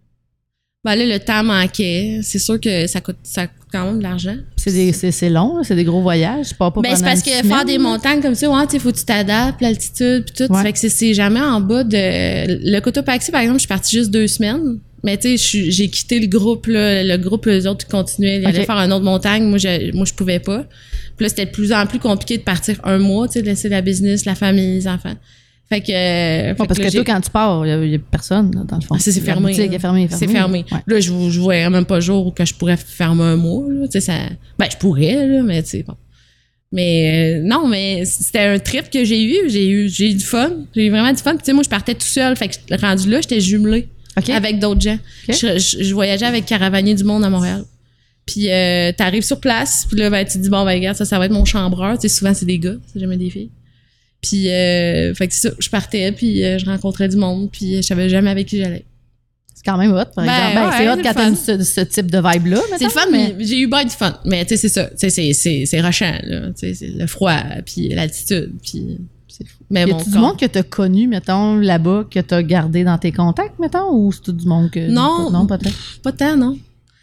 ben là, le temps manquait. C'est sûr que ça coûte, ça coûte quand même de l'argent. C'est des- C'est c'est long, là, c'est des gros voyages. Je pars pas Ben, c'est pendant parce une que semaine, faire des là. montagnes comme ça, ouais, tu sais, faut que tu t'adaptes, l'altitude, puis tout. Ouais. Fait que c'est- c'est jamais en bas de. Le Cotopaxi, par exemple, je suis partie juste deux semaines. Mais tu sais, je suis- j'ai quitté le groupe, là. Le groupe, eux autres, ils continuaient. Ils Ok. allaient faire une autre montagne. Moi, je, moi, je pouvais pas. Puis là, c'était de plus en plus compliqué de partir un mois, tu sais, de laisser la business, la famille, les enfants. Fait que. euh, fait Bon, parce là, que j'ai- toi, quand tu pars, il n'y a, personne, là, dans le fond. Ah, ça, c'est La fermé, boutique là. est fermée. C'est fermé. Ouais. Là, je, je voyais même pas jour que je pourrais fermer un mois, là. Tu sais, ça. Ben, je pourrais, là, mais tu sais, bon. Mais euh, non, mais c'était un trip que j'ai eu. J'ai eu, j'ai eu du fun. J'ai eu vraiment du fun. Puis tu sais, moi, je partais tout seul. Fait que rendu là, j'étais jumelée OK. avec d'autres gens. OK. Je, je, je voyageais avec Caravanier du Monde à Montréal. Puis euh, t'arrives sur place. Puis là, ben, tu te dis, bon, ben regarde, ça, ça va être mon chambreur. Tu sais, souvent, c'est des gars. C'est jamais des filles. Puis, euh, fait que c'est ça. Je partais, puis euh, je rencontrais du monde. Puis je savais jamais avec qui j'allais. C'est quand même hot, par Ben, exemple. Ben, ouais, c'est hot c'est quand le t'as ce, ce type de vibe-là. C'est le fun, mais j'ai eu bien du fun. Mais tu sais, c'est ça. Tu sais, c'est, c'est, c'est rushant, là. Tu sais, c'est le froid, puis l'altitude, puis c'est fou. Mais y bon, a-tu du monde que t'as connu, mettons, là-bas, que t'as gardé dans tes contacts, mettons, ou c'est tout du monde que... Non. Non, peut-être. pas tant, non?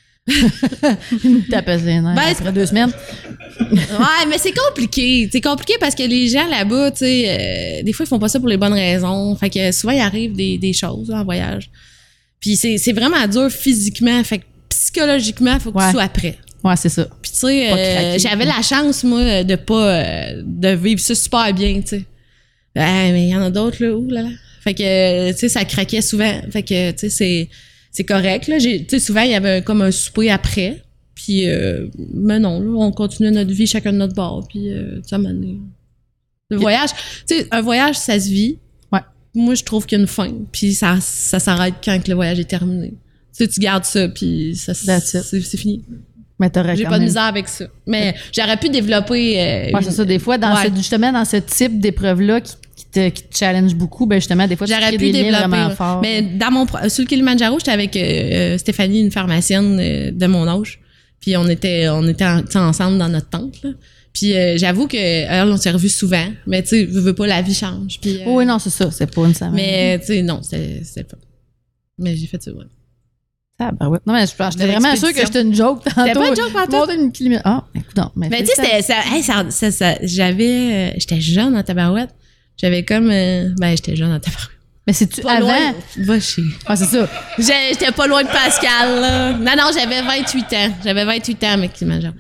T'as pesé les nerfs Ben, après deux semaines. Ouais, mais c'est compliqué. C'est compliqué parce que les gens là-bas, tu sais, euh, des fois, ils font pas ça pour les bonnes raisons. Fait que souvent, il arrive des, des choses là, en voyage. Puis c'est, c'est vraiment dur physiquement. Fait que psychologiquement, il faut que Ouais. tu sois prêt. Ouais, c'est ça. Puis tu sais, Pas euh, craquer. j'avais la chance, moi, de pas... euh, de vivre ça super bien, tu sais. Ah, mais il y en a d'autres, là. Ouh là là. Fait que, euh, tu sais, ça craquait souvent. Fait que, tu sais, c'est... C'est correct, là. J'ai, tu sais, souvent, il y avait un- comme un souper après. Puis, euh, mais non, là, on continuait notre vie chacun de notre bord. Puis, euh, ça m'a amené. Le voyage, tu sais, un voyage, ça se vit. Ouais. Moi, je trouve qu'il y a une fin. Puis, ça, ça s'arrête quand que le voyage est terminé. Tu sais, tu gardes ça, puis ça, That's it. c'est, c'est fini. Mais t'aurais J'ai quand pas de même- misère avec ça. Mais j'aurais pu développer. Euh, Ouais, c'est ça. Des fois, dans Ouais. ce, justement, dans ce type d'épreuve-là qui, qui, te, qui te challenge beaucoup, ben justement, des fois, tu J'aurais crées pu des liens développer. vraiment là. forts. Mais dans mon pro- sur le Kilimanjaro, j'étais avec euh, euh, Stéphanie, une pharmacienne euh, de mon âge. Puis on était on était en- tu sais, ensemble dans notre tente là. Puis euh, j'avoue que elle, on s'est revus souvent, mais tu sais, veux, veux pas, la vie change. Puis euh, Oh, oui, non, c'est ça. C'est pas une semaine. mais tu sais non, c'était c'était pas. Mais j'ai fait ça, ouais. Ah, ben ouais. Non, mais je- j'étais De vraiment sûre que l'expédition. j'étais une joke tantôt. C'était pas une joke pantoute? Monter une kilomètre. Ah, écoute, non. Mais, Mais tu sais, c'était ça, hey, ça, ça, ça- j'avais euh, j'étais jeune en tabarouette. J'avais comme euh, ben j'étais jeune en tabarouette. Mais c'est-tu Pas avant? loin. Va chier. Ah, c'est ça. J'ai- J'étais pas loin de Pascal, là. Non, non, j'avais vingt-huit ans. J'avais vingt-huit ans, mec, Kilimanjaro.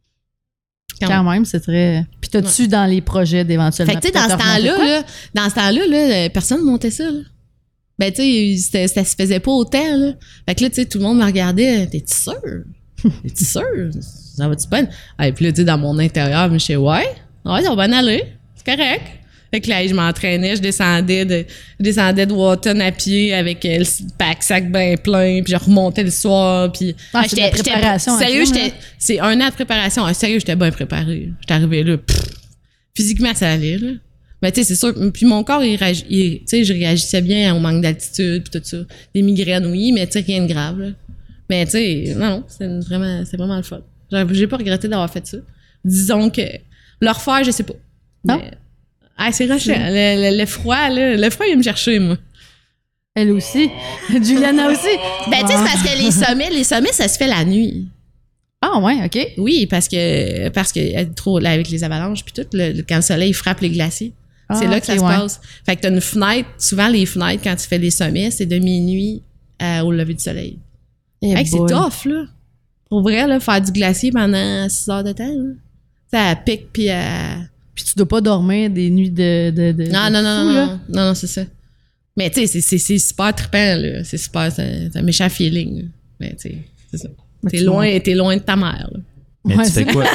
Quand même, c'est très. Puis t'as-tu dans les projets d'éventuellement? Fait que, tu sais, dans ce peut-être remonter temps-là, quoi? là, dans ce temps-là, là, euh, personne montait ça, là. Ben, tu sais, c'était- ça se faisait pas autant, là. Fait que là, tu sais, tout le monde me regardait. T'es-tu sûr? T'es-tu sûr? Ça va-tu bien? Et puis là, tu sais, dans mon intérieur, je disais, ouais, ouais, ça va bien aller. C'est correct. Fait que là, je m'entraînais, je descendais de, je descendais de Wotton à pied avec euh, le pack-sac bien plein, puis je remontais le soir, puis... Ah, c'est de la j'étais- j'étais- préparation à Sérieux, ça, j'étais... là. C'est un an de préparation. Ah, sérieux, j'étais bien préparée. J'étais arrivée là, pff, physiquement, ça allait, là. Mais tu sais, c'est sûr. Puis mon corps, il, réagi- il- tu sais, je réagissais bien au manque d'altitude, puis tout ça. Des migraines, oui, mais tu sais, rien de grave, là. Mais tu sais, non, non, c'est vraiment, c'est vraiment le fun. J'ai j'ai pas regretté d'avoir fait ça. Disons que le refaire, je sais pas. Non? Mais, ah, c'est rushant. Le, le, le froid, là, le froid, il vient me chercher, moi. Elle aussi. Juliana aussi. Ben, tu sais, c'est parce que les sommets, les sommets, ça se fait la nuit. Ah, ouais, OK. Oui, parce que, parce que euh, trop, là, avec les avalanches, puis tout, le, le- quand le soleil frappe les glaciers. C'est Ah, là que ça ok, se ouais. passe. Fait que t'as une fenêtre. Souvent, les fenêtres, quand tu fais des sommets, c'est de minuit à- au lever du soleil. Eh Hey, c'est boy. tough, là. Pour vrai, là, faire du glacier pendant six heures de temps, là. Tu sais, à pic, puis à... Puis tu dois pas dormir des nuits de. de, de Non, de non, non, fou, non, là. non, non, non, c'est ça. Mais tu sais, c'est- c'est c'est super trippant, là. C'est super, c'est c'est un méchant feeling, là. Mais tu sais, c'est ça. Mais T'es tu loin, t'es loin de ta mère, là. Mais Ouais, tu fais c'est- quoi?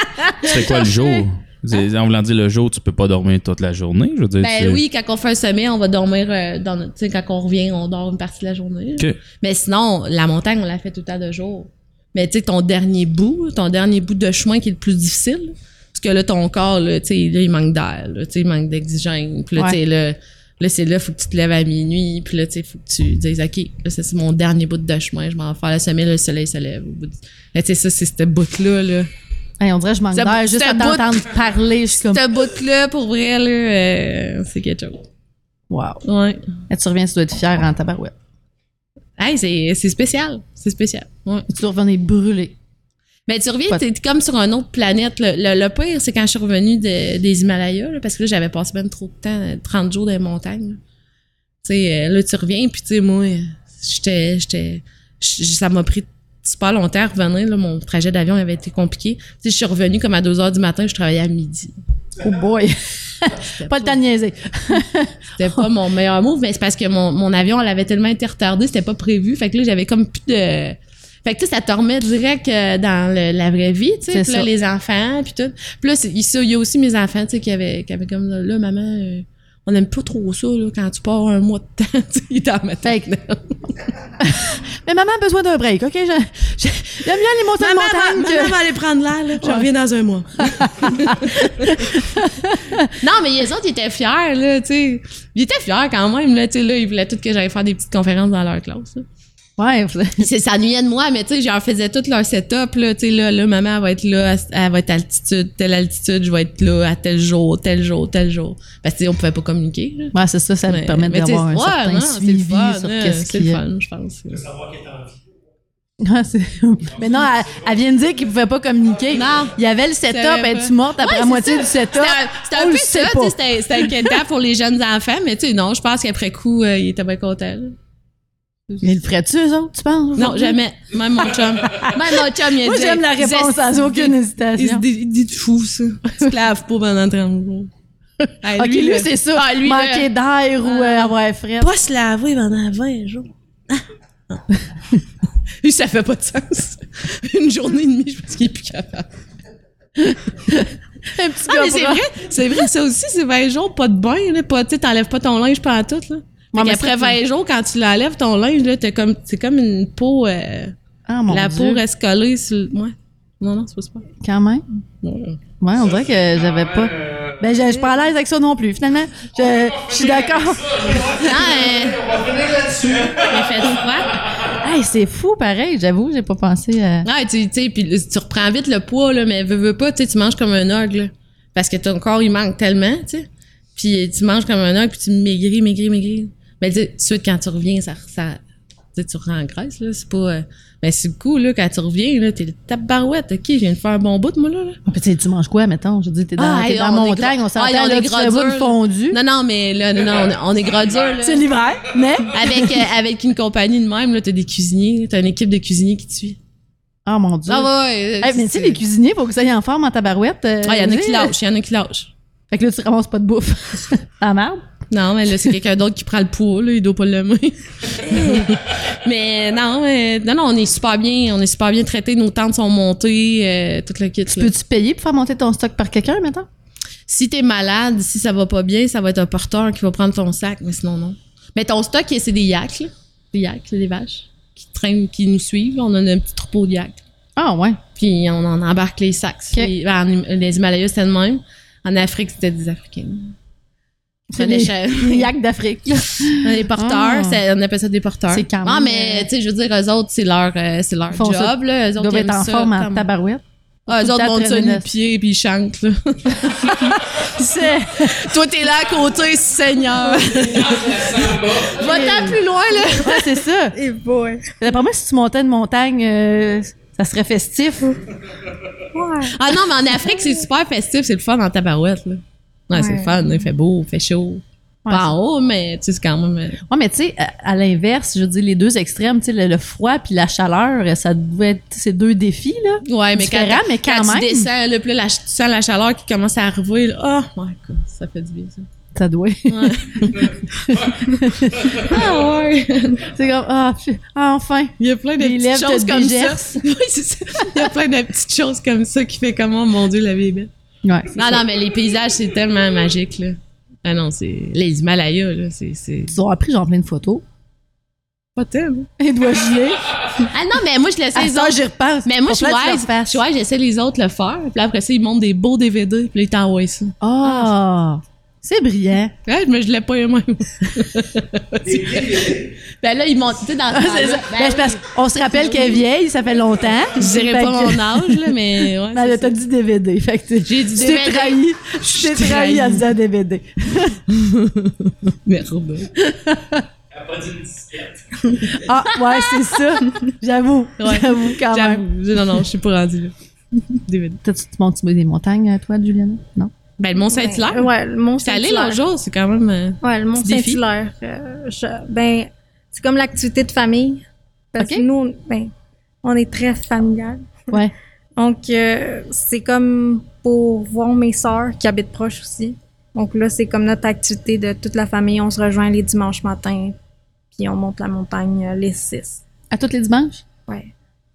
Tu fais quoi le jour? C'est- En voulant dire le jour, tu peux pas dormir toute la journée, je veux dire. Ben tu- oui, quand on fait un sommet, on va dormir euh, dans notre, tu sais, quand on revient, on dort une partie de la journée. Ok. Mais sinon, la montagne, on l'a fait tout le temps de jour. Mais tu sais, ton dernier bout, ton dernier bout de chemin qui est le plus difficile, parce que là, ton corps, là, tu sais, là, il manque d'air, là, tu sais, il manque d'oxygène. Puis là, Ouais. tu sais, là, là, c'est là, faut que tu te lèves à minuit. Puis là, tu sais, faut que tu dises, OK, là, ça, c'est mon dernier bout de chemin, je m'en vais faire le sommet, là, le soleil se lève. Au bout de... Là, tu sais, ça, c'est cette bout-là, là. Hey, on dirait que je manque Ce- d'air juste ce à bout- t'entendre parler. Je suis comme. Cette bout-là, pour vrai, là, euh, c'est quelque chose. Wow. Ouais. Et tu reviens, tu dois être fier en tabarouette. Hey, c'est, c'est spécial. C'est spécial. Ouais. Et tu dois revenir brûler. Mais tu reviens, Pas- t'es comme sur une autre planète. Le, le, le pire, c'est quand je suis revenue de- des Himalayas, là, parce que là, j'avais passé même trop de temps, trente jours dans les montagnes. là. Tu sais, euh, là, tu reviens, puis tu sais, moi, j'étais, j'étais, j- ça m'a pris super longtemps à revenir, là. Mon trajet d'avion avait été compliqué. Tu sais, je suis revenue comme à deux heures du matin, je travaillais à midi. Oh boy. Pas le temps de niaiser. C'était pas mon meilleur move, mais c'est parce que mon, mon avion, elle avait tellement été retardée, c'était pas prévu. Fait que là, j'avais comme plus de... Fait Fait que, tu sais, ça te remet direct euh, dans le- la vraie vie, tu sais. C'est Puis là, ça. les enfants, puis tout. Puis là, c'est- il ça, il y a aussi mes enfants, tu sais, qui avaient, qui avaient comme, là, maman, euh, on n'aime pas trop ça, là, quand tu pars un mois de temps, tu sais, il t'en met Fait que- Mais maman a besoin d'un break, OK? Je- je- J'aime bien les montagnes de Maman, va, montagne. que- maman va aller prendre l'air, là. Je Ouais. reviens dans un mois. Non, mais les autres, ils étaient fiers, là, tu sais. Ils étaient fiers quand même, là, tu sais, là. Ils voulaient tout que j'aille faire des petites conférences dans leur classe, là. Ouais, Ils se- s'ennuyaient de moi, mais tu sais, je leur faisais tout leur setup, là. Tu sais, là, là, maman, elle va être là, elle, elle va être à altitude, telle altitude, je vais être là à tel jour, tel jour, tel jour. Parce que, tu sais, on pouvait pas communiquer, là. ouais, c'est ça, ça Mais- me permet mais tu sais, d'avoir un ouais, certain non, c'est le suivi fun, sur hein, qu'est-ce c'est qu'il le y a. fun, je pense. Savoir qu'elle est en vie. Ah, c'est- mais non, elle, elle vient de dire qu'il pouvait pas communiquer. Non. Il y avait le setup, savais elle pas. est-tu morte après Ouais, la c'est moitié ça. du setup? C'était un, c'était un On peu le ça, sait tu pas. sais, c'était, c'était inquiétant pour les jeunes enfants, mais tu sais, non, je pense qu'après coup, euh, ils étaient bien contents, là. Mais le ferais-tu, eux autres, tu penses? Non, jamais. Même mon chum. Même mon chum, il a Moi, dit. j'aime la il disait, réponse sans aucune Il se hésitation. dit, il dit de fou, ça. Tu te laves pas pendant trente jours. Hey, OK, lui, là, c'est ça. Ah, lui, manquer là, d'air ou euh, avoir frais. pas se laver pendant vingt jours. Ah. Lui, ça fait pas de sens. Une journée et demie, je pense qu'il est plus capable. Un petit Ah, gars mais c'est brun. vrai, c'est vrai, ça aussi, c'est vingt jours, pas de bain, là. Pas, tu sais, t'enlèves pas ton linge pendant tout, là. Ouais, mais après ça, vingt jours, quand tu l'enlèves, ton linge, là, t'as comme, c'est comme une peau, euh, Ah, mon la Dieu. peau reste collée sur le, ouais. Non, non, c'est pas ça. Quand même. Ouais. Ouais, on dirait que j'avais pas. Ben, je je suis pas à l'aise avec ça non plus. Finalement, je je suis d'accord. Non, euh, il fait froid. Hey, c'est fou, pareil. J'avoue, j'ai pas pensé à. Ouais, tu tu sais, puis là, tu reprends vite le poids, là, mais veux, veux pas, tu sais, tu manges comme un ogre, là. Parce que ton corps, il manque tellement, tu sais. Puis tu manges comme un ogre, puis tu maigris, maigris, maigris. Mais tu sais, tout de suite, quand tu reviens, ça, ça tu sais, tu rengraisses, là. C'est pas. Euh, mais c'est le coup, là, quand tu reviens, là, t'es le tabarouette. OK, je viens de faire un bon bout, moi, là. là. Puis, tu sais, tu manges quoi, mettons? Je dis, t'es dans, Ah, t'es hey, dans la on est montagne, gras- on s'entend, Ah, on là, est tu gras fais pas dur, une fondue. Non, non, mais là, non, non, on est, on est gras dur, là. C'est l'hiver, mais. Avec, euh, avec une compagnie de même, là, t'as des cuisiniers, t'as une équipe de cuisiniers qui te suit. Oh mon Dieu. Ah, ouais, ouais. Hey, mais tu sais, les cuisiniers, faut que ça aille en forme en tabarouette. euh, Ah, il y en a tu qui sais. lâchent, il y en a qui lâchent. Fait que là, tu ramasses pas de bouffe. La merde. Non, mais là, c'est quelqu'un d'autre qui prend le poids, là, il doit pas l'aimer. mais non, mais, non, non, on est super bien, on est super bien traités, nos tentes sont montées, euh, tout le kit. Tu là. peux-tu payer pour faire monter ton stock par quelqu'un, mettons? Si t'es malade, si ça va pas bien, ça va être un porteur qui va prendre ton sac, mais sinon, non. Mais ton stock, c'est des yaks, là. Des yaks, c'est des vaches qui traînent, qui nous suivent. On a un petit troupeau de yaks. Ah, ouais. Puis on en embarque les sacs. Ok. Les, ben, en- les Himalayas, c'était le même. En Afrique, c'était des Africains. C'est On les, écha- les yaks d'Afrique. là. Les porteurs, Ah. c'est- on appelle ça des porteurs. C'est quand Ah, même, mais euh, tu sais, je veux dire, eux autres, c'est leur, euh, c'est leur Ils font ça. job, là. Eux Ils autres, doivent ils être en aiment ça forme en comme- tabarouette. Ah, eux Tout le autres temps montent très ça nu jeunesse. pied puis ils chantent, là. C'est. Toi, t'es là à côté, Seigneur. Va-t'en plus loin, là. Ouais, c'est ça. Et boy. D'après moi, si tu montais une montagne, euh, ça serait festif. Ouais. Ah non, mais en Afrique, c'est super festif, c'est le fun en tabarouette, là. Ouais, c'est le Ouais. fun, il fait beau, il fait chaud. Ouais, Pas en haut, mais tu sais, c'est quand même. euh, Ouais, mais tu sais, à, à l'inverse, je veux dire, les deux extrêmes, tu sais, le, le froid puis la chaleur, ça devait être ces deux défis, là. Ouais, mais quand, Différent, mais quand quand même. tu descends, là, puis là, la- tu sens la chaleur qui commence à arriver, là. Oh, my God, ça fait du bien, ça. Ça doit. Ouais. ah ouais. C'est comme, ah, pff, ah, enfin. Il y a plein de Les petites lèvres choses te comme dégercent. ça. Oui, c'est ça. Il y a plein de petites choses comme ça qui fait comment, mon Dieu, la vie est belle. Ouais, c'est Non, ça. non, mais les paysages, c'est tellement magique, là. Ah non, c'est. Les Himalayas, là, c'est. c'est... Ils ont appris, genre, plein de photos. Pas tellement. Et doit giler. Ah non, mais moi, je laissais À les ça, autres. j'y repense. Mais moi, je Faut suis pas que tu wise. leur fasses. Je suis wise, j'essaie les autres le faire. Puis après ça, ils montent des beaux D V D. Puis là, ils t'envoient ça. Ah, c'est brillant. Ouais, mais je l'ai pas eu même. Ben là, ils montent, tu sais, dans le C'est ça. Ben, c'est parce qu'on se rappelle qu'elle est vieille, ça fait longtemps. Je dirais Fait pas que- mon âge, là, mais ouais. Ben, c'est elle t'a ça. dit D V D. Fait que tu J'ai dit tu D V D. t'es trahi. Je t'ai t'ai trahi trahi. en disant D V D. Merde. Ah, ouais, c'est ça. J'avoue. Ouais. J'avoue quand même. J'avoue. Non, non, je suis pas rendue là. D V D. Toi, tu te montes des montagnes, toi, Juliana? Non? Ben, le Mont-Saint-Hilaire. Ouais, le Mont J'étais allée Saint-Hilaire. l'autre jour, c'est quand même. euh, Ouais, le Mont Petit défi. Saint-Hilaire. euh, je- ben, c'est comme l'activité de famille. Parce Ok. que nous, on- ben, on est très familial. Ouais. Donc, euh, c'est comme pour voir mes sœurs qui habitent proches aussi. Donc là, c'est comme notre activité de toute la famille. On se rejoint les dimanches matins, puis on monte la montagne euh, les six. À tous les dimanches? Ouais.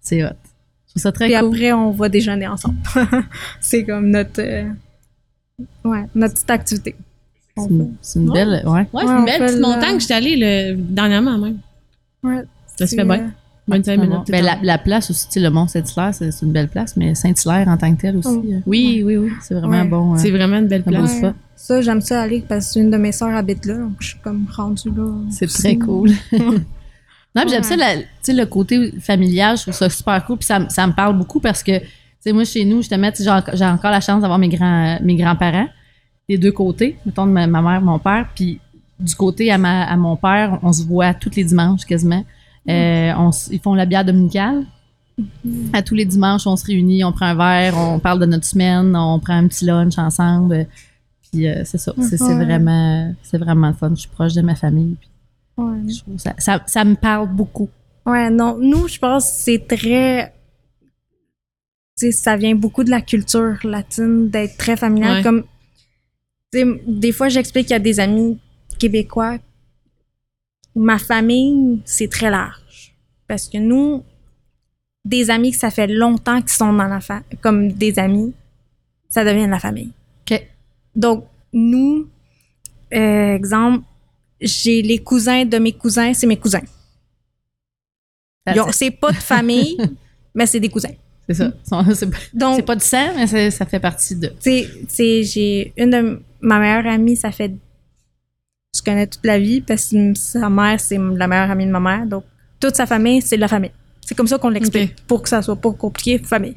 C'est hot. Je trouve ça très Puis cool. après, on va déjeuner ensemble. C'est comme notre, euh, ouais, notre petite activité. C'est une, c'est une belle... Ouais. Ouais, c'est Ouais, une on belle fait petite le- montagne. J'étais allée le, dernièrement même. Ouais, Ça se c'est, fait bien. euh, vingt-cinq minutes. Ben, la, la place aussi, tu sais, le Mont Saint-Hilaire, c'est, c'est une belle place, mais Saint-Hilaire en tant que tel aussi, Oh. euh, Oui, oui, oui. c'est vraiment Ouais. bon. C'est euh, vraiment une belle un beau place. spot. Ça, j'aime ça aller parce qu'une de mes sœurs habite là, donc je suis comme rendue là. C'est très cool. Non, puis j'aime Ouais. ça, la- tu sais, le côté familial, je trouve ça super cool, puis ça, m- ça me parle beaucoup parce que, tu sais, moi, chez nous, justement, tu sais, j'ai, enc- j'ai encore la chance d'avoir mes grands, mes grands-parents, des deux côtés, mettons, de ma, ma mère, mon père, puis du côté à, ma, à mon père, on se voit tous les dimanches, quasiment. Euh, on s- ils font la bière dominicale. À tous les dimanches, on se réunit, on prend un verre, on parle de notre semaine, on prend un petit lunch ensemble. Puis euh, c'est ça, c'est, c'est Ouais. vraiment, c'est vraiment le fun. Je suis proche de ma famille. Puis Ouais. je trouve ça, ça, ça me parle beaucoup. Ouais, non, nous, je pense que c'est très. Tu sais, ça vient beaucoup de la culture latine, d'être très familial. Ouais. Comme. Tu sais, des fois, j'explique à des amis québécois. Ma famille, c'est très large. Parce que nous, des amis que ça fait longtemps qu'ils sont dans la famille, comme des amis, ça devient de la famille. OK. Donc, nous, euh, exemple, j'ai les cousins de mes cousins, c'est mes cousins. Ils ont- C'est pas de famille, mais c'est des cousins. C'est ça. C'est pas, Donc, c'est pas du sang, mais c'est- ça fait partie de. tu sais- tu sais, j'ai une de ma meilleure amie, ça fait. Je connais toute la vie parce que sa mère, c'est la meilleure amie de ma mère. Donc, toute sa famille, c'est de la famille. C'est comme ça qu'on l'explique. Ok. Pour que ça soit pas compliqué, famille.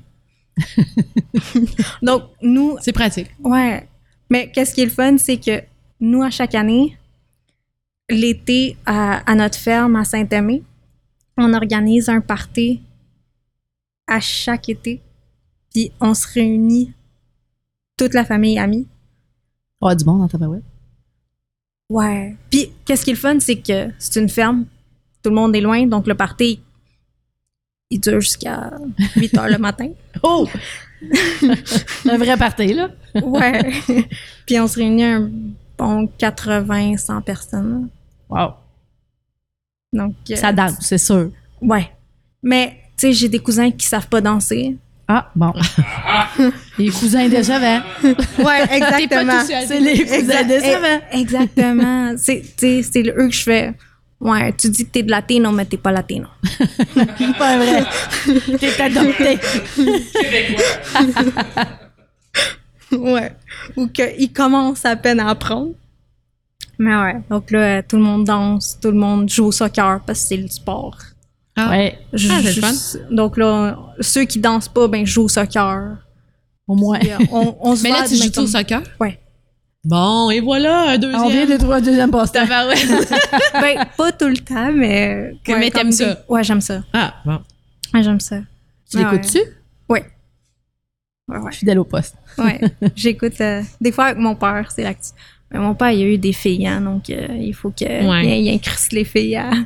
Donc, nous, C'est pratique. ouais. Mais qu'est-ce qui est le fun, c'est que nous, à chaque année, l'été, à, à notre ferme à Saint-Aimé, on organise un party à chaque été. Puis on se réunit, toute la famille amis. Oh, du monde dans ta barouette. Ouais. Puis qu'est-ce qui est le fun, c'est que c'est une ferme. Tout le monde est loin, donc le party, il dure jusqu'à huit heures le matin. Oh! Un vrai party, là. Ouais. Puis on se réunit un bon quatre-vingts, cent personnes. Wow. Donc, euh, Ça danse, c'est sûr. Ouais. Mais, tu sais, j'ai des cousins qui savent pas danser. Ah, bon. Les cousins décevants. Ouais, exactement. C'est les cousins Exact- décevants. eh, Exactement. C'est, tu sais, c'est le- eux que je fais. Ouais, tu dis que t'es de latino, mais t'es pas latino. Pas vrai. T'es adopté. Ouais. Ou qu'ils commencent à peine à apprendre. Mais ouais. Donc là, tout le monde danse, tout le monde joue au soccer parce que c'est le sport. Ah. Ouais, Je- Ah, c'est je- le fun. Donc là, ceux qui dansent pas, ben, jouent au soccer. au moins. Puis, euh, on, on se Mais là, voit, tu joues mettons- au soccer? Ouais. Bon, et voilà, un deuxième. On vient de trouver un deuxième passe-temps. Tabarouette. Ben, pas tout le temps, mais. Que- ouais, mais comme t'aimes des- ça? Ouais, j'aime ça. Ah, bon. Ouais, j'aime ça. Tu Ouais, l'écoutes-tu? Ouais. Ouais, ouais. Fidèle au poste. Ouais. J'écoute. euh, des fois avec mon père, c'est l'actu. Mais mon père, il a eu des filles, hein, donc euh, il faut qu'il Ouais. il incruste les filles à,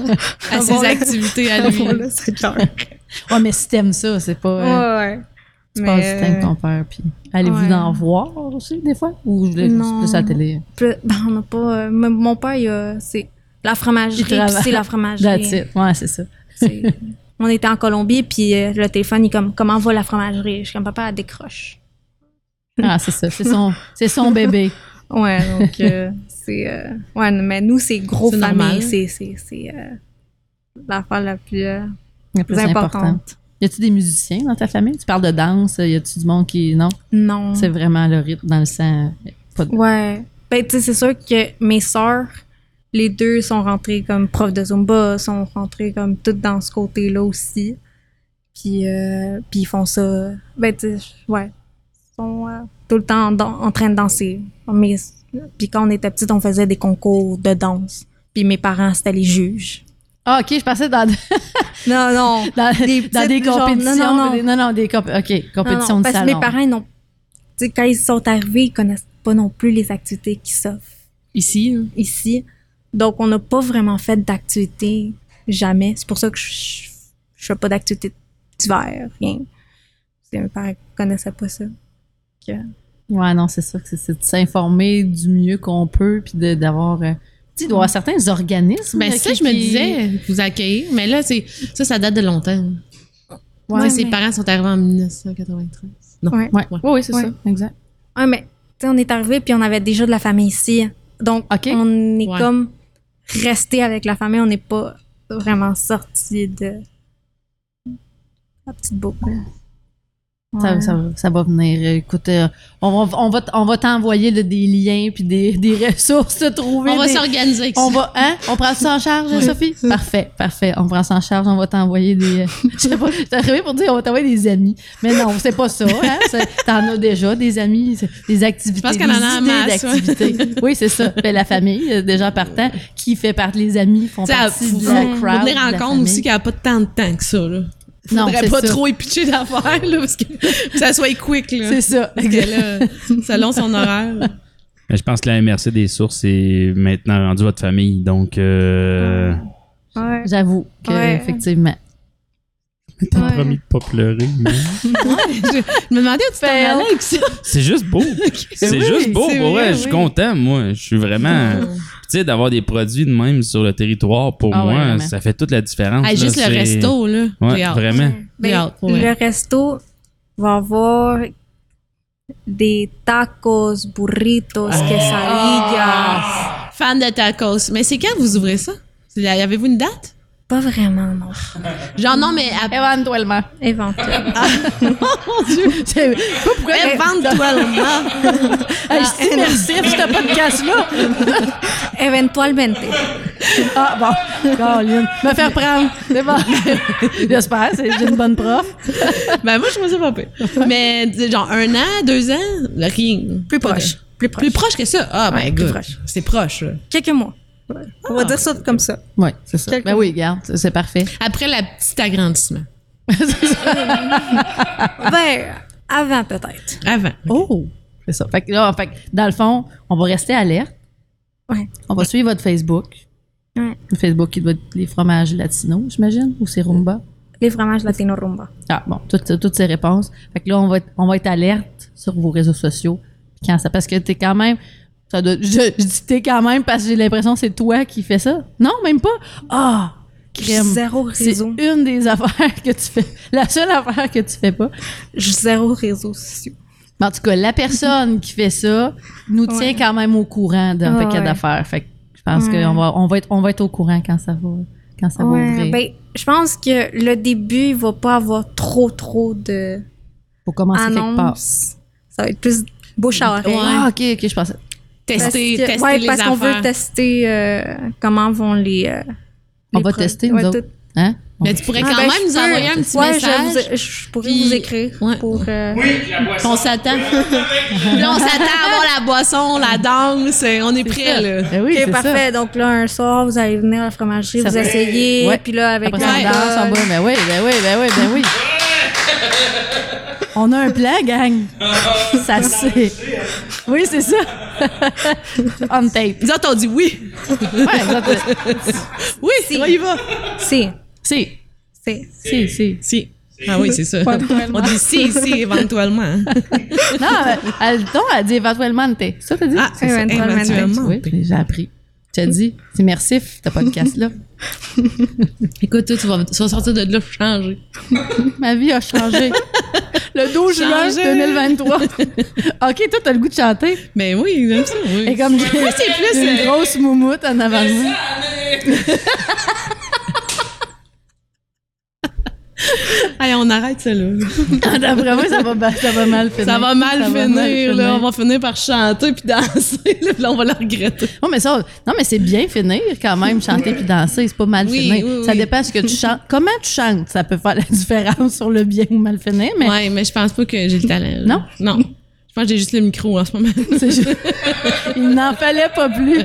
À ses Bon, là- activités à lui. Bon, là, c'est clair. Oh, mais si t'aimes ça, c'est pas. euh, Ouais, ouais. tu Mais, passes du temps avec ton père. Puis allez-vous ouais. en voir aussi, des fois? Ou je l'ai Non. plus à la télé? Plus- ben, on n'a pas. euh, mon mon père, il a, c'est la fromagerie, Il puis travaille. c'est la That's fromagerie. it. Ouais, c'est ça. C'est- On était en Colombie, puis euh, le téléphone, il est comme, comment va la fromagerie? Je suis comme, papa, elle décroche. Ah, c'est ça. C'est son, c'est son bébé. Ouais, donc euh, c'est. euh, ouais, mais nous, c'est gros C'est famille. normal. C'est, c'est, c'est euh, l'affaire la plus, euh, La plus importante. importante. Y a-tu des musiciens dans ta famille? Tu parles de danse. Y a-tu du monde qui. Non? Non. C'est vraiment le rythme dans le sang. Pas de... Ouais. Ben, tu sais, c'est sûr que mes sœurs, les deux sont rentrées comme profs de Zumba, sont rentrées comme toutes dans ce côté-là aussi. Puis, euh, puis ils font ça. Ben, tu sais, ouais. Ils sont euh, tout le temps en, dan- en train de danser. Mais, puis quand on était petites, on faisait des concours de danse. Puis mes parents, c'était les juges. Ah, OK, je passais dans, Non, non. dans, Des dans petites, des genre, compétitions. non, non, non. des- non, non, des comp- OK, compétitions Non, non, de parce que salon. mes parents, ils n'ont. Tu sais, quand ils sont arrivés, ils connaissent pas non plus les activités qui s'offrent Ici, hein. ici. Donc, on n'a pas vraiment fait d'activité, jamais. C'est pour ça que je, je, je fais pas d'activité d'hiver, rien. Parce que mes parents connaissaient pas ça. Que- Ouais, non, c'est ça. C'est, c'est de s'informer du mieux qu'on peut, puis de, d'avoir. euh, tu sais, il doit y avoir certains organismes. Ben, là, ça, qui- je me qui- disais, vous accueillir. Mais là, c'est ça, ça date de longtemps. Ouais, Ouais, ses mais- parents sont arrivés en dix-neuf cent quatre-vingt-treize. Non. Ouais. Ouais. Ouais. Oui, oui, c'est Ouais. ça. Exact. Ouais, mais tu sais, on est arrivé puis on avait déjà de la famille ici. Donc, OK. on est Ouais. comme resté avec la famille. On n'est pas vraiment sorti de la petite boucle. Ça, Ouais. ça, ça va venir. Écoute, euh, on va, on va, t- on va t'envoyer là, des liens puis des, des ressources te trouver. On va des- s'organiser avec On ça. va, hein? On prend ça en charge, Sophie? Parfait, parfait. On prend ça en charge, on va t'envoyer des. euh, je sais pas, j'étais arrivée pour dire on va t'envoyer des amis. Mais non, c'est pas ça, hein? C'est- T'en as déjà des amis, c'est- des activités. Je pense qu'on en a en des idées masse, ouais. d'activités. Oui, c'est ça. Ben, la famille, euh, déjà partant, qui fait partie, les amis font Tu sais, partie faut, de la faut crowd. tenir en de la compte famille. aussi qu'il n'y a pas tant de temps que ça. Là. Non, Faudrait c'est pas ça. trop épitcher d'affaires, là, parce que que ça soit quick. Là. C'est ça. Parce que là, selon son horaire. Mais je pense que la M R C des sources est maintenant rendue votre famille. Donc, euh, Ouais. J'avoue que, Ouais. effectivement. t'as Ouais. promis de pas pleurer. mais- je, je me demandais où tu t'en Fail. allais avec ça. C'est juste beau. C'est Oui, juste beau. c'est Pour vrai, vrai, je suis oui. content, moi. Je suis vraiment. Tu sais, d'avoir des produits de même sur le territoire, pour Ah ouais, moi, vraiment. ça fait toute la différence. Ah, là. juste le C'est- resto, là. Ouais, J'ai hâte. vraiment. Ben, J'ai hâte, pour le vrai. resto va avoir des tacos, burritos, quesadillas. Fan de tacos. Mais c'est quand vous ouvrez ça? C'est- Avez-vous une date? Pas vraiment, non. Genre, non, mais à- Éventuellement. Éventuellement. C'est pas pourquoi. éventuellement. Hey, je suis immersif, ce podcast-là. Éventuellement. Ah, bon. Caroline. Me faire prendre. C'est bon. J'espère. c'est- J'ai une bonne prof. Ben, moi, je me sais pas pire. Mais, genre, un an, deux ans, rien. Plus Pas de- proche. Plus proche. Plus proche que ça? Ah, ben, Ouais, plus good. proche. C'est proche, là. Quelques mois. On va dire ça comme ça. Oui, c'est ça. Quelques Ben oui, regarde, c'est- c'est parfait. Après le petit agrandissement. Ben, avant peut-être. Avant. Oh! C'est ça. Fait que là, fait que, dans le fond, on va rester alerte. Ouais. On va suivre votre Facebook. Ouais. Le Facebook qui doit être les fromages latinos, j'imagine, ou c'est Rumba? Les fromages latino rumba. Ah, bon, toutes, toutes ces réponses. Fait que là, on va être, on va être alerte sur vos réseaux sociaux. Puis Quand ça, parce que t'es quand même. Ça doit, je, je dis t'es quand même parce que j'ai l'impression que c'est toi qui fais ça. Non, même pas. Ah! crème. Zéro C'est réseau. une des affaires que tu fais. La seule affaire que tu fais pas. Zéro réseau social. Mais en tout cas, la personne qui fait ça nous tient Ouais. quand même au courant d'un Ah, paquet ouais. d'affaires. Fait que je pense Ouais. qu'on va, on va, être, on va être au courant quand ça va, quand ça va Ouais, ouvrir. ben, je pense que le début, il va pas avoir trop, trop de Faut commencer quelque part. annonces. Ça va être plus bouche à oreille. Ah, ok, ok, je pensais. Parce Tester, que- tester ouais, les parce qu'on affaires. veut tester euh, comment vont les. euh, On les va pro- tester, ouais, nous autres. tout. Hein? Mais tu pourrais Ah, quand ben, même je nous peux- envoyer un petit ouais, message. Je, vous, je pourrais puis- vous écrire ouais. pour. euh, Puis on s'attend. Là, on s'attend à avoir la boisson, la danse. On est prêt, là. Ben oui, Ok, c'est parfait. Donc là, un soir, vous allez venir à la fromagerie, Ça vous fait- essayez. Ouais. Puis là, avec Après ça, on la danse, on va- Ben oui, ben oui, ben oui, ben oui. On a un plan, gang. Ça c'est. Oui, c'est ça. On tape. Nous autres, on dit oui. Ouais, exact. Oui, on y va. Si. Si, C'est. si, si. Si. Ah oui, c'est ça. Éventuellement. On dit si, si, éventuellement. Non, elle, non, elle dit éventuellement. t'es- Ça, t'as dit? Ah, c'est ça, Éventuellement. éventuellement. Oui, puis j'ai appris. Tu as dit, c'est immersif, ce podcast-là. Écoute, toi, tu vas, tu vas sortir de là pour changer. Ma vie a changé. Le douze juin Changé. deux mille vingt-trois. OK, toi, t'as le goût de chanter. Mais oui, j'aime ça, oui. Et comme j'ai c'est plus, une euh, grosse moumoute en avant de moi. Allez, on arrête ça, là. D'après moi, ça va, ba- ça va mal finir. Ça va mal Ça va finir, mal là. finir. On va finir par chanter puis danser, là, puis là, on va la regretter. Non, mais ça, non, mais c'est bien finir quand même, chanter puis danser. C'est pas mal Oui, finir. oui, Ça oui. dépend ce que tu chantes. Comment tu chantes, ça peut faire la différence sur le bien ou mal finir, mais Ouais, mais je pense pas que j'ai le talent. là. Non? Non. Je pense que j'ai juste le micro en ce moment. c'est juste- il n'en fallait pas plus.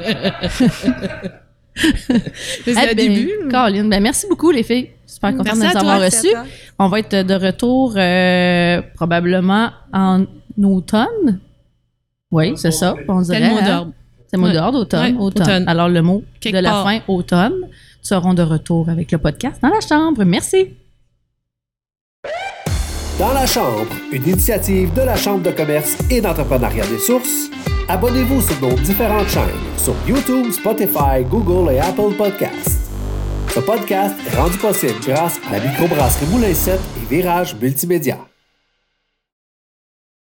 C'est Eh le ben, début. Caroline, ben merci beaucoup, les filles. Super contente de Merci nous à toi, avoir merci reçus. à toi. On va être de retour euh, probablement en automne. Oui, c'est ça, on dirait. C'est le mot hein? d'ordre. C'est le mot Ouais. d'ordre, automne, Ouais, automne. automne. Alors, le mot Quelque de la part. fin, automne, seront de retour avec le podcast dans la chambre. Merci. Dans la Chambre, une initiative de la Chambre de commerce et d'entrepreneuriat des sources. Abonnez-vous sur nos différentes chaînes sur YouTube, Spotify, Google et Apple Podcasts. Ce podcast est rendu possible grâce à la microbrasserie Moulin sept et Virage Multimédia.